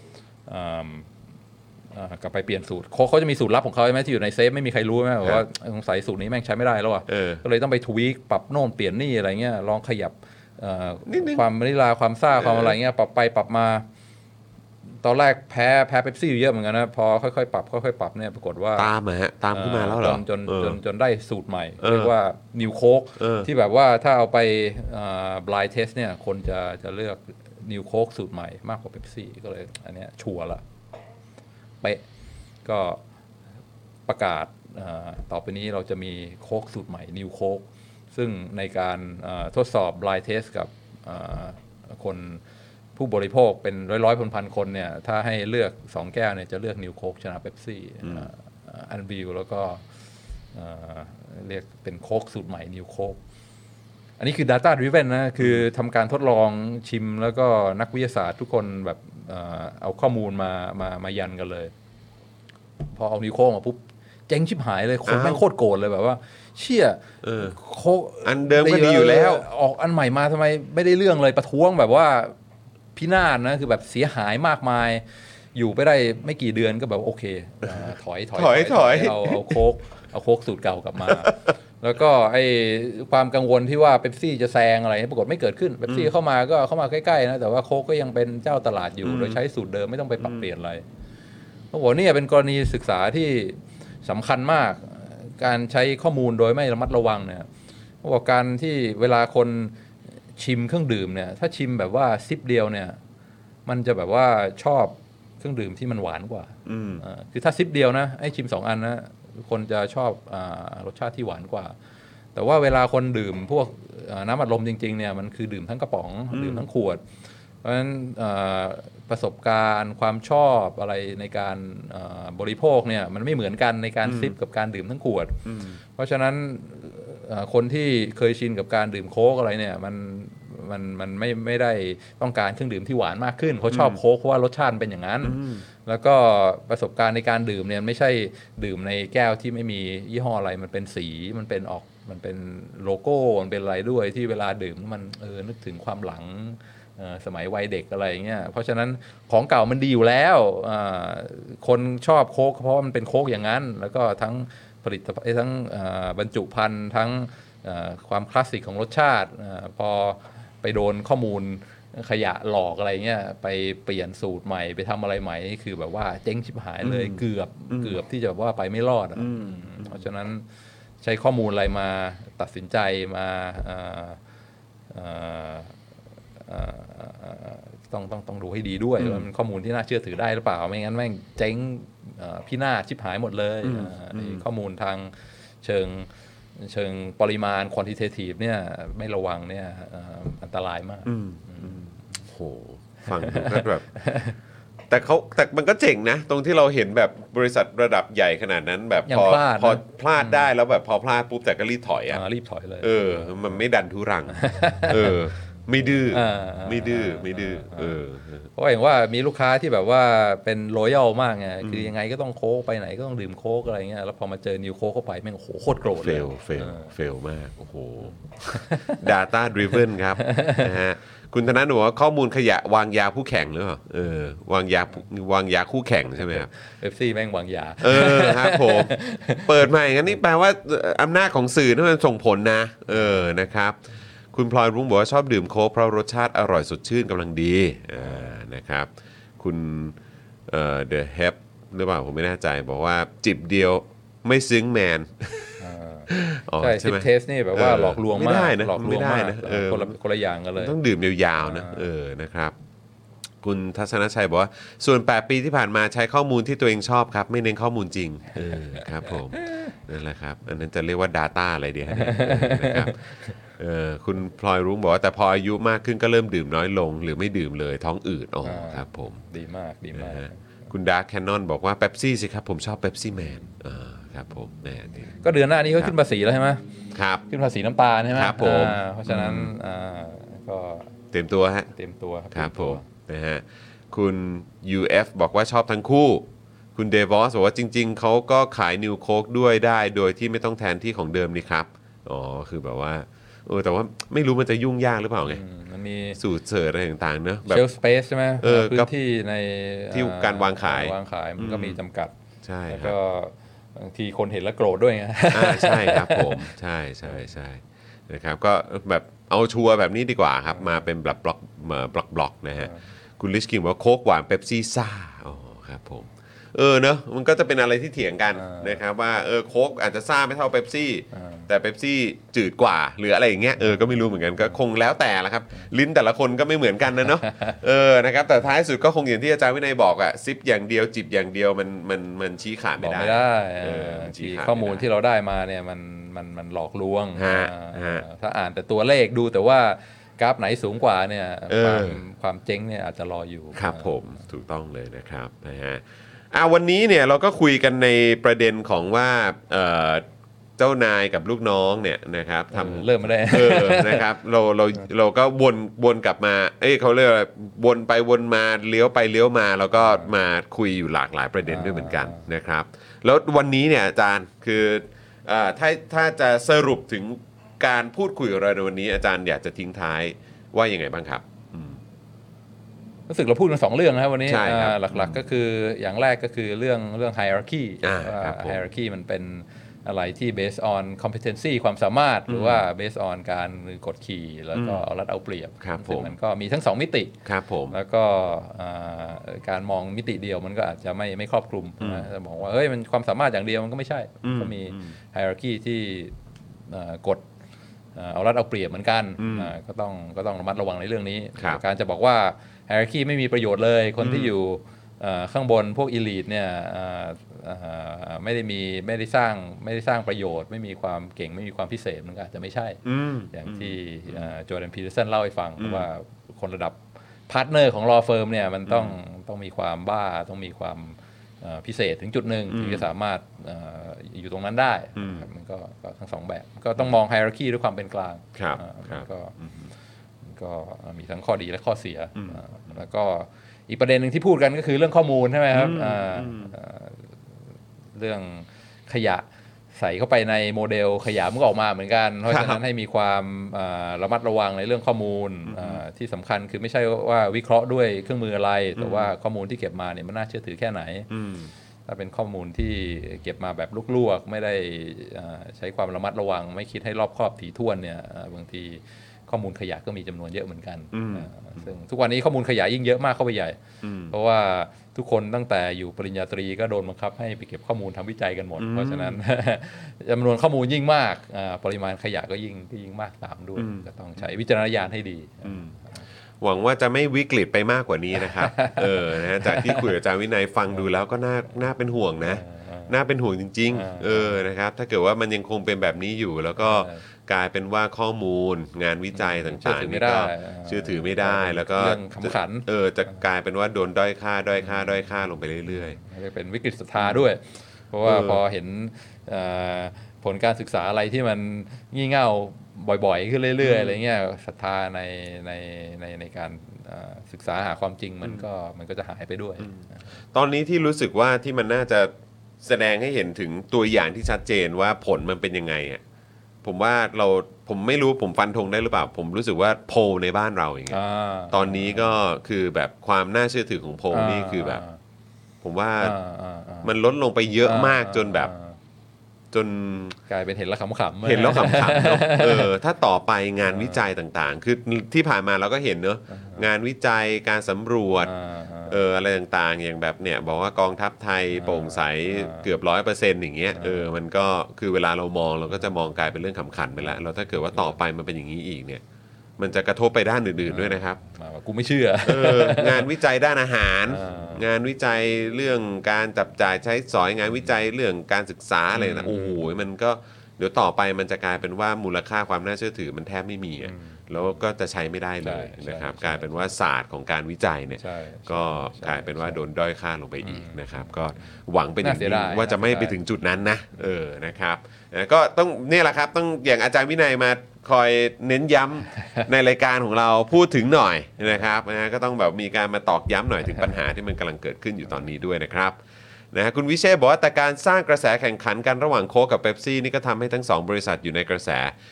อกลับไปเปลี่ยนสูตรเขาจะมีสูตรลับของเขาใช่ไหมที่อยู่ในเซฟไม่มีใครรู้ไหมว่าสงสัยสูตรนี้แม่งใช้ไม่ได้แล้วอ่ะก็เลยต้องไปทวีคปรับโน่นเปลี่ยนนี่อะไรเงี้ยลองขยับความวานิลลาความซ่าความอะไรเงี้ยปรับไปปรับมาตอนแรกแพ้เป๊ปซี่เยอะเหมือนกันนะพอค่อยๆปรับเนี่ยปรากฏว่าตามขึ้นมาแล้วเหรอจนได้สูตรใหม่เรียกว่านิวโค้กที่แบบว่าถ้าเอาไปblind test เนี่ยคนจะเลือกนิวโค้กสูตรใหม่มากกว่าเป๊ปซี่ก็เลยอันเนี้ยชัวร์ละเป๊ะก็ประกาศต่อไปนี้เราจะมีโค้กสูตรใหม่นิวโค้กซึ่งในการทดสอบ blind test กับคนผู้บริโภคเป็นร้อยพันคนเนี่ยถ้าให้เลือก2แก้วเนี่ยจะเลือกนิวโค้กชนะเป๊ปซี่อันบิลแล้วก็เรียกเป็นโค้กสูตรใหม่นิวโค้กอันนี้คือ data driven นะคือทำการทดลองชิมแล้วก็นักวิทยาศาสตร์ทุกคนแบบเอาข้อมูลมายันกันเลยพอเอานิวโค้กมาปุ๊บเจ๊งชิบหายเลยคนแม่งโคตรโกรธเลยแบบว่าเชี่ยโค้กอันเดิมก็ดีอยู่แล้วออกอันใหม่มาทำไมไม่ได้เรื่องเลยประท้วงแบบว่าพินาศนะคือแบบเสียหายมากมายอยู่ไปได้ไม่กี่เดือนก็แบบโอเคถอยเอาโค้กสูตรเก่ากลับมาแล้วก็ไอ้ความกังวลที่ว่าเป๊ปซี่จะแซงอะไรปรากฏไม่เกิดขึ้นเป๊ปซี่เข้ามาใกล้ๆนะแต่ว่าโค้กก็ยังเป็นเจ้าตลาดอยู่โดยใช้สูตรเดิมไม่ต้องไปปรับเปลี่ยนอะไรโอ้โหนี่เป็นกรณีศึกษาที่สำคัญมากการใช้ข้อมูลโดยไม่ระมัดระวังเนี่ยเขาบอกการที่เวลาคนชิมเครื่องดื่มเนี่ยถ้าชิมแบบว่าซิปเดียวเนี่ยมันจะแบบว่าชอบรื่องดื่มที่มันหวานกว่าคือถ้าซิปเดียวนะให้ชิม2 อันนะคนจะชอบรสชาติที่หวานกว่าแต่ว่าเวลาคนดื่มพวกน้ำอัดลมจริงๆเนี่ยมันคือดื่มทั้งกระป๋องดื่มทั้งขวดเพราะฉะนั้นประสบการณ์ความชอบอะไรในการบริโภคเนี่ยมันไม่เหมือนกันในการซิปกับการดื่มทั้งขวดเพราะฉะนั้นคนที่เคยชินกับการดื่มโค้กอะไรเนี่ยมันไม่ได้ต้องการเครื่องดื่มที่หวานมากขึ้นเขาชอบโค้กเพราะว่ารสชาติเป็นอย่างนั้นแล้วก็ประสบการณ์ในการดื่มเนี่ยไม่ใช่ดื่มในแก้วที่ไม่มียี่ห้ออะไรมันเป็นสีมันเป็นโลโก้มันเป็นอะไรด้วยที่เวลาดื่มมันนึกถึงความหลังสมัยวัยเด็กอะไรเงี้ยเพราะฉะนั้นของเก่ามันดีอยู่แล้วคนชอบโค้กเพราะมันเป็นโค้กอย่างนั้นแล้วก็ทั้งผลิตภัณฑ์ทั้งบรรจุภัณฑ์ทั้งความคลาสสิกของรสชาติพอไปโดนข้อมูลขยะหลอกอะไรเงี้ยไปเปลี่ยนสูตรใหม่ไปทำอะไรใหม่คือแบบว่าเจ๊งชิบหายเลยเกือบที่จะว่าไปไม่รอดเพราะฉะนั้นใช้ข้อมูลอะไรมาตัดสินใจมาต้องดูให้ดีด้วยว่ามันข้อมูลที่น่าเชื่อถือได้หรือเปล่าไม่งั้นแม่งเจ๊งพินาศชิบหายหมดเลยข้อมูลทางเชิงปริมาณ quantitative เนี่ยไม่ระวังเนี่ยอันตรายมากโหฟังดูก็แบบแต่มันก็เจ๋งนะตรงที่เราเห็นแบบบริษัทระดับใหญ่ขนาดนั้นแบบพอพลาดได้แล้วแบบพอพลาดปุ๊บแต่ก็รีบถอยรีบถอยเลยมันไม่ดันทุรังไม่ดื้อไม่ดื้อเพราะเห็นว่ามีลูกค้าที่แบบว่าเป็นโรยัลมากไงคือยังไงก็ต้องโค้กไปไหนก็ต้องดื่มโค้กอะไรเงี้ยแล้วพอมาเจอนิวโค้กเข้าไปแม่งโอ้โหโคตรโกรธเลยเฟลมากโอ้โห data driven ครับนะฮะคุณธนาหนูว่าข้อมูลขยะวางยาผู้แข่งหรือเปล่าวางยาคู่แข่งใช่ไหมครับเอฟซีแม่งวางยาครับผมเปิดมาอย่างนี้แปลว่าอำนาจของสื่อนี่มันส่งผลนะนะครับคุณพลอยรุ้งบอกว่าชอบดื่มโค้กเพราะรสชาติอร่อยสดชื่นกำลังดีนะครับคุณเดอะแฮปหรือเปล่าผมไม่แน่ใจบอกว่าจิบเดียวไม่ซึ้งแมนใช่เทสนี่แบบว่าหลอกลวงมากหลอกลวงมากคนละอย่างกันเลยต้องดื่มยาวๆนะนะครับคุณทัศนชัยบอกว่าส่วน8ปีที่ผ่านมาใช้ข้อมูลที่ตัวเองชอบครับไม่เน้นข้อมูลจริงครับผมนั่นแหละครับอันนั้นจะเรียกว่า Data อะไรเดียวนะครับคุณพลอยรุ้งบอกว่าแต่พออายุมากขึ้นก็เริ่มดื่มน้อยลงหรือไม่ดื่มเลยท้องอืดครับผมดีมากคุณดาร์คแคนนอนบอกว่าเป๊ปซี่สิครับผมชอบเป๊ปซี่แมนครับผมก็เดือนหน้านี้เขาขึ้นภาษีแล้วใช่ไหมครับขึ้นภาษีน้ำตาลใช่ไหมครับผมเพราะฉะนั้นก็เต็มตัวฮะเต็มตัวครับผมนะฮะคุณ UF บอกว่าชอบทั้งคู่คุณเดวอสบอกว่าจริงๆเขาก็ขายนิวโค้กด้วยได้โดยที่ไม่ต้องแทนที่ของเดิมนี่ครับคือแบบว่าแต่ว่าไม่รู้มันจะยุ่งยากหรือเปล่าไงมันมีสูตรเสิร์ชอะไรต่างๆเนอะแบบเชลสเปซใช่ไหมพื้นที่ในที่การวางขายมันก็มีจำกัดใช่แล้วก็บางทีคนเห็นแล้วโกรธด้วยไงใช่ครับผมใช่นะครับก็แบบเอาชัวร์แบบนี้ดีกว่าครับมาเป็นบล็อกนะฮะคุณลิชคิงบอกว่าโค้กหวานเป๊ปซี่ซ่าครับผมเนอะมันก็จะเป็นอะไรที่เถียงกันนะครับว่าโค้กอาจจะซ่าไม่เท่าเป๊ปซี่แต่เป๊ปซี่จืดกว่าหรืออะไรอย่างเงี้ยก็ไม่รู้เหมือนกันก็คงแล้วแต่ละครับลิ้นแต่ละคนก็ไม่เหมือนกันนะเนาะนะครับแต่ท้ายสุดก็คงอย่างที่อาจารย์วินัยบอกอะซิปอย่างเดียวจิบอย่างเดียวมันชี้ขาดไม่ได้ข้อมูลที่เราได้มาเนี่ยมันหลอกลวงถ้าอ่านแต่ตัวเลขดูแต่ว่ากราฟไหนสูงกว่าเนี่ยความเจ๊งเนี่ยอาจจะรออยู่ครับผมถูกต้องเลยนะครับนะฮะวันนี้เนี่ยเราก็คุยกันในประเด็นของว่าเจ้านายกับลูกน้องเนี่ยนะครับทำเริ่มมาได้นะครับเราก็วนกลับมาเขาเรียกว่าวนไปวนมาเลี้ยวไปเลี้ยวมาแล้วก็มาคุยอยู่หลากหลายประเด็นด้วยเหมือนกันนะครับแล้ววันนี้เนี่ยอาจารย์คือถ้าจะสรุปถึงการพูดคุยกับเราในวันนี้อาจารย์อยากจะทิ้งท้ายว่ายังไงบ้างครับรู้สึกเราพูดกัน2เรื่องนะครับวันนี้หลักๆก็คืออย่างแรกก็คือเรื่อง hierarchy hierarchy มันเป็นอะไรที่ based on competency ความสามารถหรือว่า based on การกดขี่แล้วก็เอารัดเอาเปรียบซึ่งมันก็มีทั้ง2มิติแล้วก็การมองมิติเดียวมันก็อาจจะไม่ครอบคลุมจะบอกว่าเฮ้ยมันความสามารถอย่างเดียวมันก็ไม่ใช่ก็มี hierarchy ที่กดเอารัดเอาเปรียบเหมือนกันก็ต้องระมัดระวังในเรื่องนี้การจะบอกว่าhierarchy ไม่มีประโยชน์เลยคนที่อยู่ข้างบนพวกอีลีทเนี่ยไม่ได้สร้างประโยชน์ไม่มีความเก่งไม่มีความพิเศษมันก็อาจจะไม่ใช่อย่างที่จอร์แดนพีเตอร์สันเล่าให้ฟังว่าคนระดับพาร์ทเนอร์ของ law firm เนี่ยมันต้องมีความบ้าต้องมีความพิเศษถึงจุดหนึ่งถึงจะสามารถอยู่ตรงนั้นได้มันก็ทั้งสองแบบก็ต้องมองไฮรักีด้วยความเป็นกลางก็มีทั้งข้อดีและข้อเสียแล้วก็อีกประเด็นหนึ่งที่พูดกันก็คือเรื่องข้อมูลใช่ไหมครับเรื่องขยะใส่เข้าไปในโมเดลขยะมันก็ออกมาเหมือนกันเพราะฉะนั้นให้มีความระมัดระวังในเรื่องข้อมูลที่สำคัญคือไม่ใช่ว่าวิเคราะห์ด้วยเครื่องมืออะไรแต่ว่าข้อมูลที่เก็บมาเนี่ยมันน่าเชื่อถือแค่ไหนถ้าเป็นข้อมูลที่เก็บมาแบบลวกๆไม่ได้ใช้ความระมัดระวังไม่คิดให้รอบคอบถี่ถ้วนเนี่ยบางทีข้อมูลขยะก็มีจำนวนเยอะเหมือนกันซึ่งทุกวันนี้ข้อมูลขยะยิ่งเยอะมากเข้าไปใหญ่เพราะว่าทุกคนตั้งแต่อยู่ปริญญาตรีก็โดนบังคับให้ไปเก็บข้อมูลทำวิจัยกันหมดเพราะฉะนั้น จำนวนข้อมูลยิ่งมากปริมาณขยะก็ยิ่งมากตามด้วยก็ต้องใช้วิจารณญาณให้ดีหวังว่าจะไม่วิกฤตไปมากกว่านี้นะครับนะจากที่คุยกับอาจารย์วินัยฟังดูแล้วก็น่าเป็นห่วงนะน่าเป็นห่วงจริงๆนะครับถ้าเกิดว่ามันยังคงเป็นแบบนี้อยู่แล้วก็กลายเป็นว่าข้อมูลงานวิจัยต่างๆนี่ก็เชื่อถือไม่ได้แล้วก็ขำขันจะกลายเป็นว่าโดนด้อยค่าลงไปเรื่อยๆเป็นวิกฤตศรัทธาด้วยเพราะว่าพอเห็นผลการศึกษาอะไรที่มันงี่เง่าบ่อยๆขึ้นเรื่อยๆอะไรเงี้ยศรัทธาในการศึกษาหาความจริงมันก็จะหายไปด้วยตอนนี้ที่รู้สึกว่าที่มันน่าจะแสดงให้เห็นถึงตัวอย่างที่ชัดเจนว่าผลมันเป็นยังไงอ่ะผมว่าผมไม่รู้ผมฟันธงได้หรือเปล่าผมรู้สึกว่าโพลในบ้านเราอย่างเงี้ยตอนนี้ก็คือแบบความน่าเชื่อถือของโพลนี่คือแบบผมว่ามันลดลงไปเยอะมากจนแบบจนกลายเป็นเห็นแล้วขำๆเห็นแล้วขำๆเนาะถ้าต่อไปงานวิจัยต่างๆคือที่ผ่านมาเราก็เห็นเนอะงานวิจัยการสำรวจอะไรต่างๆอย่างแบบเนี่ยบอกว่ากองทัพไทยโปร่งใสเกือบ 100% อย่างเงี้ยมันก็คือเวลาเรามองเราก็จะมองกลายเป็นเรื่องขำขันไปแล้วถ้าเกิดว่าต่อไปมันเป็นอย่างนี้อีกเนี่ยมันจะกระทบไปด้านอื่นๆด้วยนะครับกูไม่เชื่องานวิจัยด้านอาหารงานวิจัยเรื่องการจับจ่ายใช้สอยงานวิจัยเรื่องการศึกษาอะไรนะโอ้โหมันก็เดี๋ยวต่อไปมันจะกลายเป็นว่ามูลค่าความน่าเชื่อถือมันแทบไม่มีแล้วก็จะใช้ไม่ได้เลยนะครับกลายเป็นว่าศาสตร์ของการวิจัยเนี่ยก็กลายเป็นว่าโดนด้อยค่าลงไปอีกนะครับก็หวังเป็นอย่างยิ่งว่าจะไม่ไปถึงจุดนั้นนะนะครับก็ต้องเนี่ยแหละครับต้องอย่างอาจารย์วินัยมาคอยเน้นย้ำในรายการของเราพูดถึงหน่อยนะครับก็ต้องแบบมีการมาตอกย้ำหน่อยถึงปัญหาที่มันกำลังเกิดขึ้นอยู่ตอนนี้ด้วยนะครับคุณวิเชษบอกว่าแต่การสร้างกระแสแข่งขันกันระหว่างโค้กกับเป๊ปซี่นี่ก็ทำให้ทั้ง2บริษัทอยู่ในกระแส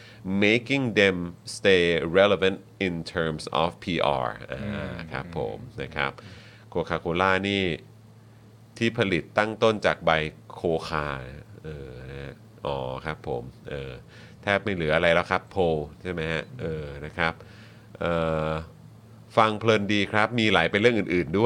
making them stay relevant in terms of PR ครับผมนะครับโคคาโคล่านี่ที่ผลิตตั้งต้นจากใบโคคาอ๋อครับผมแทบไม่เหลืออะไรแล้วครับโพใช่ไหมฮะนะครับฟังเพลินดีครับมีไหลไปเรื่องอื่นๆด้วย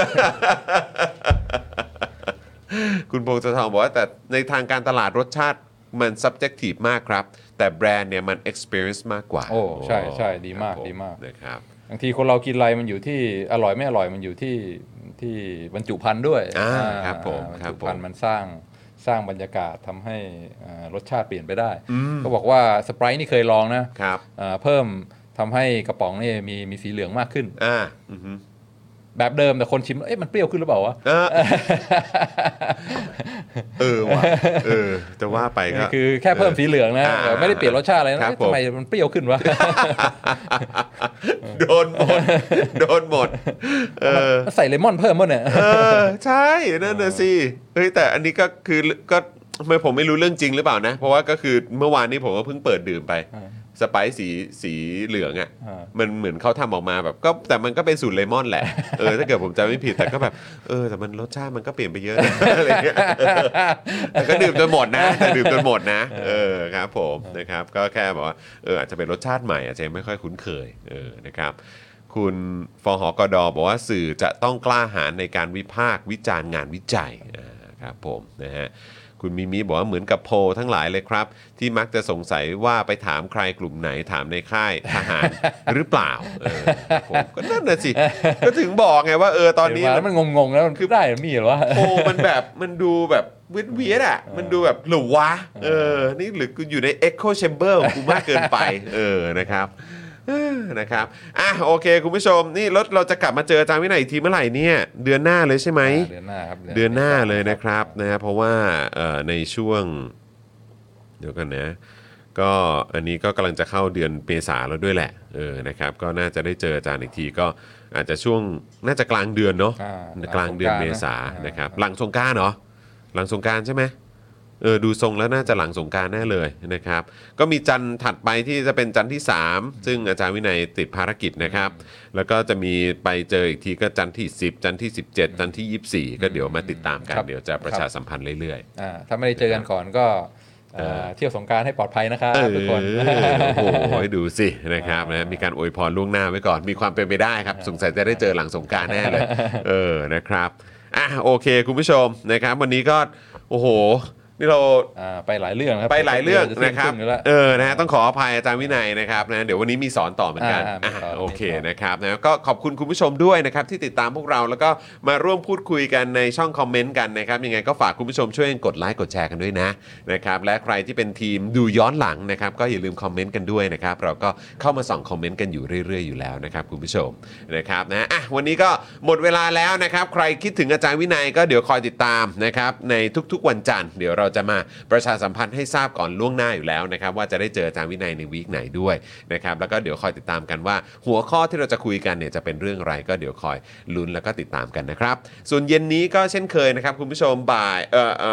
คุณพงศธรบอกว่าแต่ในทางการตลาดรสชาติมัน subjective มากครับแต่แบรนด์เนี่ยมัน experience มากกว่าโอ้ใช่ดีมากนะครับบางทีคนเรากินอะไรมันอยู่ที่อร่อยไม่อร่อยมันอยู่ที่บรรจุภัณฑ์ด้วยครับผมบรรจุภัณฑ์มันสร้างบรรยากาศทำให้รสชาติเปลี่ยนไปได้ก็บอกว่าสไปร์นี่เคยลองนะเพิ่มทำให้กระป๋องนี่มีสีเหลืองมากขึ้นแบบเดิมแต่คนชิมมันเปรี้ยวขึ้นหรือเปล่าวะว่ะจะว่าไปก็คือแค่เพิ่มสีเหลืองนะไม่ได้เปลี่ยนรสชาติอะไรนะทำไมมันเปรี้ยวขึ้นวะโดนหมดใส่เลมอนเพิ่มมั้งเนี่ยใช่นั่นน่ะสิแต่อันนี้ก็คือก็ผมไม่รู้เรื่องจริงหรือเปล่านะเพราะว่าก็คือเมื่อวานนี้ผมก็เพิ่งเปิดดื่มไปสไปซ์สีเหลืองอ่ะมันเหมือนเขาทำออกมาแบบก็แต่มันก็เป็นสูตรเลมอนแหละถ้าเกิดผมจำไม่ผิดแต่ก็แบบแต่มันรสชาติมันก็เปลี่ยนไปเยอะนะอะไรเงี้ยแต่ก็ดื่มจนหมดนะครับผมนะครับก็แค่บอกว่าอาจจะเป็นรสชาติใหม่อาจจะไม่ค่อยคุ้นเคยนะครับคุณฟหกด.บอกว่าสื่อจะต้องกล้าหาญในการวิพากษ์วิจารณ์งานวิจัยครับผมนะฮะคุณมิมิบอกว่าเหมือนกับโพลทั้งหลายเลยครับที่มักจะสงสัยว่าไปถามใครกลุ่มไหนถามในค่ายทหารหรือเปล่าผมก็นั่นน่ะสิก็ถึงบอกไงว่าตอนนี้มันงงๆแล้วมันคือได้มีเหรอวะโพลมันแบบมันดูแบบเวียดอ่ะมันดูแบบหรือวะนี่หรือกูอยู่ใน Echo Chamber ของกูมากเกินไปนะครับโอเคคุณผู้ชมนี่เราจะกลับมาเจออาจารย์วินัยอีกทีเมื่อไหร่เนี่ยเดือนหน้าเลยใช่ไหมเดือนหน้าครับเดือนหน้าเลยนะครับนะเพราะว่าในช่วงเดี๋ยวกันนะก็อันนี้ก็กำลังจะเข้าเดือนเมษาแล้วด้วยแหละนะครับก็น่าจะได้เจออาจารย์อีกทีก็อาจจะช่วงน่าจะกลางเดือนเนาะกลางเดือนเมษานะครับหลังสงกรานต์เหรอหลังสงกรานต์ใช่ไหมดูทรงแล้วน่าจะหลังสงกรานต์แน่เลยนะครับก็มีจันทร์ถัดไปที่จะเป็นจันทร์ที่3ซึ่งอาจารย์วินัยติดภารกิจนะครับแล้วก็จะมีไปเจออีกทีก็จันทร์ที่10จันทร์ที่17จันทร์ที่24ก็เดี๋ยวมาติดตามกันเดี๋ยวจะประชาสัมพันธ์เรื่อยๆถ้าไม่ได้เจอกันก่อนก็เที่ยวสงกรานต์ให้ปลอดภัยนะครับทุกคนโอ้โหดูสินะครับนะมีการอวยพรล่วงหน้าไว้ก่อนมีความเป็นไปได้ครับสงสัยจะได้เจอหลังสงกรานต์แน่เลยนะครับโอเคคุณผู้ชมนะครับวันนี้ก็โอ้โหนี่เราไปหลายเรื่องครับไปหลายเรื่องนะครับนะฮะต้องขออภัยอาจารย์วินัยนะครับนะเดี๋ยววันนี้มีสอนต่อเหมือนกันโอเคนะครับนะก็ขอบคุณคุณผู้ชมด้วยนะครับที่ติดตามพวกเราแล้วก็มาร่วมพูดคุยกันในช่องคอมเมนต์กันนะครับยังไงก็ฝากคุณผู้ชมช่วยกดไลค์กดแชร์กันด้วยนะครับและใครที่เป็นทีมดูย้อนหลังนะครับก็อย่าลืมคอมเมนต์กันด้วยนะครับเราก็เข้ามาส่องคอมเมนต์กันอยู่เรื่อยๆอยู่แล้วนะครับคุณผู้ชมนะครับนะวันนี้ก็หมดเวลาแล้วนะครับใครคิดถึงอาจารย์วินัยก็เดี๋ยวคอยติดตามนะครับในทุกๆวันจันทร์เดี๋ยวเราจะมาประชาสัมพันธ์ให้ทราบก่อนล่วงหน้าอยู่แล้วนะครับว่าจะได้เจออาจารย์วินัยในวีคไหนด้วยนะครับแล้วก็เดี๋ยวคอยติดตามกันว่าหัวข้อที่เราจะคุยกันเนี่ยจะเป็นเรื่องอะไรก็เดี๋ยวคอยลุ้นแล้วก็ติดตามกันนะครับส่วนเย็นนี้ก็เช่นเคยนะครับคุณผู้ชมบ่าย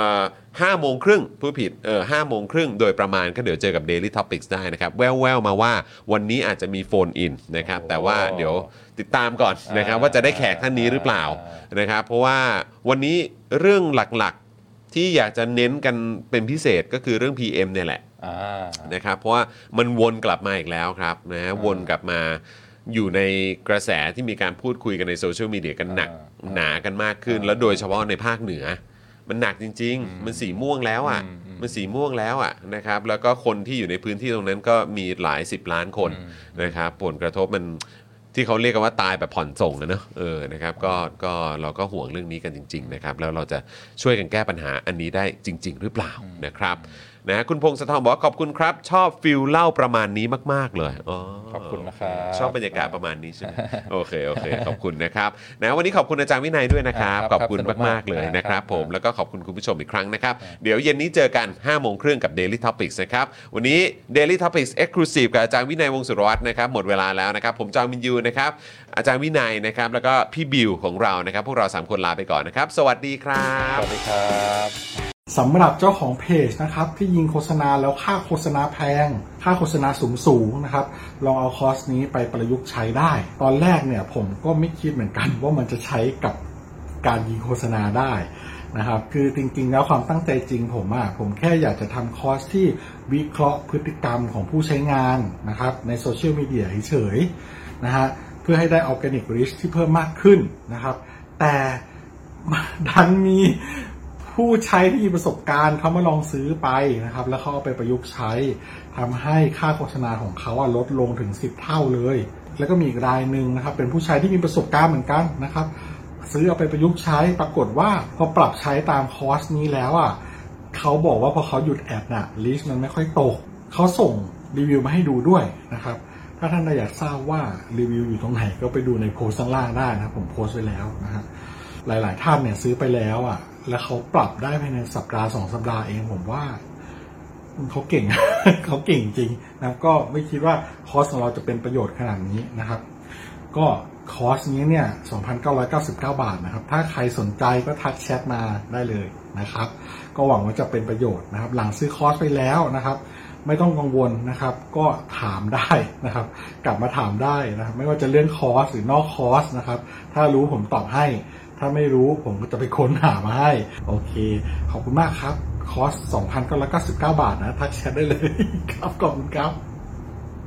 5 โมงครึ่งผู้ผิด5 โมงครึ่งโดยประมาณก็เดี๋ยวเจอกับ Daily Topics ได้นะครับแว่วๆมาว่าวันนี้อาจจะมีโฟนอินนะครับแต่ว่าเดี๋ยวติดตามก่อนนะครับว่าจะได้แขกท่านนี้หรือเปล่านะครับเพราะว่าวันนี้เรื่องหลักที่อยากจะเน้นกันเป็นพิเศษก็คือเรื่อง PM เนี่ยแหละนะครับเพราะว่ามันวนกลับมาอีกแล้วครับนะวนกลับมาอยู่ในกระแสที่มีการพูดคุยกันในโซเชียลมีเดียกันหนักหนากันมากขึ้นแล้วโดยเฉพาะในภาคเหนือมันหนักจริงๆมันสีม่วงแล้วอ่ะมันสีม่วงแล้วอ่ะนะครับแล้วก็คนที่อยู่ในพื้นที่ตรงนั้นก็มีหลาย10 ล้านคนนะครับผลกระทบมันที่เขาเรียกกันว่าตายแบบผ่อนส่งนะเนอะนะครับก็เราก็ห่วงเรื่องนี้กันจริงๆนะครับแล้วเราจะช่วยกันแก้ปัญหาอันนี้ได้จริงๆหรือเปล่านะครับนะคุณพงศธรบอกว่าขอบคุณครับชอบฟิลเล่าประมาณนี้มากๆเลยขอบคุณนะครับชอบบรรยากาศประมาณนี้ใช่ไหมโอเคขอบคุณนะครับนะวันนี้ขอบคุณอาจารย์วินัยด้วยนะครับขอบคุณมากๆเลยนะครับผมแล้วก็ขอบคุณคุณผู้ชมอีกครั้งนะครับเดี๋ยวเย็นนี้เจอกัน 5 โมงครึ่งกับ Daily Topics นะครับวันนี้ Daily Topics Exclusive กับอาจารย์วินัยวงศ์สุรวัฒน์นะครับหมดเวลาแล้วนะครับผมจอห์นวินยูนะครับอาจารย์วินัยนะครับแล้วก็พี่บิวของเรานะครับพวกเรา3คนลาไปก่อนนะครับสวัสดีครับสวัสดีครับสำหรับเจ้าของเพจนะครับที่ยิงโฆษณาแล้วค่าโฆษณาแพงค่าโฆษณาสูงนะครับลองเอาคอร์สนี้ไปประยุกต์ใช้ได้ตอนแรกเนี่ยผมก็ไม่คิดเหมือนกันว่ามันจะใช้กับการยิงโฆษณาได้นะครับคือจริงๆแล้วความตั้งใจจริงผมแค่อยากจะทำคอร์สที่วิเคราะห์พฤติกรรมของผู้ใช้งานนะครับในโซเชียลมีเดียเฉยๆนะฮะเพื่อให้ได้ออร์แกนิกรีชที่เพิ่มมากขึ้นนะครับแต่ดันมีผู้ใช้ที่มีประสบการณ์เขามาลองซื้อไปนะครับแล้วเขาเอาไปประยุกต์ใช้ทำให้ค่าโฆษณาของเขาลดลงถึง10 เท่าเลยแล้วก็มีอีกรายหนึ่งนะครับเป็นผู้ใช้ที่มีประสบการณ์เหมือนกันนะครับซื้อเอาไปประยุกต์ใช้ปรากฏว่าพอปรับใช้ตามคอร์สนี้แล้วเขาบอกว่าพอเขาหยุดแอดลิสต์มันไม่ค่อยตกเขาส่งรีวิวมาให้ดูด้วยนะครับถ้าท่านอยากทราบว่ารีวิวอยู่ตรงไหนก็ไปดูในโพสต์ข้างล่างได้นะผมโพสต์ไว้แล้วนะฮะหลายๆท่านเนี่ยซื้อไปแล้วแล้วเขาปรับได้ภายในสัปดาห์2 สัปดาห์เองผมว่าเขาเก่ง เขาเก่งจริงนะก็ไม่คิดว่าคอร์สของเราจะเป็นประโยชน์ขนาดนี้นะครับก็คอร์สนี้เนี่ย 2,999 บาทนะครับถ้าใครสนใจก็ทักแชทมาได้เลยนะครับก็หวังว่าจะเป็นประโยชน์นะครับหลังซื้อคอร์สไปแล้วนะครับไม่ต้องกังวลนะครับก็ถามได้นะครับกลับมาถามได้นะครับไม่ว่าจะเรื่องคอร์สหรือนอกคอร์สนะครับถ้ารู้ผมตอบให้ถ้าไม่รู้ผมก็จะไปค้นหามาให้โอเคขอบคุณมากครับคอร์ส 2,999 บาทนะทักแชทได้เลยครับขอบคุณครับ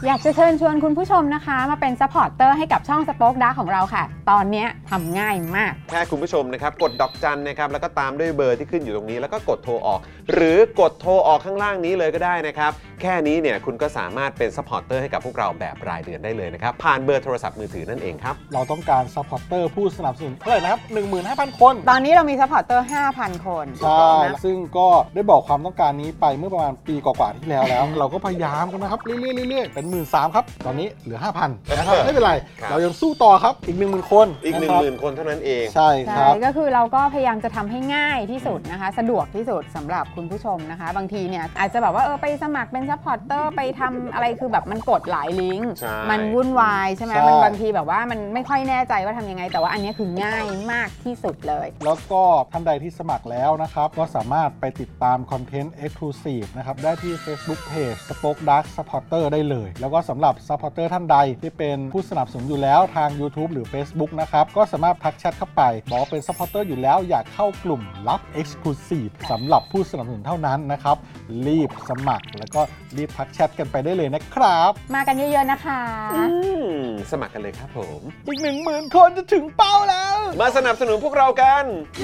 อยากจะเชิญชวนคุณผู้ชมนะคะมาเป็นซัพพอร์ตเตอร์ให้กับช่องสป็อคดาร์กของเราค่ะตอนนี้ทำง่ายมากแค่คุณผู้ชมนะครับกดดอกจันนะครับแล้วก็ตามด้วยเบอร์ที่ขึ้นอยู่ตรงนี้แล้วก็กดโทรออกหรือกดโทรออกข้างล่างนี้เลยก็ได้นะครับแค่นี้เนี่ยคุณก็สามารถเป็นซัพพอร์ตเตอร์ให้กับพวกเราแบบรายเดือนได้เลยนะครับผ่านเบอร์โทรศัพท์มือถือนั่นเองครับเราต้องการซัพพอร์ตเตอร์ผู้สนับสนุนเท่าไหร่นะครับ 15,000 คนตอนนี้เรามีซัพพอร์ตเตอร์ 5,000 คนใช่ซึ่งก็ได้บอกความต้องการนี้ไปเมื่อประมาณปีกว่าๆที่แล้วเราก็พยายามกันนะครับเรื่อยๆเป็น 13,000 ครับตอนนี้เหลือ 5,000 นะครับไม่เป็นไรเรายังสู้ต่อครับอีก 10,000 คนอีก 10,000 คนเท่านั้นเองใช่ครับก็คือเราก็พยายามจะทำให้ง่ายที่สุดนะคะสะดวกที่สุดสำหรับคุณผู้ชมนะคะบางทีเนี่ยอาจจะแบบว่าไปสมัครเป็นซัพพอร์ตเตอร์ไปทำอะไรคือแบบมันกดหลายลิงก์มันวุ่นวายใช่ไหมมันบางทีแบบว่ามันไม่ค่อยแน่ใจว่าทำยังไงแต่ว่าอันนี้คือง่ายมากที่สุดเลยแล้วก็ท่านใดที่สมัครแล้วนะครับก็สามารถไปติดตามคอนเทนต์ Exclusive นะครับได้ที่ Facebook Page Spoke Dark Supporter ได้เลยแล้วก็สำหรับ Supporter ท่านใดที่เป็นผู้สนับสนุนอยู่แล้วทาง YouTube หรือ Facebook นะครับก็สามารถทักแชทเข้าไปบอกเป็น Supporter อยู่แล้วอยากเข้ากลุ่มลับ Exclusive สำหรับผู้สนับสนุนเท่านั้นนะครับรีบสมัครแล้วก็รีบทักแชทกันไปได้เลยนะครับมากันเยอะๆนะคะสมัครกันเลยครับผมอีก 10,000 คนจะถึงเป้าแล้วมาสนับสนุนพวกเรากันเย้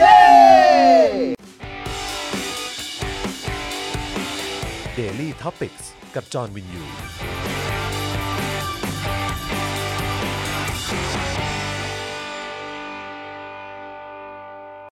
Daily Topics กับจอห์นวินยู